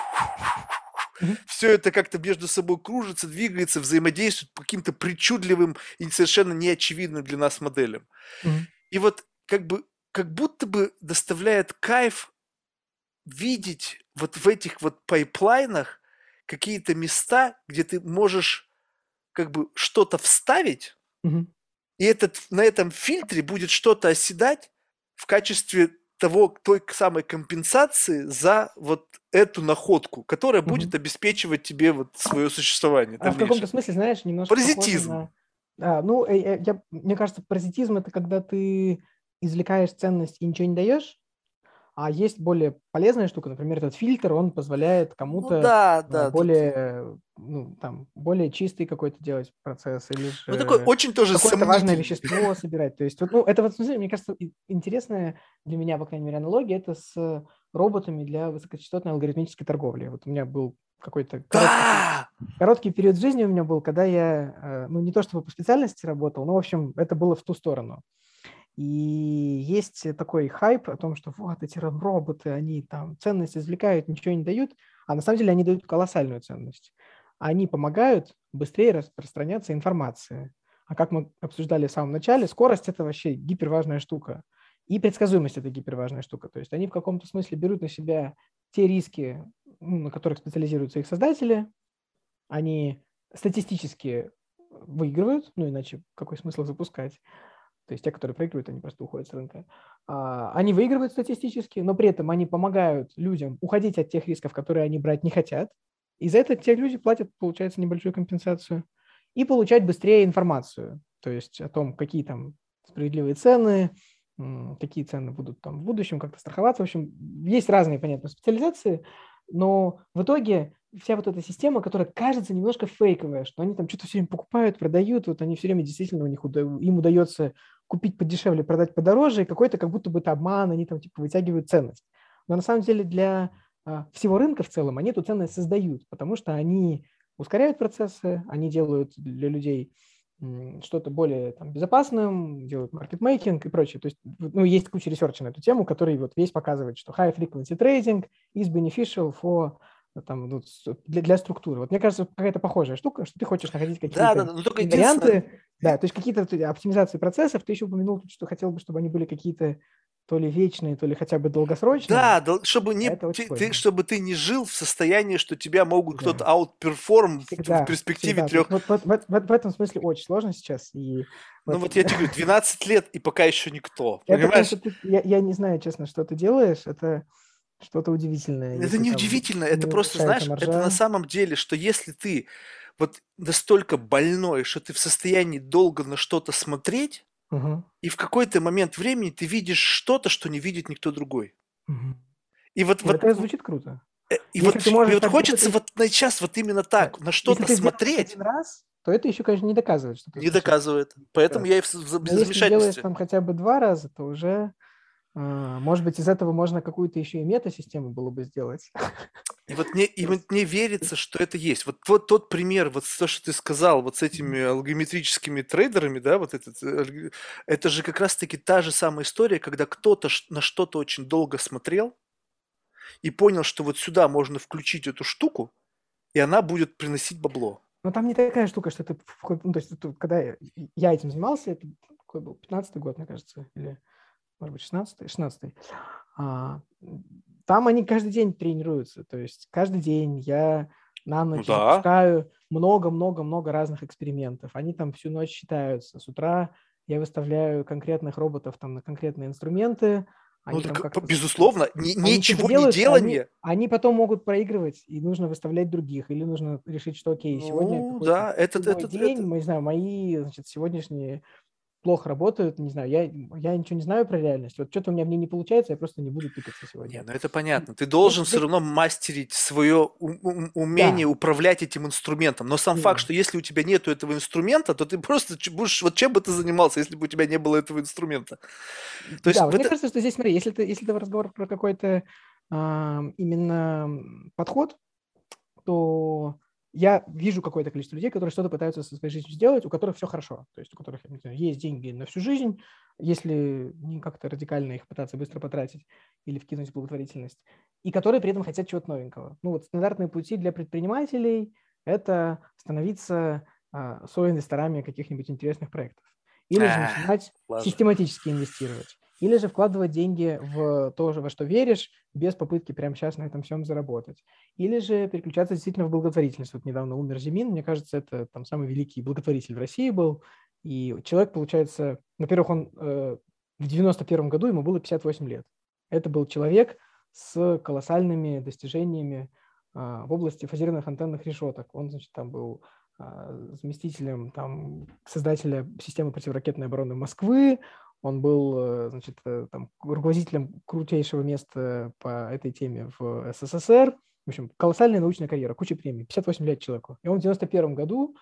Мгм. Все это как-то между собой кружится, двигается, взаимодействует по каким-то причудливым и совершенно неочевидным для нас моделям. Мгм. И вот как бы как будто бы доставляет кайф видеть вот в этих вот пайплайнах какие-то места, где ты можешь как бы что-то вставить, Мгм. и на этом фильтре будет что-то оседать в качестве той самой компенсации за вот эту находку, которая Мгм. будет обеспечивать тебе вот свое существование А в каком-то дальнейшее. смысле, знаешь, немножко похоже Паразитизм. на... ну, мне кажется, паразитизм – это когда ты извлекаешь ценность и ничего не даешь, а есть более полезная штука, например, этот фильтр, он позволяет Ну кому-то да, да, тут, более, ну, там, более чистый какой-то делать процесс или ну такой же очень тоже какое-то важное сомнительный. вещество собирать. То есть, вот, ну, это вот, в смысле, мне кажется, интересная для меня, по крайней мере, аналогия, это с роботами для высокочастотной алгоритмической торговли. Вот у меня был какой-то Да! короткий период жизни у меня был, когда я, ну, не то чтобы по специальности работал, но, в общем, это было в ту сторону. И есть такой хайп о том, что вот эти роботы, они там ценность извлекают, ничего не дают, а на самом деле они дают колоссальную ценность. Они помогают быстрее распространяться информации. А как мы обсуждали в самом начале, скорость – это вообще гиперважная штука. И предсказуемость – это гиперважная штука. То есть они в каком-то смысле берут на себя те риски, ну, на которых специализируются их создатели, они статистически выигрывают, ну иначе какой смысл запускать? То есть те, которые проигрывают, они просто уходят с рынка. Они выигрывают статистически, но при этом они помогают людям уходить от тех рисков, которые они брать не хотят. И за это те люди платят, получается, небольшую компенсацию. И получать быстрее информацию. То есть о том, какие там справедливые цены, какие цены будут там в будущем, как-то страховаться. В общем, есть разные, понятно, специализации, но в итоге вся вот эта система, которая кажется немножко фейковая, что они там что-то все время покупают, продают, вот они все время действительно им удается купить подешевле, продать подороже, и какой-то как будто бы это обман, они там типа вытягивают ценность. Но на самом деле для всего рынка в целом они эту ценность создают, потому что они ускоряют процессы, они делают для людей что-то более там, безопасным, делают маркетмейкинг и прочее. То есть, ну, есть куча ресерча на эту тему, который вот весь показывает, что high frequency trading is beneficial for там, ну, для структуры. Вот мне кажется, какая-то похожая штука, что ты хочешь находить Да, да, какие-то да, но только единственное, инварианты, да, то есть какие-то оптимизации процессов, ты еще упомянул, что хотел бы, чтобы они были какие-то то ли вечные, то ли хотя бы долгосрочные, да, чтобы а это очень сложно. чтобы ты не жил в состоянии, что тебя могут кто-то Да, outperform в всегда, перспективе всегда. То есть трех. в этом смысле очень сложно сейчас. И Ну вот вот я тебе говорю, 12 лет и пока еще никто, это, понимаешь? конечно, я не знаю, честно, что ты делаешь, это что-то удивительное, Это если не там удивительно, это не просто, уменьшается знаешь, это на маржа. самом деле, что если ты вот настолько больной, что ты в состоянии долго на что-то смотреть, Мгм, и в какой-то момент времени ты видишь что-то, что не видит никто другой. мгм. И вот, Ну, это звучит круто. и Если вот, ты и можешь вот так хочется сделать, вот на сейчас вот именно да. так, на Если что-то ты сделал это смотреть, один раз, то это еще, конечно, не доказывает, что ты не способен доказывает. еще Поэтому раз. я и в Но если сделаешь замешательстве. там хотя бы 2 раза, то уже Может быть, из этого можно какую-то еще и мета-систему было бы сделать. И вот мне верится, что это есть. Вот тот пример, вот то, что ты сказал, вот с этими алгоритмическими трейдерами, да, вот это же как раз-таки та же самая история, когда кто-то на что-то очень долго смотрел и понял, что вот сюда можно включить эту штуку, и она будет приносить бабло. Но там не такая штука, что ты... Ну, то есть, когда я этим занимался, это какой был, 15-й год, мне кажется, или, может быть, 16-й? 16-й. Там они каждый день тренируются. То есть каждый день я на ночь запускаю много-много-много разных экспериментов. Они там всю ночь считаются. С утра я выставляю конкретных роботов там на конкретные инструменты. Они там как-то... безусловно, Они что-то ничего не делают, делание. они потом могут проигрывать, и нужно выставлять других, или нужно решить, что окей, сегодня какой-то Да, это день, мы, не знаю, мои, значит, сегодняшние плохо работают, не знаю, я ничего не знаю про реальность, вот что-то у меня в ней не получается, я просто не буду тыкаться сегодня. Не, ну это понятно. Ты должен все равно мастерить свое умение управлять этим инструментом. Но сам факт, что если у тебя нету этого инструмента, то ты просто будешь... Вот чем бы ты занимался, если бы у тебя не было этого инструмента? То есть вот мне кажется, что здесь, смотри, если это разговор про какой-то именно подход, то я вижу какое-то количество людей, которые что-то пытаются со своей жизнью сделать, у которых все хорошо. То есть у которых, не знаю, есть деньги на всю жизнь, если не как-то радикально их пытаться быстро потратить или вкинуть в благотворительность, и которые при этом хотят чего-то новенького. Ну вот стандартные пути для предпринимателей – это становиться соинвесторами каких-нибудь интересных проектов. Или же начинать систематически инвестировать. Или же вкладывать деньги в то, во что веришь, без попытки прямо сейчас на этом всем заработать. Или же переключаться действительно в благотворительность. Вот недавно умер Зимин, мне кажется, это там самый великий благотворитель в России был. И человек, получается, во-первых, он в 91 году ему было 58 лет. Это был человек с колоссальными достижениями в области фазированных антенных решеток. Он, значит, там был заместителем там, создателя системы противоракетной обороны Москвы. Он был, значит, там, руководителем крутейшего места по этой теме в СССР. В общем, колоссальная научная карьера, куча премий, 58 лет человеку. И он в 91 году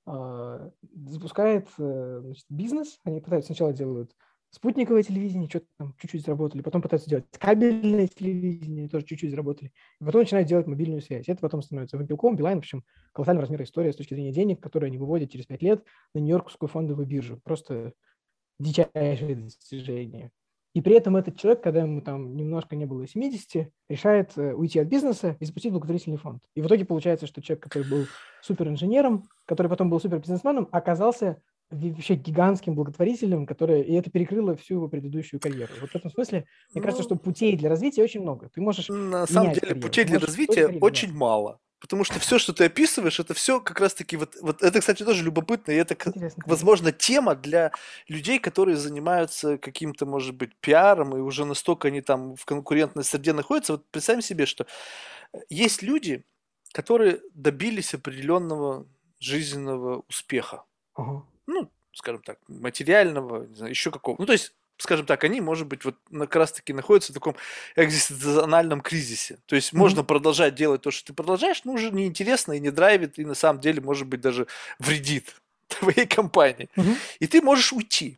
запускает значит, бизнес. Они пытаются сначала делают спутниковое телевидение, что-то там чуть-чуть заработали, потом пытаются делать кабельное телевидение, тоже чуть-чуть заработали, и потом начинают делать мобильную связь. Это потом становится Вимпелком, Билайн, в общем, колоссального размера история с точки зрения денег, которые они выводят через 5 лет на Нью-Йоркскую фондовую биржу. Просто дичайшее достижение. И при этом этот человек, когда ему там немножко не было 70, решает уйти от бизнеса и запустить благотворительный фонд. И в итоге получается, что человек, который был суперинженером, который потом был супербизнесменом, оказался вообще гигантским благотворителем, и это перекрыло всю его предыдущую карьеру. Вот в этом смысле, мне кажется, что путей для развития очень много. Ты можешь на самом деле карьеру, путей для развития очень мало. Потому что все, что ты описываешь, это все как раз-таки вот это, кстати, тоже любопытно, и это, возможно, тема для людей, которые занимаются каким-то, может быть, пиаром, и уже настолько они там в конкурентной среде находятся. Вот представим себе, что есть люди, которые добились определенного жизненного успеха. Ну, скажем так, материального, не знаю, еще какого. Ну, то есть, скажем так, они, может быть, вот как раз-таки находятся в таком экзистенциальном кризисе. То есть можно продолжать делать то, что ты продолжаешь, но уже неинтересно и не драйвит, и на самом деле, может быть, даже вредит твоей компании. И ты можешь уйти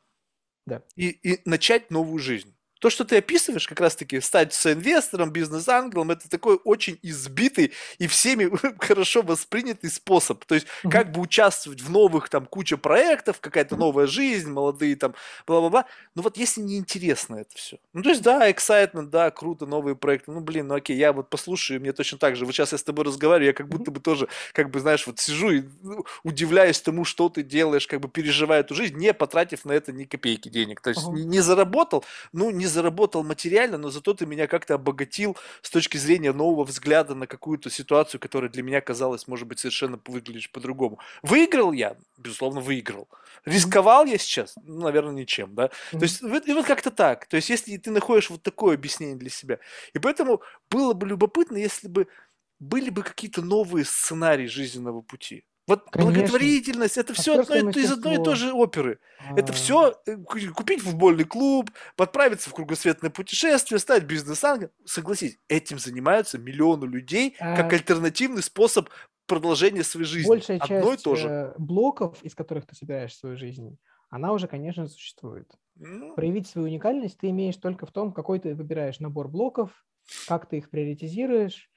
и начать новую жизнь. То, что ты описываешь, как раз-таки стать соинвестором, бизнес-ангелом, это такой очень избитый и всеми хорошо воспринятый способ. То есть как бы участвовать в новых там куча проектов, какая-то новая жизнь, молодые там, бла-бла-бла. Но вот если не интересно это все. Ну, то есть да, excitement, да, круто, новые проекты. Ну, блин, ну окей, я вот послушаю, мне точно так же. Вот сейчас я с тобой разговариваю, я как будто бы тоже, как бы, знаешь, вот сижу и удивляюсь тому, что ты делаешь, как бы переживая эту жизнь, не потратив на это ни копейки денег. То есть не заработал, ну, не заработал материально, но зато ты меня как-то обогатил с точки зрения нового взгляда на какую-то ситуацию, которая для меня казалась, может быть, совершенно выглядишь по-другому. Выиграл я? Безусловно, выиграл. Рисковал я сейчас? Ну, наверное, ничем, да? То есть, и вот как-то так. То есть, если ты находишь вот такое объяснение для себя. И поэтому было бы любопытно, если бы были бы какие-то новые сценарии жизненного пути. Вот благотворительность, это все из одной и той же оперы. Это все купить футбольный клуб, отправиться в кругосветное путешествие, стать бизнес-ангелом. Согласись, этим занимаются миллионы людей как альтернативный способ продолжения своей жизни. Большая часть блоков, из которых ты собираешь свою жизнь, она уже, конечно, существует. Ну, Проявить свою уникальность ты имеешь только в том, какой ты выбираешь набор блоков, как ты их приоритизируешь.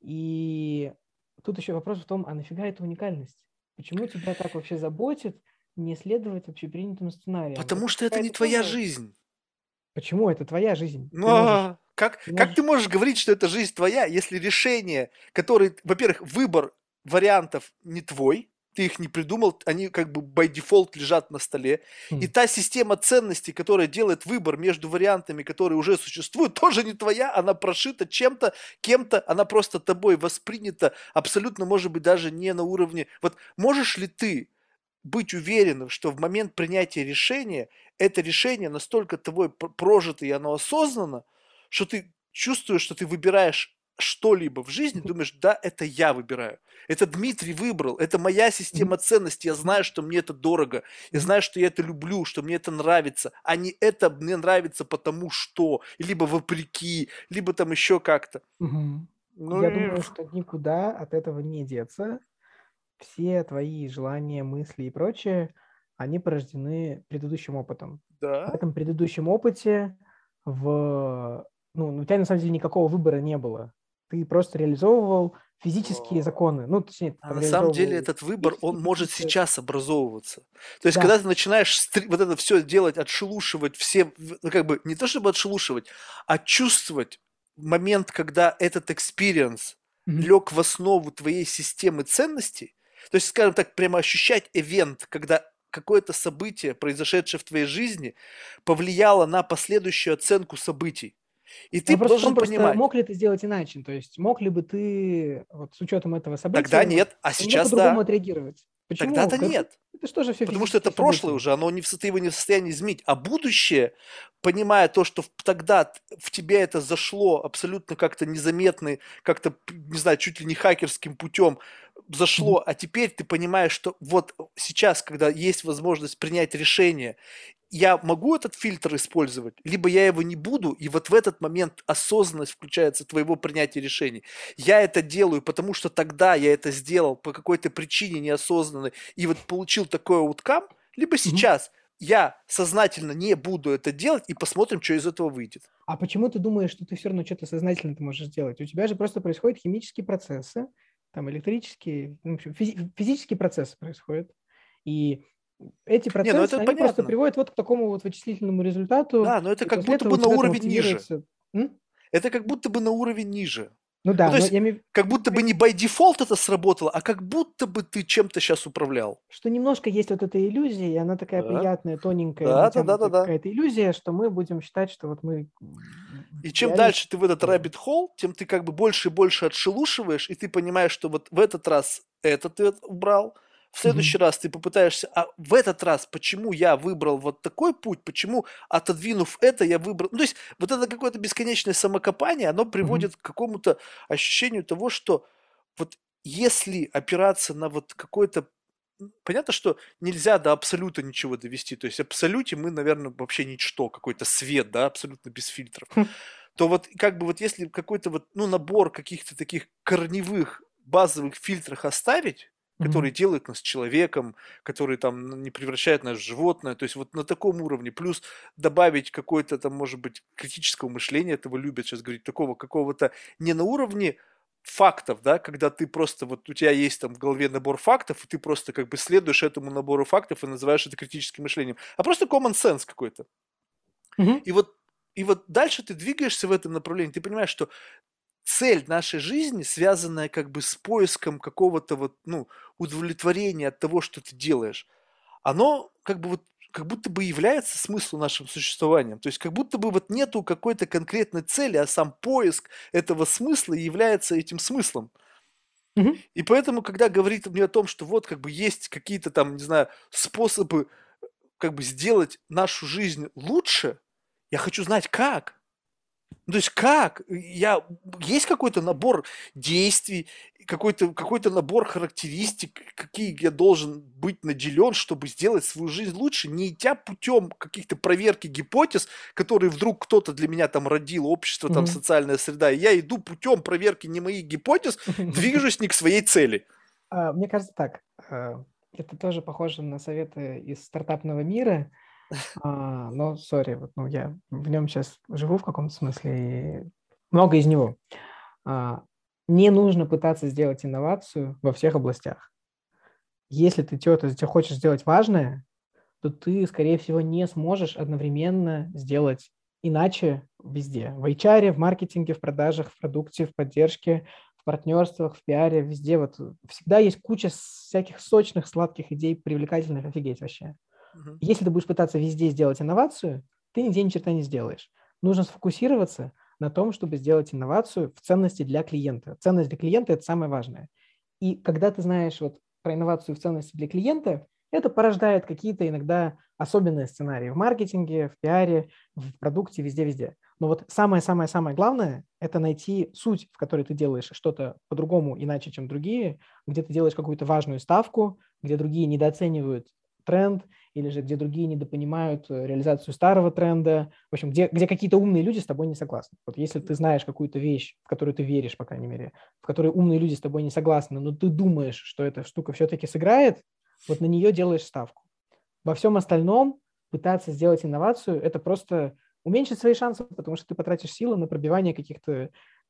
И тут еще вопрос в том, а нафига эта уникальность? Почему тебя так вообще заботит не следовать общепринятым сценариям? потому Это что это не какая-то твоя тоже... жизнь. Почему? Это твоя жизнь. Ну, Ты как ты можешь... можешь говорить, что это жизнь твоя, если решение, которое, во-первых, выбор вариантов не твой, ты их не придумал, они как бы by default лежат на столе. И Хм. та система ценностей, которая делает выбор между вариантами, которые уже существуют, тоже не твоя, она прошита чем-то, кем-то, она просто тобой воспринята абсолютно, может быть, даже не на уровне... Вот можешь ли ты быть уверенным, что в момент принятия решения это решение настолько тобой прожито и оно осознанно, что ты чувствуешь, что ты выбираешь что-либо в жизни, думаешь, да, это я выбираю. Это Дмитрий выбрал, это моя Мгм. система ценностей, я знаю, что мне это дорого, я Мгм. знаю, что я это люблю, что мне это нравится, а не это мне нравится потому что, либо вопреки, либо там еще как-то. Мгм. Ну Я и думаю, что никуда от этого не деться. Все твои желания, мысли и прочее, они порождены предыдущим опытом. В да, этом предыдущем опыте у тебя на самом деле никакого выбора не было. Ты просто реализовывал физические законы. Ну, точнее, ты а там на самом деле реализовывал этот выбор, он физические может какие-то... сейчас образовываться. То есть, Да. когда ты начинаешь вот это все делать, отшелушивать все, ну, как бы, не то чтобы отшелушивать, а чувствовать момент, когда этот экспириенс Мгм. лег в основу твоей системы ценностей, то есть, скажем так, прямо ощущать эвент, когда какое-то событие, произошедшее в твоей жизни, повлияло на последующую оценку событий. И ты Вопрос в должен том, просто понимать, мог ли ты сделать иначе? То есть мог ли бы ты вот с учетом этого тогда события нет, а немного сейчас по-другому да, отреагировать? Почему? тогда-то Да нет. это что же все Потому что это физические прошлое события? уже, оно не в, ты его не в состоянии изменить. А будущее, понимая то, что тогда в тебя это зашло абсолютно как-то незаметно, как-то, не знаю, чуть ли не хакерским путем Мгм. зашло, а теперь ты понимаешь, что вот сейчас, когда есть возможность принять решение, я могу этот фильтр использовать, либо я его не буду, и вот в этот момент осознанность включается твоего принятия решений. Я это делаю, потому что тогда я это сделал по какой-то причине неосознанной, и вот получил такой ауткам, либо Мгм. сейчас я сознательно не буду это делать, и посмотрим, что из этого выйдет. А почему ты думаешь, что ты все равно что-то сознательно ты можешь сделать? У тебя же просто происходят химические процессы, там электрические, ну, в общем, физические процессы происходят. И эти Не, ну процессы, это они просто понятно. приводят вот к такому вот вычислительному результату, Да, но это и как после будто этого бы у на тебя там уровень ниже. активируется... Это как будто бы на уровень ниже. Ну Ну, да, то но есть, я имею как будто бы не by default это сработало, а как будто бы ты чем-то сейчас управлял. что немножко есть вот эта иллюзия, и она такая Да, приятная, тоненькая, да, да, да, да, натянутая да. какая-то иллюзия, что мы будем считать, что вот мы И в чем реальности дальше ты в этот делаем. rabbit hole, тем ты как бы больше и больше отшелушиваешь, и ты понимаешь, что вот в этот раз это ты убрал, в следующий Мгм. раз ты попытаешься, а в этот раз почему я выбрал вот такой путь, почему, отодвинув это, я выбрал... Ну, то есть вот это какое-то бесконечное самокопание, оно Мгм. приводит к какому-то ощущению того, что вот если опираться на вот какой-то... Понятно, что нельзя до абсолюта ничего довести. То есть в абсолюте мы, наверное, вообще ничто, какой-то свет, да, абсолютно без фильтров. То вот как бы вот если какой-то вот, ну, набор каких-то таких корневых базовых фильтрах оставить, которые Мгм. делают нас человеком, которые там не превращают нас в животное, то есть вот на таком уровне, плюс добавить какое-то там, может быть, критического мышления, этого любят сейчас говорить, такого какого-то не на уровне фактов, да, когда ты просто, вот у тебя есть там в голове набор фактов, и ты просто как бы следуешь этому набору фактов и называешь это критическим мышлением, а просто common sense какой-то. Мгм. И вот, и вот дальше ты двигаешься в этом направлении, ты понимаешь, что цель нашей жизни, связанная как бы с поиском какого-то вот, ну, удовлетворения от того, что ты делаешь, оно как бы вот как будто бы является смыслом нашим существованием. То есть как будто бы вот нету какой-то конкретной цели, а сам поиск этого смысла является этим смыслом. Мгм. И поэтому, когда говорит мне о том, что вот как бы есть какие-то там, не знаю, способы как бы сделать нашу жизнь лучше, я хочу знать как. Ну, то есть как? Есть какой-то набор действий, какой-то набор характеристик, какие я должен быть наделен, чтобы сделать свою жизнь лучше, не идя путем каких-то проверки гипотез, которые вдруг кто-то для меня там родил, общество, там, Мгм. социальная среда, и я иду путем проверки не моих гипотез, движусь не к своей цели. Мне кажется так, это тоже похоже на советы из стартапного мира. Но, сори, вот, ну, я в нем сейчас живу в каком-то смысле, и много из него. А, Не нужно пытаться сделать инновацию во всех областях. Если ты что-то хочешь сделать важное, то ты, скорее всего, не сможешь одновременно сделать иначе везде. В HR, в маркетинге, в продажах, в продукте, в поддержке, в партнерствах, в пиаре, везде. Вот всегда есть куча всяких сочных, сладких идей, привлекательных, офигеть вообще. Мгм. Если ты будешь пытаться везде сделать инновацию, ты нигде ни черта не сделаешь. Нужно сфокусироваться на том, чтобы сделать инновацию в ценности для клиента. Ценность для клиента – это самое важное. И когда ты знаешь вот про инновацию в ценности для клиента, это порождает какие-то иногда особенные сценарии в маркетинге, в пиаре, в продукте, везде-везде. Но вот самое-самое-самое главное – это найти суть, в которой ты делаешь что-то по-другому, иначе, чем другие, где ты делаешь какую-то важную ставку, где другие недооценивают тренд, или же где другие недопонимают реализацию старого тренда, в общем, где какие-то умные люди с тобой не согласны. Вот если ты знаешь какую-то вещь, в которую ты веришь, по крайней мере, в которой умные люди с тобой не согласны, но ты думаешь, что эта штука все-таки сыграет, вот на нее делаешь ставку. Во всем остальном пытаться сделать инновацию – это просто уменьшить свои шансы, потому что ты потратишь силы на пробивание каких-то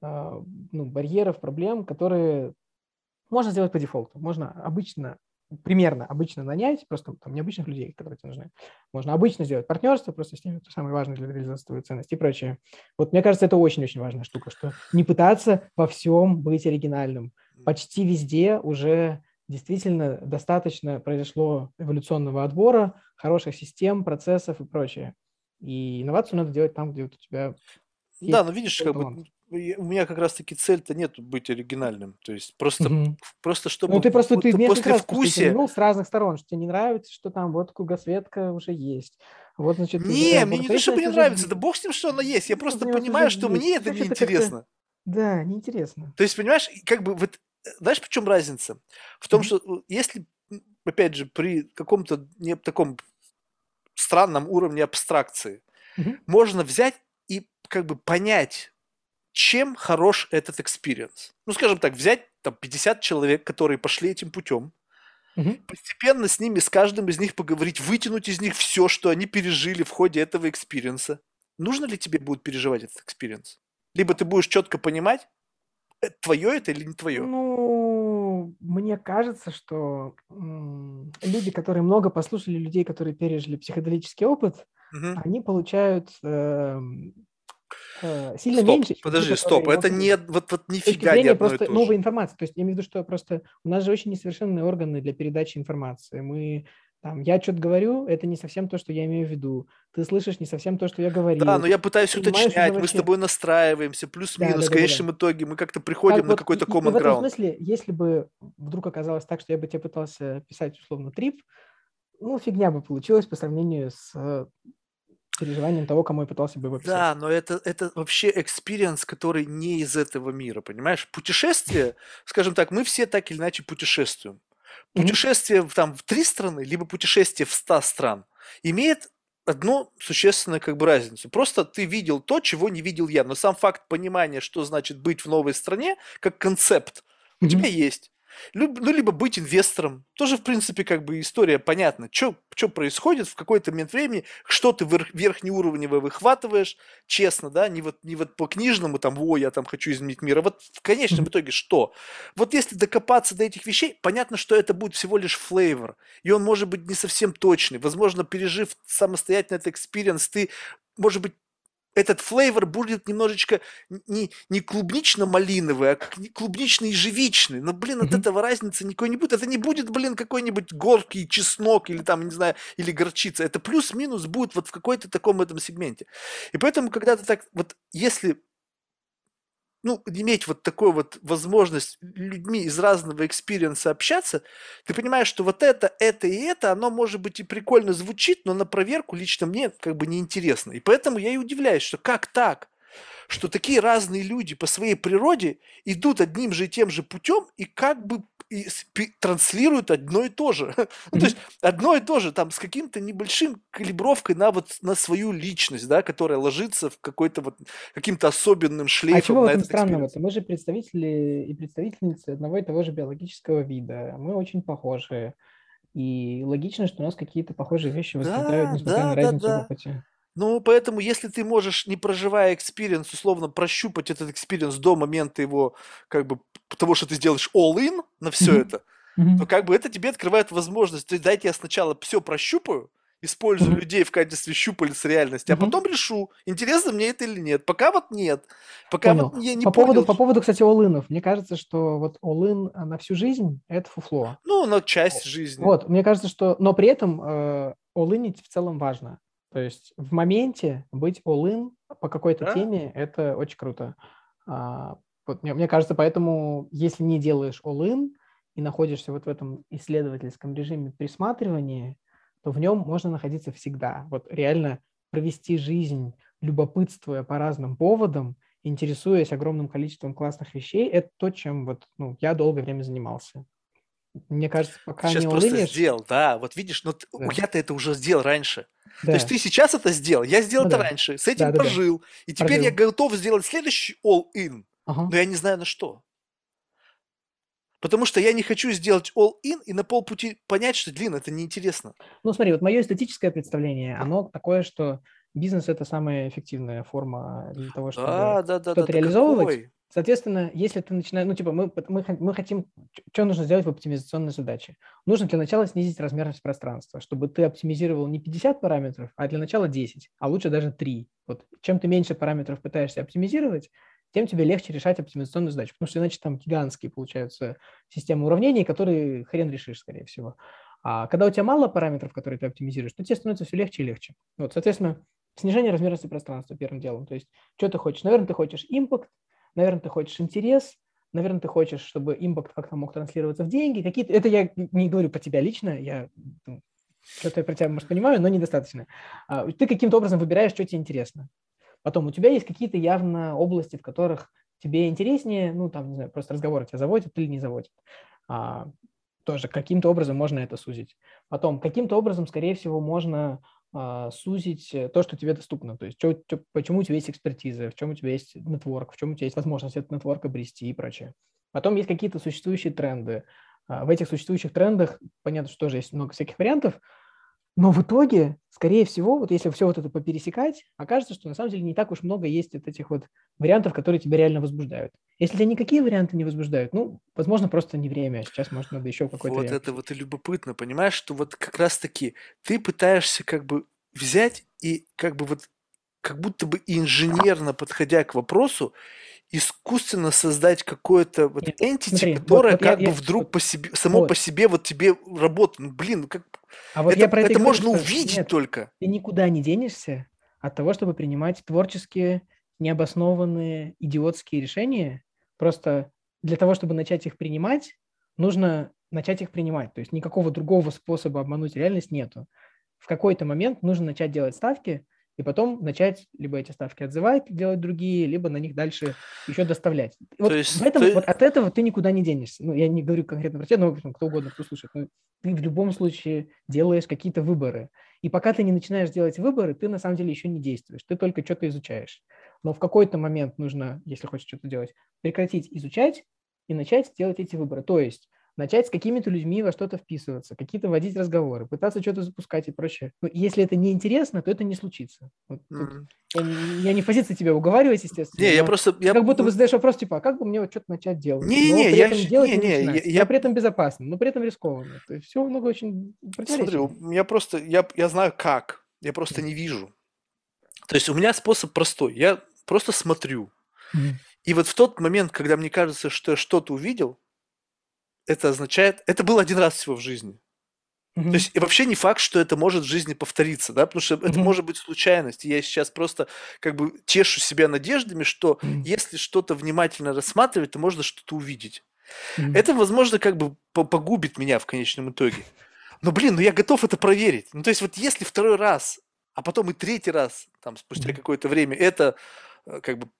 барьеров, проблем, которые можно сделать по дефолту. Можно примерно обычно нанять, просто там необычных людей, которые тебе нужны. Можно обычно сделать партнерство, просто с ними, это самое важное для реализации твоей ценности и прочее. Вот мне кажется, это очень-очень важная штука, что не пытаться во всем быть оригинальным. Почти везде уже действительно достаточно произошло эволюционного отбора, хороших систем, процессов и прочее. И инновацию надо делать там, где вот у тебя Да, есть но видишь, свой как бы талант. у меня как раз-таки цель-то нету быть оригинальным. То есть просто, Мгм. просто Ну, чтобы ты вот несколько после раз просто вкусия. упомянул с разных сторон, что тебе не нравится, что там вот кругосветка уже есть. Вот, значит, Не, мне не то чтобы благотворительность не уже нравится, да есть. бог с ним, что оно есть. Я просто Благотворительность уже понимаю, что есть. мне То есть это вообще-то как-то, неинтересно. да, неинтересно. То есть, понимаешь, и как бы вот, знаешь, в чем разница? В том, Мгм. что если, опять же, при каком-то не таком странном уровне абстракции Мгм. можно взять и как бы понять, чем хорош этот экспириенс. Ну, скажем так, взять там 50 человек, которые пошли этим путем, Мгм. постепенно с ними, с каждым из них поговорить, вытянуть из них все, что они пережили в ходе этого экспириенса. Нужно ли тебе будет переживать этот экспириенс? Либо ты будешь четко понимать, твое это или не твое. Ну, мне кажется, что люди, которые много послушали людей, которые пережили психоделический опыт, Мгм. они получают сильно Стоп, меньше, чем люди, подожди, стоп, которые это эмоции. не, вот С точки нифига не зрения одно и просто то же. новой информации. То есть я имею в виду, что просто у нас же очень несовершенные органы для передачи информации. Я что-то говорю, это не совсем то, что я имею в виду. Ты слышишь не совсем то, что я Да, говорил. но Ты я пытаюсь понимаешь уже уточнять, мы с вообще. тобой настраиваемся, Да, плюс-минус, да, в да, да, да. конечном итоге мы как-то приходим Как на вот, какой-то и в common этом ground. смысле, если бы вдруг оказалось так, что я бы тебе пытался писать условно трип, ну, фигня бы получилась по сравнению с переживанием того, кому я пытался бы его писать. Да, но это вообще экспириенс, который не из этого мира, понимаешь? Путешествие, скажем так, мы все так или иначе путешествуем. Мгм. Путешествие там в 3 страны, либо путешествие в 100 стран имеет одну существенную как бы разницу. Просто ты видел то, чего не видел я. Но сам факт понимания, что значит быть в новой стране, как концепт, у тебя Мгм. есть. Ну, либо быть инвестором. Тоже, в принципе, как бы история понятна. Что происходит в какой-то момент времени, что ты верхнеуровневое выхватываешь, честно, да, не вот по книжному, там, я там хочу изменить мир, а вот в конечном Мгм. итоге что? Вот если докопаться до этих вещей, понятно, что это будет всего лишь флейвор, и он может быть не совсем точный. Возможно, пережив самостоятельно этот экспириенс, ты, может быть, этот флейвор будет немножечко не клубнично-малиновый, а клубнично-ежевичный. Но, блин, от Мгм. этого разницы никакой не будет. Это не будет, блин, какой-нибудь горький чеснок или там, не знаю, или горчица. Это плюс-минус будет вот в какой-то таком этом сегменте. И поэтому, когда ты так, вот если иметь вот такую вот возможность людьми из разного экспириенса общаться, ты понимаешь, что вот это и это, оно может быть и прикольно звучит, но на проверку лично мне как бы неинтересно. И поэтому я и удивляюсь, что как так? Что такие разные люди по своей природе идут одним же и тем же путем и как бы транслируют одно и то же. Ну, то есть Мгм. одно и то же, там, с каким-то небольшим калибровкой на свою личность, да, которая ложится в какой-то вот каким-то особенным А чего шлейфом в на этом этот странного-то? экспириенс. Мы же представители и представительницы одного и того же биологического вида. Мы очень похожи. И логично, что у нас какие-то похожие вещи возникают, Да, несмотря на да, да, разницу в да. опыте. Ну, поэтому, если ты можешь, не проживая экспириенс, условно прощупать этот экспириенс до момента его, как бы, того, что ты сделаешь all-in на все Мгм. это, то Мгм. как бы это тебе открывает возможность. То есть дайте я сначала все прощупаю, использую Мгм. людей в качестве щупалец реальности, а Мгм. потом решу, интересно мне это или нет. Пока вот нет. Пока вот Понял. я не По поводу, понял, по поводу, кстати, all мне кажется, что вот all-in на всю жизнь– это фуфло. ну, на часть жизни. Вот, мне кажется, что… Но при этом all в целом важно. То есть в моменте быть all-in по какой-то Да? теме– это очень круто. Вот мне кажется, поэтому если не делаешь all-in и находишься вот в этом исследовательском режиме присматривания, то в нем можно находиться всегда. Вот реально провести жизнь, любопытствуя по разным поводам, интересуясь огромным количеством классных вещей, это то, чем вот, ну, я долгое время занимался. Мне кажется, Ты пока не сейчас просто улынишь, сделал, да, вот видишь, но да, я-то это уже сделал раньше. То есть да, ты сейчас это сделал, я сделал ну это да, раньше, с этим да, да, да, пожил, и теперь я прожил. готов сделать следующий all-in, Ага. но я не знаю на что. Потому что я не хочу сделать all-in и на полпути понять, что, блин, это неинтересно. Ну смотри, вот мое эстетическое представление, оно такое, что бизнес– это самая эффективная форма для того, чтобы Да, да, да, да, что-то да реализовывать. какой? Соответственно, если ты начинаешь, ну, типа, мы хотим, что нужно сделать в оптимизационной задаче? Нужно для начала снизить размерность пространства, чтобы ты оптимизировал не 50 параметров, а для начала 10, а лучше даже 3. Вот чем ты меньше параметров пытаешься оптимизировать, тем тебе легче решать оптимизационную задачу, потому что иначе там гигантские получаются системы уравнений, которые хрен решишь, скорее всего. А когда у тебя мало параметров, которые ты оптимизируешь, то тебе становится все легче и легче. Вот, соответственно, снижение размерности пространства первым делом. То есть, что ты хочешь? Наверное, ты хочешь импакт, наверное, ты хочешь интерес, наверное, ты хочешь, чтобы импакт как-то мог транслироваться в деньги. Какие-то… Это я не говорю про тебя лично, я что-то я про тебя, может, понимаю, но недостаточно. Ты каким-то образом выбираешь, что тебе интересно. Потом у тебя есть какие-то явно области, в которых тебе интереснее, ну, там, не знаю, просто разговоры тебя заводят или не заводят. А, тоже каким-то образом можно это сузить. Потом, каким-то образом, скорее всего, можно сузить то, что тебе доступно. То есть, почему у тебя есть экспертиза, в чем у тебя есть нетворк, в чем у тебя есть возможность этот нетворк обрести и прочее. Потом есть какие-то существующие тренды. В этих существующих трендах, понятно, что тоже есть много всяких вариантов, но в итоге, скорее всего, вот если все вот это попересекать, окажется, что на самом деле не так уж много есть вот этих вот вариантов, которые тебя реально возбуждают. Если тебя никакие варианты не возбуждают, ну, возможно, просто не время, а сейчас, может, надо еще какое-то Вот время это посидеть. вот и любопытно, понимаешь, что вот как раз-таки ты пытаешься как бы взять и как бы вот как будто бы инженерно подходя к вопросу, искусственно создать какое-то вот Нет, entity, смотри, вот, которое вот я, как бы я вдруг вот, по себе, само по вот. себе вот тебе работает. Ну, блин, ну как А вот я про это и это говорю, можно что увидеть нет, только. ты никуда не денешься от того, чтобы принимать творческие, необоснованные, идиотские решения. Просто для того, чтобы начать их принимать, нужно начать их принимать. То есть никакого другого способа обмануть реальность нету. В какой-то момент нужно начать делать ставки, и потом начать либо эти ставки отзывать, делать другие, либо на них дальше еще доставлять. То Вот в есть, этом, вот от этого ты никуда не денешься. Ну, я не говорю конкретно про тебя, но кто угодно, кто слушает. Но ты в любом случае делаешь какие-то выборы. И пока ты не начинаешь делать выборы, ты на самом деле еще не действуешь, ты только что-то изучаешь. Но в какой-то момент нужно, если хочешь что-то делать, прекратить изучать и начать делать эти выборы. То есть начать с какими-то людьми во что-то вписываться, какие-то водить разговоры, пытаться что-то запускать и прочее. Но если это не интересно, то это не случится. Вот тут м, я не в позиции тебя уговаривать, естественно, не, я но просто, ты как будто бы задаешь вопрос, типа, а как бы мне вот что-то начать делать, но не, при этом делать не не, начинать, но при этом безопасно, но при этом рискованно. То есть все много очень смотри, противоречий. я просто, я знаю как, я просто не вижу. То есть у меня способ простой, я просто смотрю. Мгм. И вот в тот момент, когда мне кажется, что я что-то увидел, это означает, это был один раз всего в жизни. То Мгм. есть и вообще не факт, что это может в жизни повториться, да, потому что это Мгм. может быть случайность. И я сейчас просто как бы тешу себя надеждами, что Мгм. если что-то внимательно рассматривать, то можно что-то увидеть. Мгм. Это, возможно, как бы погубит меня в конечном итоге. Но, блин, ну я готов это проверить. Ну, то есть вот если второй раз, а потом и третий раз, там, спустя Мгм. какое-то время, это как бы,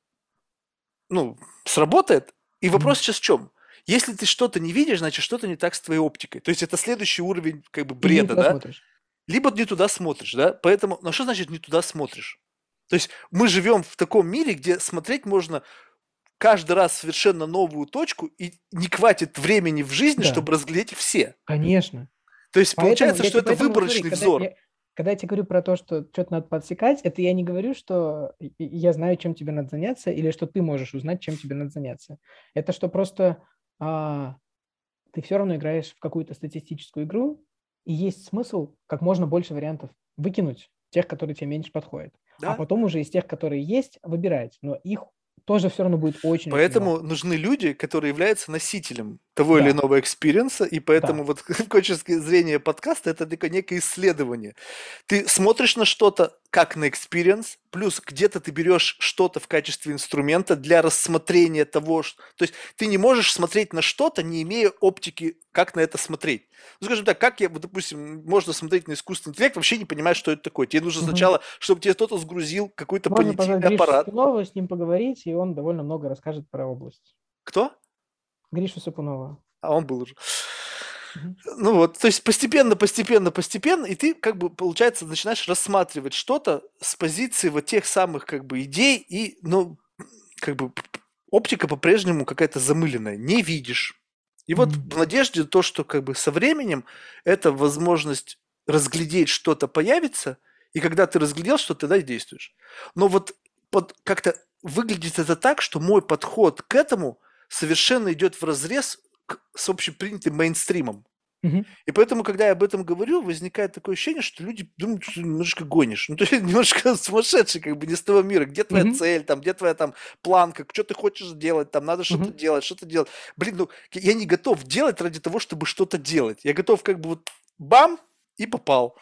ну, сработает. И вопрос Мгм. сейчас в чем? Если ты что-то не видишь, значит, что-то не так с твоей оптикой. То есть это следующий уровень как бы Или не бреда, туда да? смотришь. Либо не туда смотришь, да? Поэтому, ну что значит не туда смотришь? То есть мы живем в таком мире, где смотреть можно каждый раз совершенно новую точку, и не хватит времени в жизни, Да, чтобы разглядеть их все. конечно. То есть Поэтому получается, я что тебе, это поэтому, смотри, выборочный взор. когда я тебе говорю про то, что что-то надо подсекать, это я не говорю, что я знаю, чем тебе надо заняться, или что ты можешь узнать, чем тебе надо заняться. Это что просто ты все равно играешь в какую-то статистическую игру, и есть смысл как можно больше вариантов выкинуть, тех, которые тебе меньше подходят. А Да. потом уже из тех, которые есть, выбирать. Но их тоже все равно будет очень-очень Поэтому мало. нужны люди, которые являются носителем того или Да, иного экспириенса, и поэтому да. вот с точки зрения подкаста это такое некое исследование. Ты смотришь на что-то как на экспириенс, плюс где-то ты берешь что-то в качестве инструмента для рассмотрения того, то есть ты не можешь смотреть на что-то, не имея оптики, как на это смотреть. Ну, скажем так, как вот, допустим, можно смотреть на искусственный интеллект, вообще не понимая, что это такое. Тебе нужно Мгм. сначала, чтобы тебе кто-то сгрузил какой-то Можно позвать понятийный Гришу аппарат. Сапунова, с ним поговорить, и он довольно много расскажет про область. Кто? Гришу Сапунова. А он был уже. Мгм. Ну вот, то есть постепенно, и ты как бы, получается, начинаешь рассматривать что-то с позиции вот тех самых как бы идей, и, ну, как бы оптика по-прежнему какая-то замыленная, не видишь. И вот Мгм. в надежде то, что как бы со временем эта возможность разглядеть что-то появится, и когда ты разглядел что-то, тогда и действуешь. Но вот как-то выглядит это так, что мой подход к этому совершенно идет вразрез с общепринятым мейнстримом. Мгм. И поэтому, когда я об этом говорю, возникает такое ощущение, что люди думают, что ты немножко гонишь. Ну, ты немножко сумасшедший, как бы не с того мира. Где твоя Мгм. цель, там, где твоя там планка, что ты хочешь делать, там, надо что-то Мгм. делать, что-то делать. Блин, ну, я не готов делать ради того, чтобы что-то делать. Я готов как бы вот бам, и попал.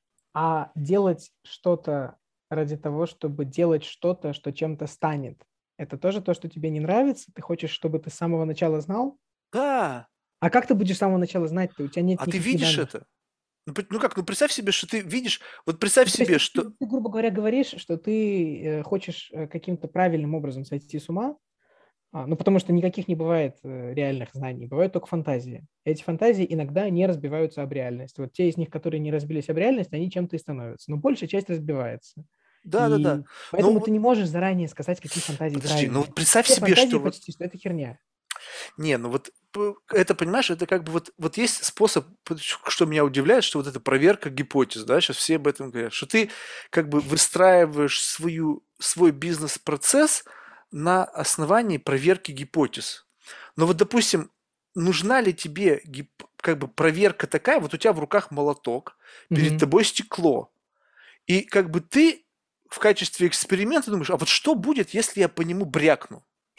А делать что-то ради того, чтобы делать что-то, что чем-то станет, это тоже то, что тебе не нравится? Ты хочешь, чтобы ты с самого начала знал? Да, А как ты будешь с самого начала знать-то? У тебя нет а ты никаких видишь данных. это? Ну, ну как, ну представь себе, что ты видишь, вот представь Ну, то есть себе, что... ты, грубо говоря, говоришь, что ты хочешь каким-то правильным образом сойти с ума, ну, потому что никаких не бывает реальных знаний, бывают только фантазии. Эти фантазии иногда не разбиваются об реальность. Вот те из них, которые не разбились об реальность, они чем-то и становятся. Но большая часть разбивается. Да-да-да. И Ну поэтому ты вот, не можешь заранее сказать, какие фантазии подожди, ну правильные. вот представь Все себе, фантазии что вот почти, что это херня. не, ну вот это, понимаешь, это как бы вот есть способ, что меня удивляет, что вот эта проверка гипотез, да, сейчас все об этом говорят, что ты как бы выстраиваешь свой бизнес-процесс на основании проверки гипотез. Но вот, допустим, нужна ли тебе как бы проверка такая, вот у тебя в руках молоток, перед Мгм. тобой стекло, и как бы ты в качестве эксперимента думаешь, а вот что будет, если я по нему брякну?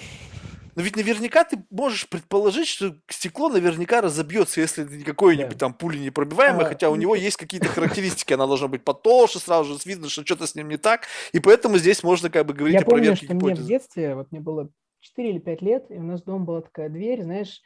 Но ведь наверняка ты можешь предположить, что стекло наверняка разобьется, если это не какой-нибудь Да. там пули непробиваемой, хотя у него Ну, есть какие-то характеристики, она должна быть потолще, сразу же видно, что что-то с ним не так, и поэтому здесь можно как бы говорить я о помню, проверке что мне в гипотезы. детстве, вот мне было 4 или 5 лет, и у нас дома была такая дверь, знаешь,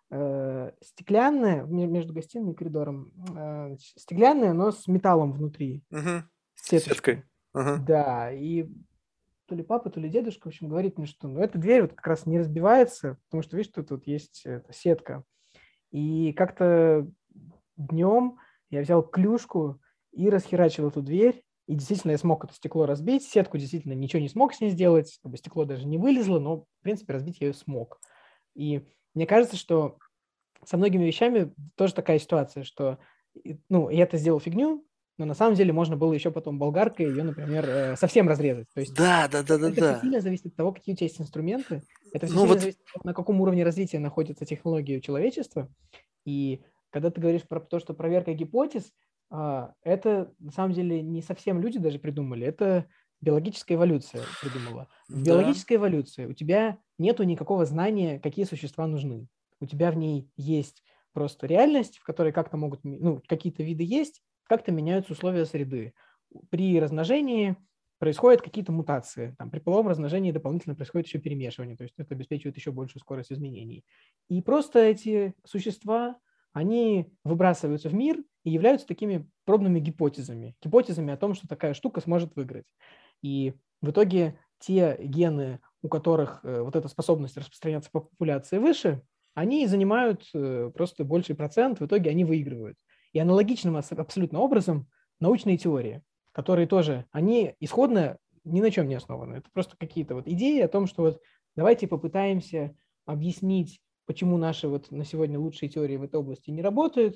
стеклянная, между гостиной и коридором, стеклянная, но с металлом внутри, Угу. с С сеткой. сеточкой. Ага. Да, и то ли папа, то ли дедушка, в общем, говорит мне, что ну, эта дверь вот как раз не разбивается, потому что, видишь, тут есть эта сетка. И как-то днем я взял клюшку и расхерачил эту дверь, и действительно я смог это стекло разбить, сетку действительно ничего не смог с ней сделать, как бы стекло даже не вылезло, но, в принципе, разбить я ее смог. И мне кажется, что со многими вещами тоже такая ситуация, что, ну, я это сделал фигню, но на самом деле можно было еще потом болгаркой ее, например, совсем разрезать. То есть Да, да, да, да, это все да. сильно зависит от того, какие у тебя есть инструменты. Это все Ну сильно вот, зависит от того, на каком уровне развития находятся технологии у человечества. И когда ты говоришь про то, что проверка гипотез, это на самом деле не совсем люди даже придумали, это биологическая эволюция придумала. В да, биологической эволюции у тебя нету никакого знания, какие существа нужны. У тебя в ней есть просто реальность, в которой как-то могут, ну, какие-то виды есть, как-то меняются условия среды. При размножении происходят какие-то мутации. Там, при половом размножении дополнительно происходит еще перемешивание, то есть это обеспечивает еще большую скорость изменений. И просто эти существа, они выбрасываются в мир и являются такими пробными гипотезами о том, что такая штука сможет выиграть. И в итоге те гены, у которых вот эта способность распространяться по популяции выше, они занимают просто больший процент, в итоге они выигрывают. И аналогичным абсолютно образом научные теории, которые тоже, они исходно ни на чем не основаны. Это просто какие-то вот идеи о том, что вот давайте попытаемся объяснить, почему наши вот на сегодня лучшие теории в этой области не работают,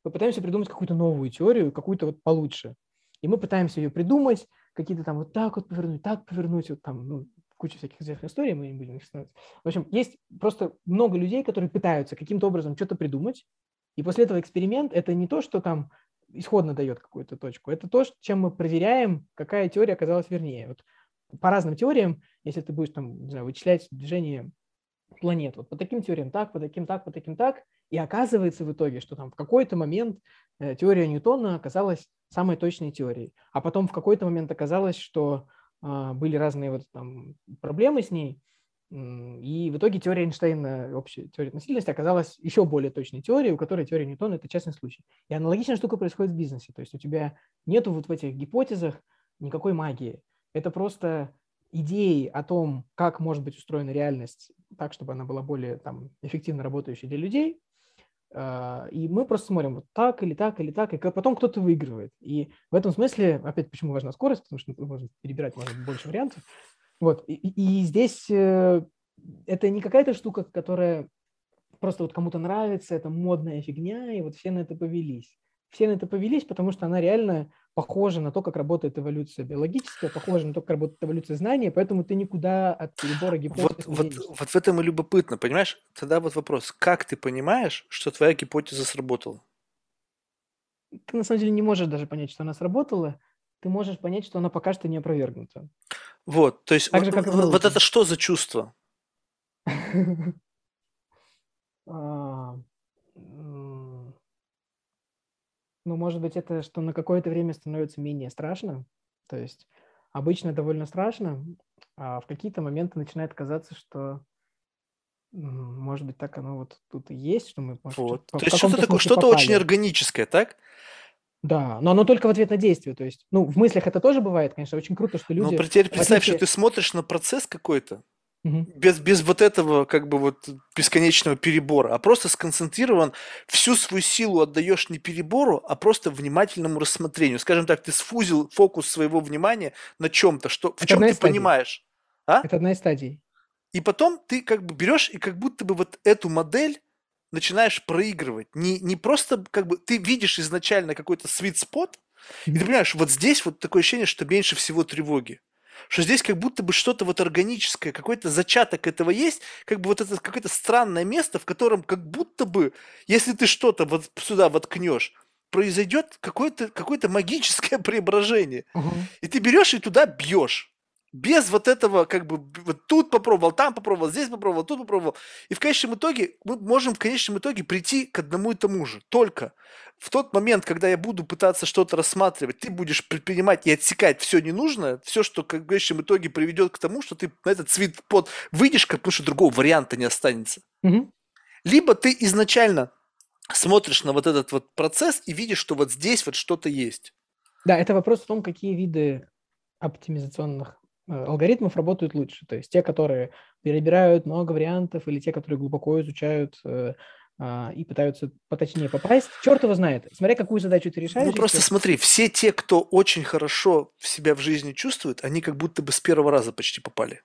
мы пытаемся придумать какую-то новую теорию, какую-то вот получше. И мы пытаемся ее придумать, какие-то там вот так повернуть, вот там, ну, куча всяких известных историй, мы не будем их становиться. В общем, есть просто много людей, которые пытаются каким-то образом что-то придумать, и после этого эксперимент – это не то, что там исходно дает какую-то точку, это то, чем мы проверяем, какая теория оказалась вернее. Вот по разным теориям, если ты будешь там, не знаю, вычислять движение планет, вот по таким теориям так, по таким так, по таким так, и оказывается в итоге, что там в какой-то момент теория Ньютона оказалась самой точной теорией, а потом в какой-то момент оказалось, что были разные вот там проблемы с ней, и в итоге теория Эйнштейна, общая теория относительности, оказалась еще более точной теорией, у которой теория Ньютона – это частный случай. И аналогичная штука происходит в бизнесе. То есть у тебя нету вот в этих гипотезах никакой магии. Это просто идеи о том, как может быть устроена реальность так, чтобы она была более там, эффективно работающей для людей. И мы просто смотрим вот так или так, или так, и потом кто-то выигрывает. И в этом смысле, опять почему важна скорость, потому что можно перебирать, может быть, больше вариантов. Вот. И здесь это не какая-то штука, которая просто вот кому-то нравится, это модная фигня, и вот все на это повелись. Все на это повелись, потому что она реально похожа на то, как работает эволюция биологическая, похожа на то, как работает эволюция знания, поэтому ты никуда от перебора гипотез не денешься. Вот в этом и любопытно, понимаешь? Тогда вот вопрос, как ты понимаешь, что твоя гипотеза сработала? Ты на самом деле не можешь даже понять, что она сработала, ты можешь понять, что она пока что не опровергнута. Вот, то есть Так же, как и в вот науке. это что за чувство? А, Ну, может быть, это что на какое-то время становится менее страшно. То есть обычно довольно страшно, а в какие-то моменты начинает казаться, что, может быть, так оно вот тут и есть, что мы, может, Вот. в То есть что-то каком-то такое, смысле что-то очень попали. органическое, так? Да, но оно только в ответ на действие. То есть, ну, в мыслях это тоже бывает, конечно, очень круто, что Но люди, теперь в представь, что отличие... ты смотришь на процесс какой-то, Мгм. без вот этого как бы вот бесконечного перебора, а просто сконцентрирован, всю свою силу отдаешь не перебору, а просто внимательному рассмотрению. Скажем так, ты сфузил фокус своего внимания на чем-то, что, в Это чем одна ты из стадий. понимаешь. А? Это одна из стадий. И потом ты как бы берешь и как будто бы вот эту модель начинаешь проигрывать. Не просто как бы ты видишь изначально какой-то sweet spot, и ты Мгм. понимаешь, вот здесь вот такое ощущение, что меньше всего тревоги. Что здесь как будто бы что-то вот органическое, какой-то зачаток этого есть, как бы вот это какое-то странное место, в котором как будто бы, если ты что-то вот сюда воткнешь, произойдет какое-то магическое преображение. Ага. И ты берешь и туда бьешь. Без вот этого, как бы, вот тут попробовал, там попробовал, здесь попробовал, тут попробовал. И в конечном итоге, мы можем в конечном итоге прийти к одному и тому же. Только в тот момент, когда я буду пытаться что-то рассматривать, ты будешь предпринимать и отсекать все ненужное, все, что в конечном итоге приведет к тому, что ты на этот sweet spot выйдешь, потому что другого варианта не останется. Мгм. Либо ты изначально смотришь на вот этот вот процесс и видишь, что вот здесь вот что-то есть. Да, это вопрос в том, какие виды оптимизационных алгоритмов работают лучше. То есть те, которые перебирают много вариантов, или те, которые глубоко изучают и пытаются поточнее попасть. Черт его знает. Смотря какую задачу ты Ну, решаешь, просто если... смотри, все те, кто очень хорошо себя в жизни чувствует, они как будто бы с первого раза почти попали.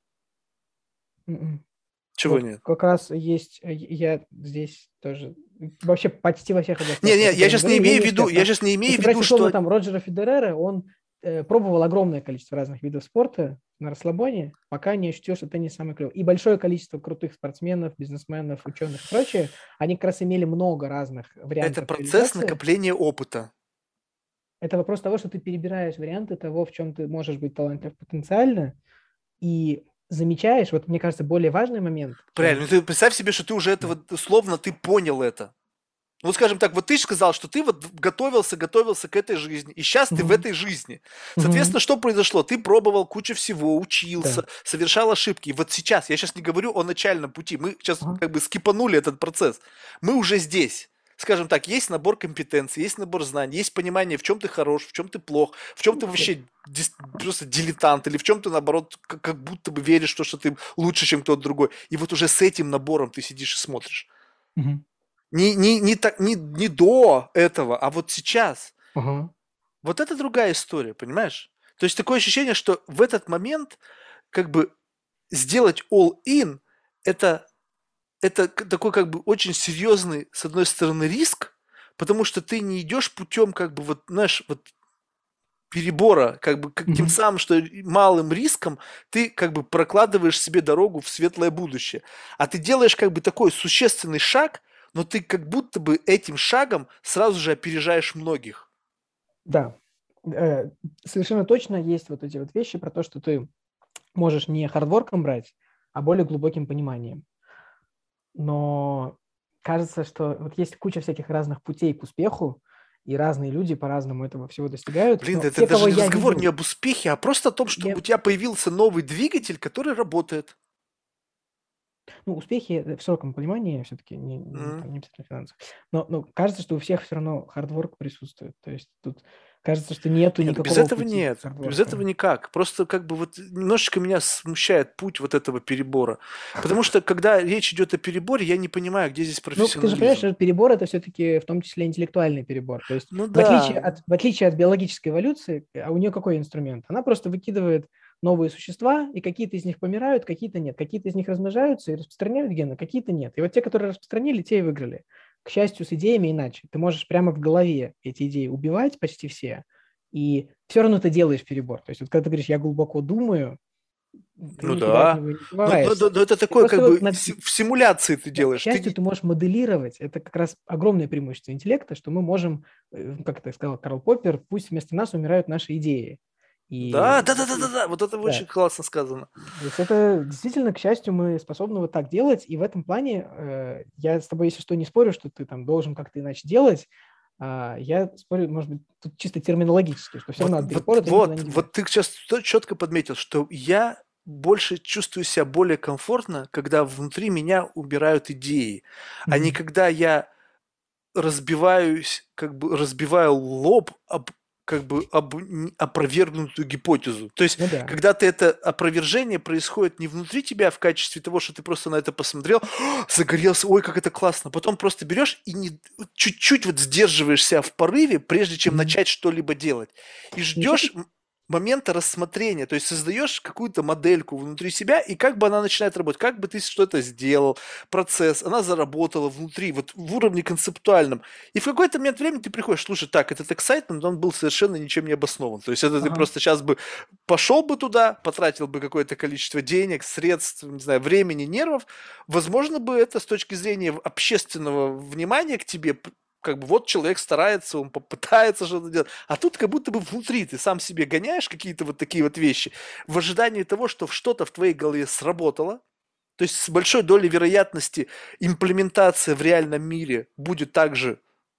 М-м. Чего Вот нет? как раз есть... Я здесь тоже... Вообще почти во всех областях, Не-не, о я которых мы сейчас не говорим, я имею не в виду, эксперт. я Но сейчас не имею в если брать виду, условно что... там Роджера Федерера, он пробовал огромное количество разных видов спорта на расслабоне, пока не ощутил, что теннис самый клевый. И большое количество крутых спортсменов, бизнесменов, ученых и прочее, они как раз имели много разных Это вариантов процесс реализации. накопления опыта. Это вопрос того, что ты перебираешь варианты того, в чем ты можешь быть талантлив потенциально, и замечаешь, вот мне кажется, более важный момент, Правильно. чем... Ну, ты представь себе, что ты уже это Да. вот, условно, ты понял это. Ну, скажем так, вот ты же сказал, что ты вот готовился к этой жизни, и сейчас ты в Мгм. этой жизни. Мгм. Соответственно, что произошло? Ты пробовал кучу всего, учился, Да. совершал ошибки. И вот сейчас, я сейчас не говорю о начальном пути, мы сейчас Ага. как бы скипанули этот процесс. Мы уже здесь. Скажем так, есть набор компетенций, есть набор знаний, есть понимание, в чем ты хорош, в чем ты плох, в чем ты Вот. вообще просто дилетант, или в чем ты, наоборот, как будто бы веришь в то, что ты лучше, чем кто-то другой. И вот уже с этим набором ты сидишь и смотришь. Мгм. Не до этого, а вот сейчас. Ага. Вот это другая история, понимаешь? То есть такое ощущение, что в этот момент как бы сделать all-in это такой как бы очень серьезный, с одной стороны, риск, потому что ты не идешь путем, как бы, вот, знаешь, вот перебора, как бы тем Мгм. самым, что малым риском ты как бы прокладываешь себе дорогу в светлое будущее. А ты делаешь как бы такой существенный шаг, но ты как будто бы этим шагом сразу же опережаешь многих. Да. Э, Совершенно точно есть вот эти вот вещи про то, что ты можешь не хардворком брать, а более глубоким пониманием. Но кажется, что вот есть куча всяких разных путей к успеху, и разные люди по-разному этого всего достигают. Блин, Но да это те, кого даже не я разговор не видел, об успехе, а просто о том, что я, у тебя появился новый двигатель, который работает. ну, успехи в широком понимании все-таки М. там, не обязательно финансовые. Но кажется, что у всех все равно хардворк присутствует. То есть тут кажется, что нету Нет, без никакого этого пути без нет, без этого хардворка. никак. Просто как бы вот немножечко меня смущает путь вот этого перебора. Потому что когда речь идет о переборе, я не понимаю, где здесь Ну, ты же понимаешь, профессионализм. что перебор это все-таки в том числе интеллектуальный перебор. То есть Ну в отличие да, от биологической эволюции, а у нее какой инструмент? Она просто выкидывает новые существа, и какие-то из них помирают, какие-то нет. Какие-то из них размножаются и распространяют гены, какие-то нет. И вот те, которые распространили, те и выиграли. К счастью, с идеями иначе. Ты можешь прямо в голове эти идеи убивать почти все, и все равно ты делаешь перебор. То есть вот когда ты говоришь, я глубоко думаю, ты ну никуда от да. него не Но деваешься. но это Ты такое просто как вот бы в симуляции ты да, к делаешь. Ты счастью, не... ты можешь моделировать. Это как раз огромное преимущество интеллекта, что мы можем, как это сказал Карл Поппер, пусть вместо нас умирают наши идеи. Да, И да, да, да, да, да, вот это очень да, классно сказано. то есть это действительно, к счастью, мы способны вот так делать. И в этом плане я с тобой, если что, не спорю, что ты там должен как-то иначе делать. Я спорю, может быть, тут чисто терминологически, что все Вот, равно от вот, перепора ты никуда вот, не вот денешься. ты сейчас четко подметил, что я больше чувствую себя более комфортно, когда внутри меня убирают идеи, а не Мгм. когда я разбиваюсь, как бы разбиваю лоб об как бы об опровергнутую гипотезу. То есть, Ну да. когда ты это опровержение происходит не внутри тебя в качестве того, что ты просто на это посмотрел, загорелся, ой, как это классно. Потом просто берешь и чуть-чуть вот сдерживаешь себя в порыве, прежде чем Мгм. начать что-либо делать. И Еще ждешь момента рассмотрения, то есть создаешь какую-то модельку внутри себя, и как бы она начинает работать, как бы ты что-то сделал, процесс, она заработала внутри, вот в уровне концептуальном. И в какой-то момент времени ты приходишь, слушай, так, этот excitement, он был совершенно ничем не обоснован. То есть это ты ага. просто сейчас бы пошел бы туда, потратил бы какое-то количество денег, средств, не знаю, времени, нервов. Возможно бы это с точки зрения общественного внимания к тебе как бы вот человек старается, он попытается что-то делать, а тут как будто бы внутри ты сам себе гоняешь какие-то вот такие вот вещи в ожидании того, что что-то в твоей голове сработало, то есть с большой долей вероятности имплементация в реальном мире будет также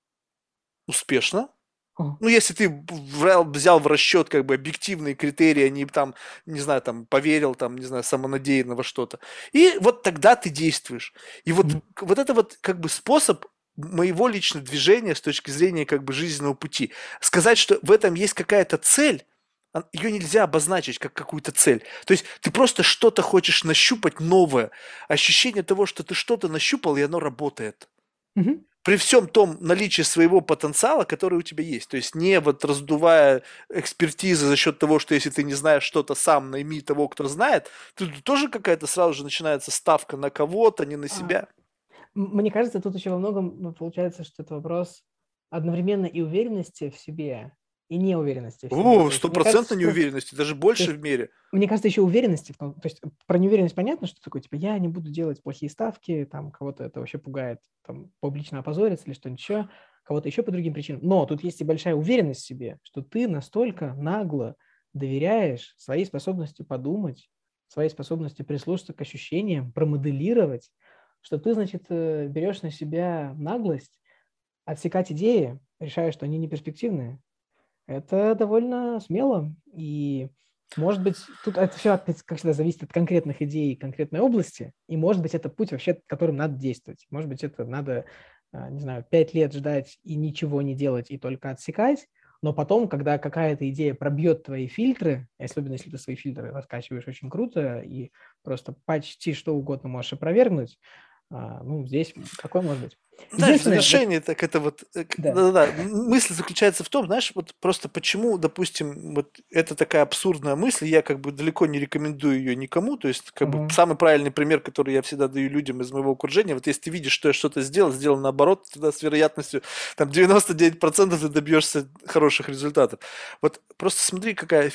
успешна. Ага. Ну, если ты взял в расчет как бы объективные критерии, а не там, не знаю, там поверил, там, не знаю, самонадеянно во что-то. И вот тогда ты действуешь. И вот, Мгм. вот это вот как бы способ моего личного движения с точки зрения как бы жизненного пути. Сказать, что в этом есть какая-то цель, ее нельзя обозначить как какую-то цель. То есть ты просто что-то хочешь нащупать новое. Ощущение того, что ты что-то нащупал, и оно работает. Мгм. При всем том наличии своего потенциала, который у тебя есть. То есть не вот раздувая экспертизы за счет того, что если ты не знаешь что-то сам, найми того, кто знает, тут тоже какая-то сразу же начинается ставка на кого-то, не на А, себя. Мне кажется, тут еще во многом получается, что это вопрос одновременно и уверенности в себе, и неуверенности в себе. О, То есть мне кажется, стопроцентной что неуверенности, даже то больше есть в мире. мне кажется, еще уверенности в том, то есть про неуверенность понятно, что такое, типа, я не буду делать плохие ставки, там, кого-то это вообще пугает, там, публично опозориться или что-нибудь еще, кого-то еще по другим причинам. Но тут есть и большая уверенность в себе, что ты настолько нагло доверяешь своей способности подумать, своей способности прислушаться к ощущениям, промоделировать, что ты, значит, берешь на себя наглость отсекать идеи, решая, что они не перспективные. Это довольно смело. И, может быть, тут это все, как всегда, зависит от конкретных идей конкретной области. И, может быть, это путь вообще, которым надо действовать. Может быть, это надо, не знаю, 5 лет ждать и ничего не делать, и только отсекать. Но потом, когда какая-то идея пробьет твои фильтры, особенно если ты свои фильтры раскачиваешь очень круто и просто почти что угодно можешь опровергнуть, Ну, здесь такое может быть. Знаешь, в Единственное, вот, завершение, так это вот, да. да-да-да, мысль заключается в том, знаешь, вот просто почему, допустим, вот это такая абсурдная мысль, я как бы далеко не рекомендую ее никому, то есть как бы Мгм. самый правильный пример, который я всегда даю людям из моего окружения, вот если ты видишь, что я что-то сделал наоборот, тогда с вероятностью там 99% ты добьешься хороших результатов. Вот просто смотри, какая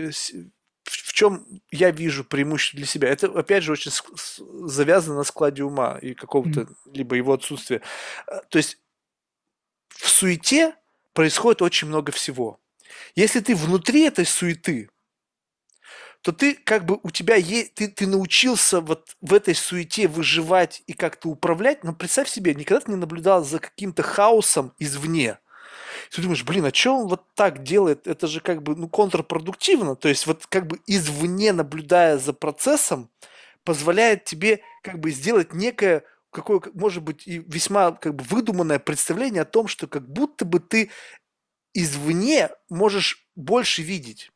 в чем я вижу преимущество для себя. Это, опять же, очень завязано на складе ума и какого-то, Мгм. либо его отсутствия. То есть в суете происходит очень много всего. Если ты внутри этой суеты, то ты как бы у тебя есть, ты научился вот в этой суете выживать и как-то управлять, но представь себе, никогда ты не наблюдал за каким-то хаосом извне. Ты думаешь, блин, а что он вот так делает? Это же как бы, ну, контрпродуктивно. То есть вот как бы извне, наблюдая за процессом, позволяет тебе как бы сделать некое, какое, может быть, и весьма как бы выдуманное представление о том, что как будто бы ты извне можешь больше видеть.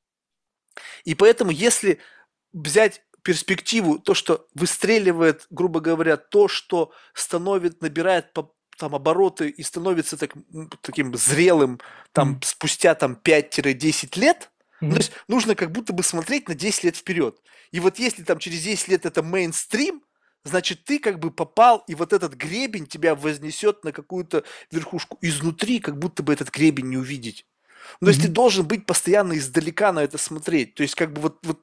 И поэтому, если взять перспективу, то, что выстреливает, грубо говоря, то, что набирает там обороты и становится таким зрелым там Мгм. спустя там 5-10 лет, ну, то Мгм. есть нужно как будто бы смотреть на 10 лет вперед. И вот если там через 10 лет это мейнстрим, значит ты как бы попал, и вот этот гребень тебя вознесет на какую-то верхушку. Изнутри как будто бы этот гребень не увидеть. Но если ты Мгм. должен быть постоянно издалека на это смотреть, то есть как бы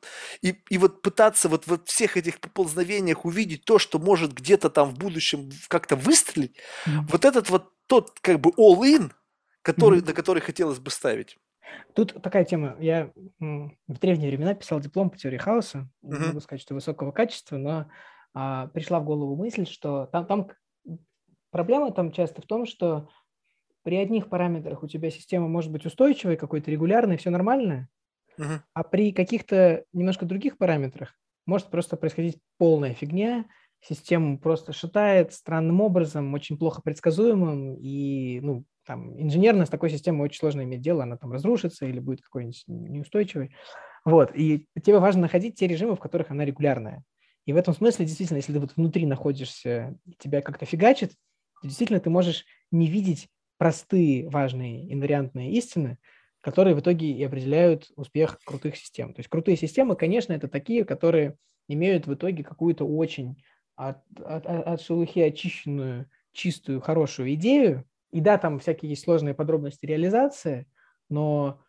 и вот пытаться вот в всех этих поползновениях увидеть то, что может где-то там в будущем как-то выстрелить, Мгм. вот этот вот тот как бы all-in, Мгм. на который хотелось бы ставить. Тут такая тема. Я в древние времена писал диплом по теории хаоса. Не Мгм. могу сказать, что высокого качества, но пришла в голову мысль, что там проблема там часто в том, что при одних параметрах у тебя система может быть устойчивой, какой-то регулярной, все нормально, Мгм. а при каких-то немножко других параметрах может просто происходить полная фигня, систему просто шатает странным образом, очень плохо предсказуемым, и ну, там, инженерно с такой системой очень сложно иметь дело, она там разрушится или будет какой-нибудь неустойчивой. Вот, и тебе важно находить те режимы, в которых она регулярная. И в этом смысле, действительно, если ты вот внутри находишься, и тебя как-то фигачит, то действительно ты можешь не видеть простые, важные, инвариантные истины, которые в итоге и определяют успех крутых систем. То есть крутые системы, конечно, это такие, которые имеют в итоге какую-то очень от шелухи очищенную, чистую, хорошую идею. И да, там всякие есть сложные подробности реализации, но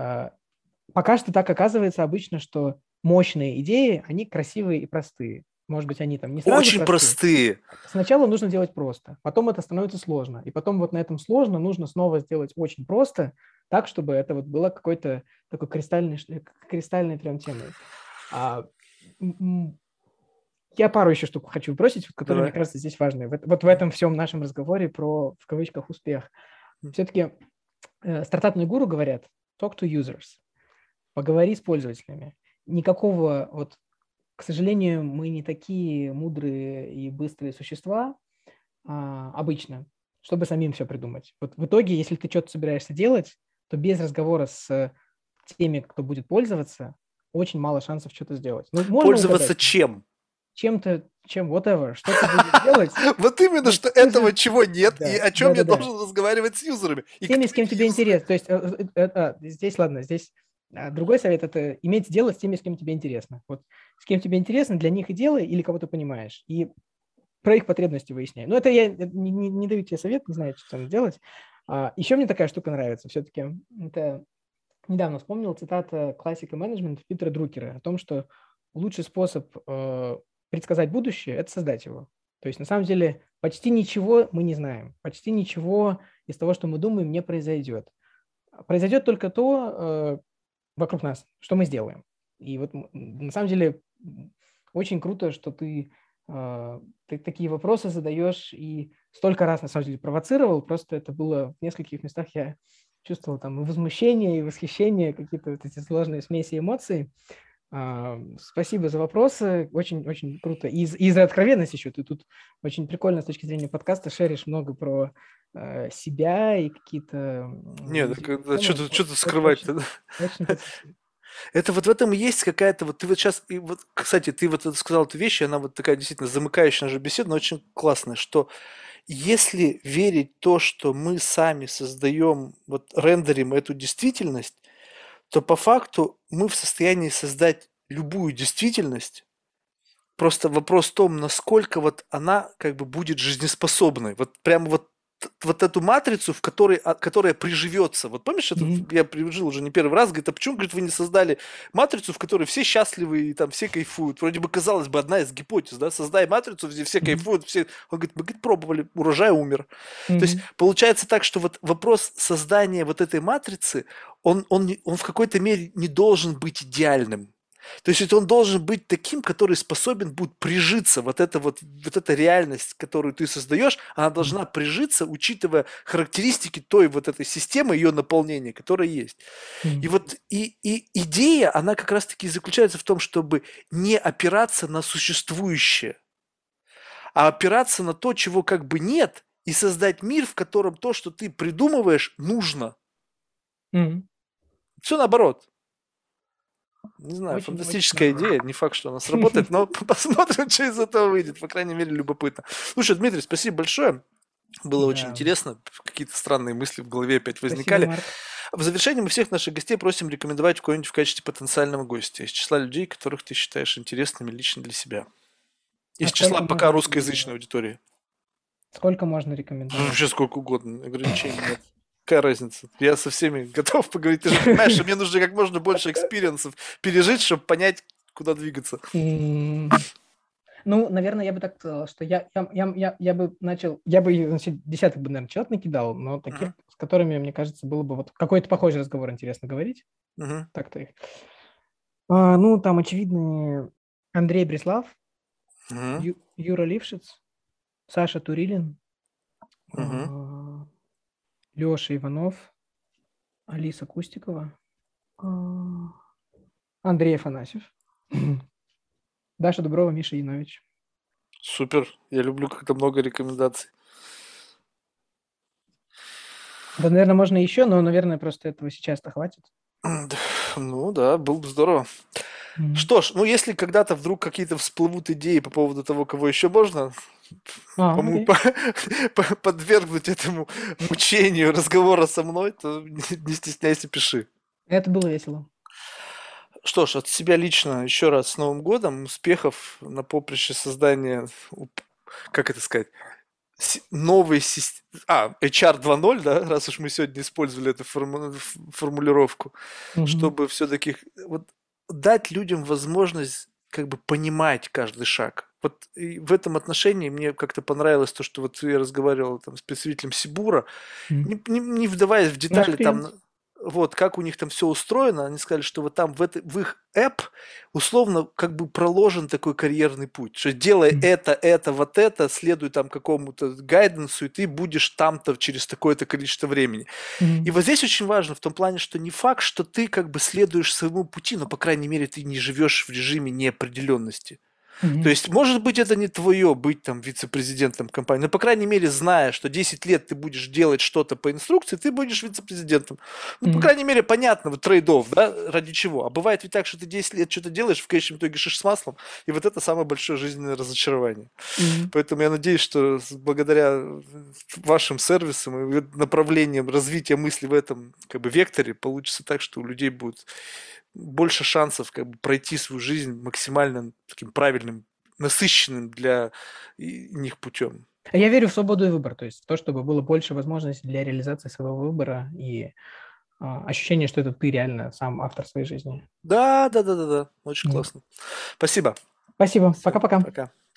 пока что так оказывается обычно, что мощные идеи, они красивые и простые. Может быть, они там не сразу Очень простые. простые. Сначала нужно делать просто, потом это становится сложно. И потом вот на этом сложно нужно снова сделать очень просто, так, чтобы это вот было какой-то такой кристальной прям темой. А, я пару еще штук хочу бросить, вот, которые, мне Давай. кажется, здесь важны. Вот в этом всем нашем разговоре про, в кавычках, успех. Все-таки стартапные гуру говорят talk to users, поговори с пользователями. Никакого вот, к сожалению, мы не такие мудрые и быстрые существа обычно, чтобы самим все придумать. Вот в итоге, если ты что-то собираешься делать, то без разговора с теми, кто будет пользоваться, очень мало шансов что-то сделать. Ну, можно Пользоваться угадать чем? чем-то, чем whatever, что ты будешь делать, Вот именно, но что ты этого же, чего нет, и да, о чем да, я да, да, должен разговаривать с юзерами. с И теми, кто с кем эти тебе юзеры? интересно. То есть здесь, ладно, здесь другой совет – это иметь дело с теми, с кем тебе интересно. Вот с кем тебе интересно, для них и делай, или кого ты понимаешь. И про их потребности выясняй. Но это я не даю тебе совет, не знаю, что там делать. Еще мне такая штука нравится. Все-таки это недавно вспомнил цитата классика менеджмента Питера Друкера о том, что лучший способ предсказать будущее – это создать его. То есть на самом деле почти ничего мы не знаем. Почти ничего из того, что мы думаем, не произойдет. Произойдет только то вокруг нас, что мы сделаем. И вот на самом деле очень круто, что ты такие вопросы задаешь и столько раз на самом деле провоцировал. Просто это было в нескольких местах я чувствовал там и возмущение, и восхищение, какие-то вот эти сложные смеси эмоций. Спасибо за вопросы, очень круто. И за откровенность еще. Ты тут очень прикольно с точки зрения подкаста шеришь много про себя и какие-то Нет, уязвимые так темы. что-то Очень, скрывать-то. очень это ценно. Это вот в этом и есть какая-то вот ты вот сейчас и вот, кстати, ты вот это сказал эту вещь, и она вот такая действительно замыкающая наша беседа, но очень классная, что если верить то, что мы сами создаем, вот рендерим эту действительность, то по факту мы в состоянии создать любую действительность. Просто вопрос в том, насколько вот она как бы будет жизнеспособной. Вот прямо вот вот эту матрицу, в которой, которая приживется. Вот помнишь, это Мгм. я привожу уже не первый раз, говорит, а почему, говорит, вы не создали матрицу, в которой все счастливы и там все кайфуют? Вроде бы, казалось бы, одна из гипотез, да, создай матрицу, где все Мгм. кайфуют, все... Он говорит, мы, говорит, пробовали, урожай умер. То есть Мгм. получается так, что вот вопрос создания вот этой матрицы, он в какой-то мере не должен быть идеальным. То есть это он должен быть таким, который способен будет прижиться. Вот эта реальность, которую ты создаешь, она Мгм. должна прижиться, учитывая характеристики той вот этой системы, ее наполнения, которая есть. И Мгм. вот и идея, она как раз-таки заключается в том, чтобы не опираться на существующее, а опираться на то, чего как бы нет, и создать мир, в котором то, что ты придумываешь, нужно. Мгм. Все наоборот. Не знаю, Очень-очень фантастическая здорово. идея. Не факт, что она сработает, но посмотрим, что из этого выйдет. По крайней мере, любопытно. Слушай, Дмитрий, спасибо большое. Было очень Да. интересно. Какие-то странные мысли в голове опять Спасибо, возникали. Марк. В завершение мы всех наших гостей просим рекомендовать кого-нибудь в качестве потенциального гостя из числа людей, которых ты считаешь интересными лично для себя. А Из числа сколько пока можно русскоязычной рекомендовать? аудитории. Сколько можно рекомендовать? Вообще сколько угодно, ограничений нет. Какая разница? Я со всеми готов поговорить. Ты же понимаешь, что мне нужно как можно больше экспириенсов пережить, чтобы понять, куда двигаться. М, Ну, наверное, я бы так сказал, что я бы начал, я бы, значит, десяток бы, наверное, человек накидал, но таких, Мгм. с которыми, мне кажется, было бы вот какой-то похожий разговор интересно говорить. Мгм. Так-то их. Ну, там очевидные Андрей Бреслав, Мгм. Юра Лившиц, Саша Турилин, Мгм. Леша Иванов, Алиса Кустикова, а, Андрей Афанасьев, Даша Дуброва, Миша Янович. Супер. Я люблю, когда много рекомендаций. Да, наверное, можно еще, но, наверное, просто этого сейчас-то хватит. Ну да, было бы здорово. Мгм. Что ж, ну если когда-то вдруг какие-то всплывут идеи по поводу того, кого еще можно Окей. подвергнуть этому мучению разговора со мной, то не стесняйся, пиши. Это было весело. Что ж, от себя лично еще раз с Новым годом, успехов на поприще создания, как это сказать, новой системы, HR 2.0, да, раз уж мы сегодня использовали эту формулировку, Мгм. чтобы все-таки вот дать людям возможность как бы понимать каждый шаг. Вот и в этом отношении мне как-то понравилось то, что вот я разговаривал там с представителем Сибура, Мгм. не вдаваясь в Наш детали клиент. там, вот как у них там все устроено, они сказали, что вот там в их app условно как бы проложен такой карьерный путь, что делай Мгм. вот это, следуй там какому-то гайденсу, и ты будешь там-то через такое-то количество времени. И Мгм. вот здесь очень важно в том плане, что не факт, что ты как бы следуешь своему пути, но, по крайней мере, ты не живешь в режиме неопределенности. То Мгм. есть, может быть, это не твое быть там вице-президентом компании, но, по крайней мере, зная, что 10 лет ты будешь делать что-то по инструкции, ты будешь вице-президентом. Ну, по Мгм. крайней мере, понятно, вот трейд-офф, да, ради чего. А бывает ведь так, что ты 10 лет что-то делаешь, в конечном итоге шиш с маслом, и вот это самое большое жизненное разочарование. Мгм. Поэтому я надеюсь, что благодаря вашим сервисам и направлениям развития мысли в этом как бы векторе получится так, что у людей будет больше шансов как бы пройти свою жизнь максимально таким правильным, насыщенным для них путем. Я верю в свободу и выбор, то есть в то, чтобы было больше возможностей для реализации своего выбора и ощущение, что это ты реально сам автор своей жизни. Да, да, да, да, да, очень Мгм. классно. Спасибо. Спасибо. Все, Пока-пока. пока.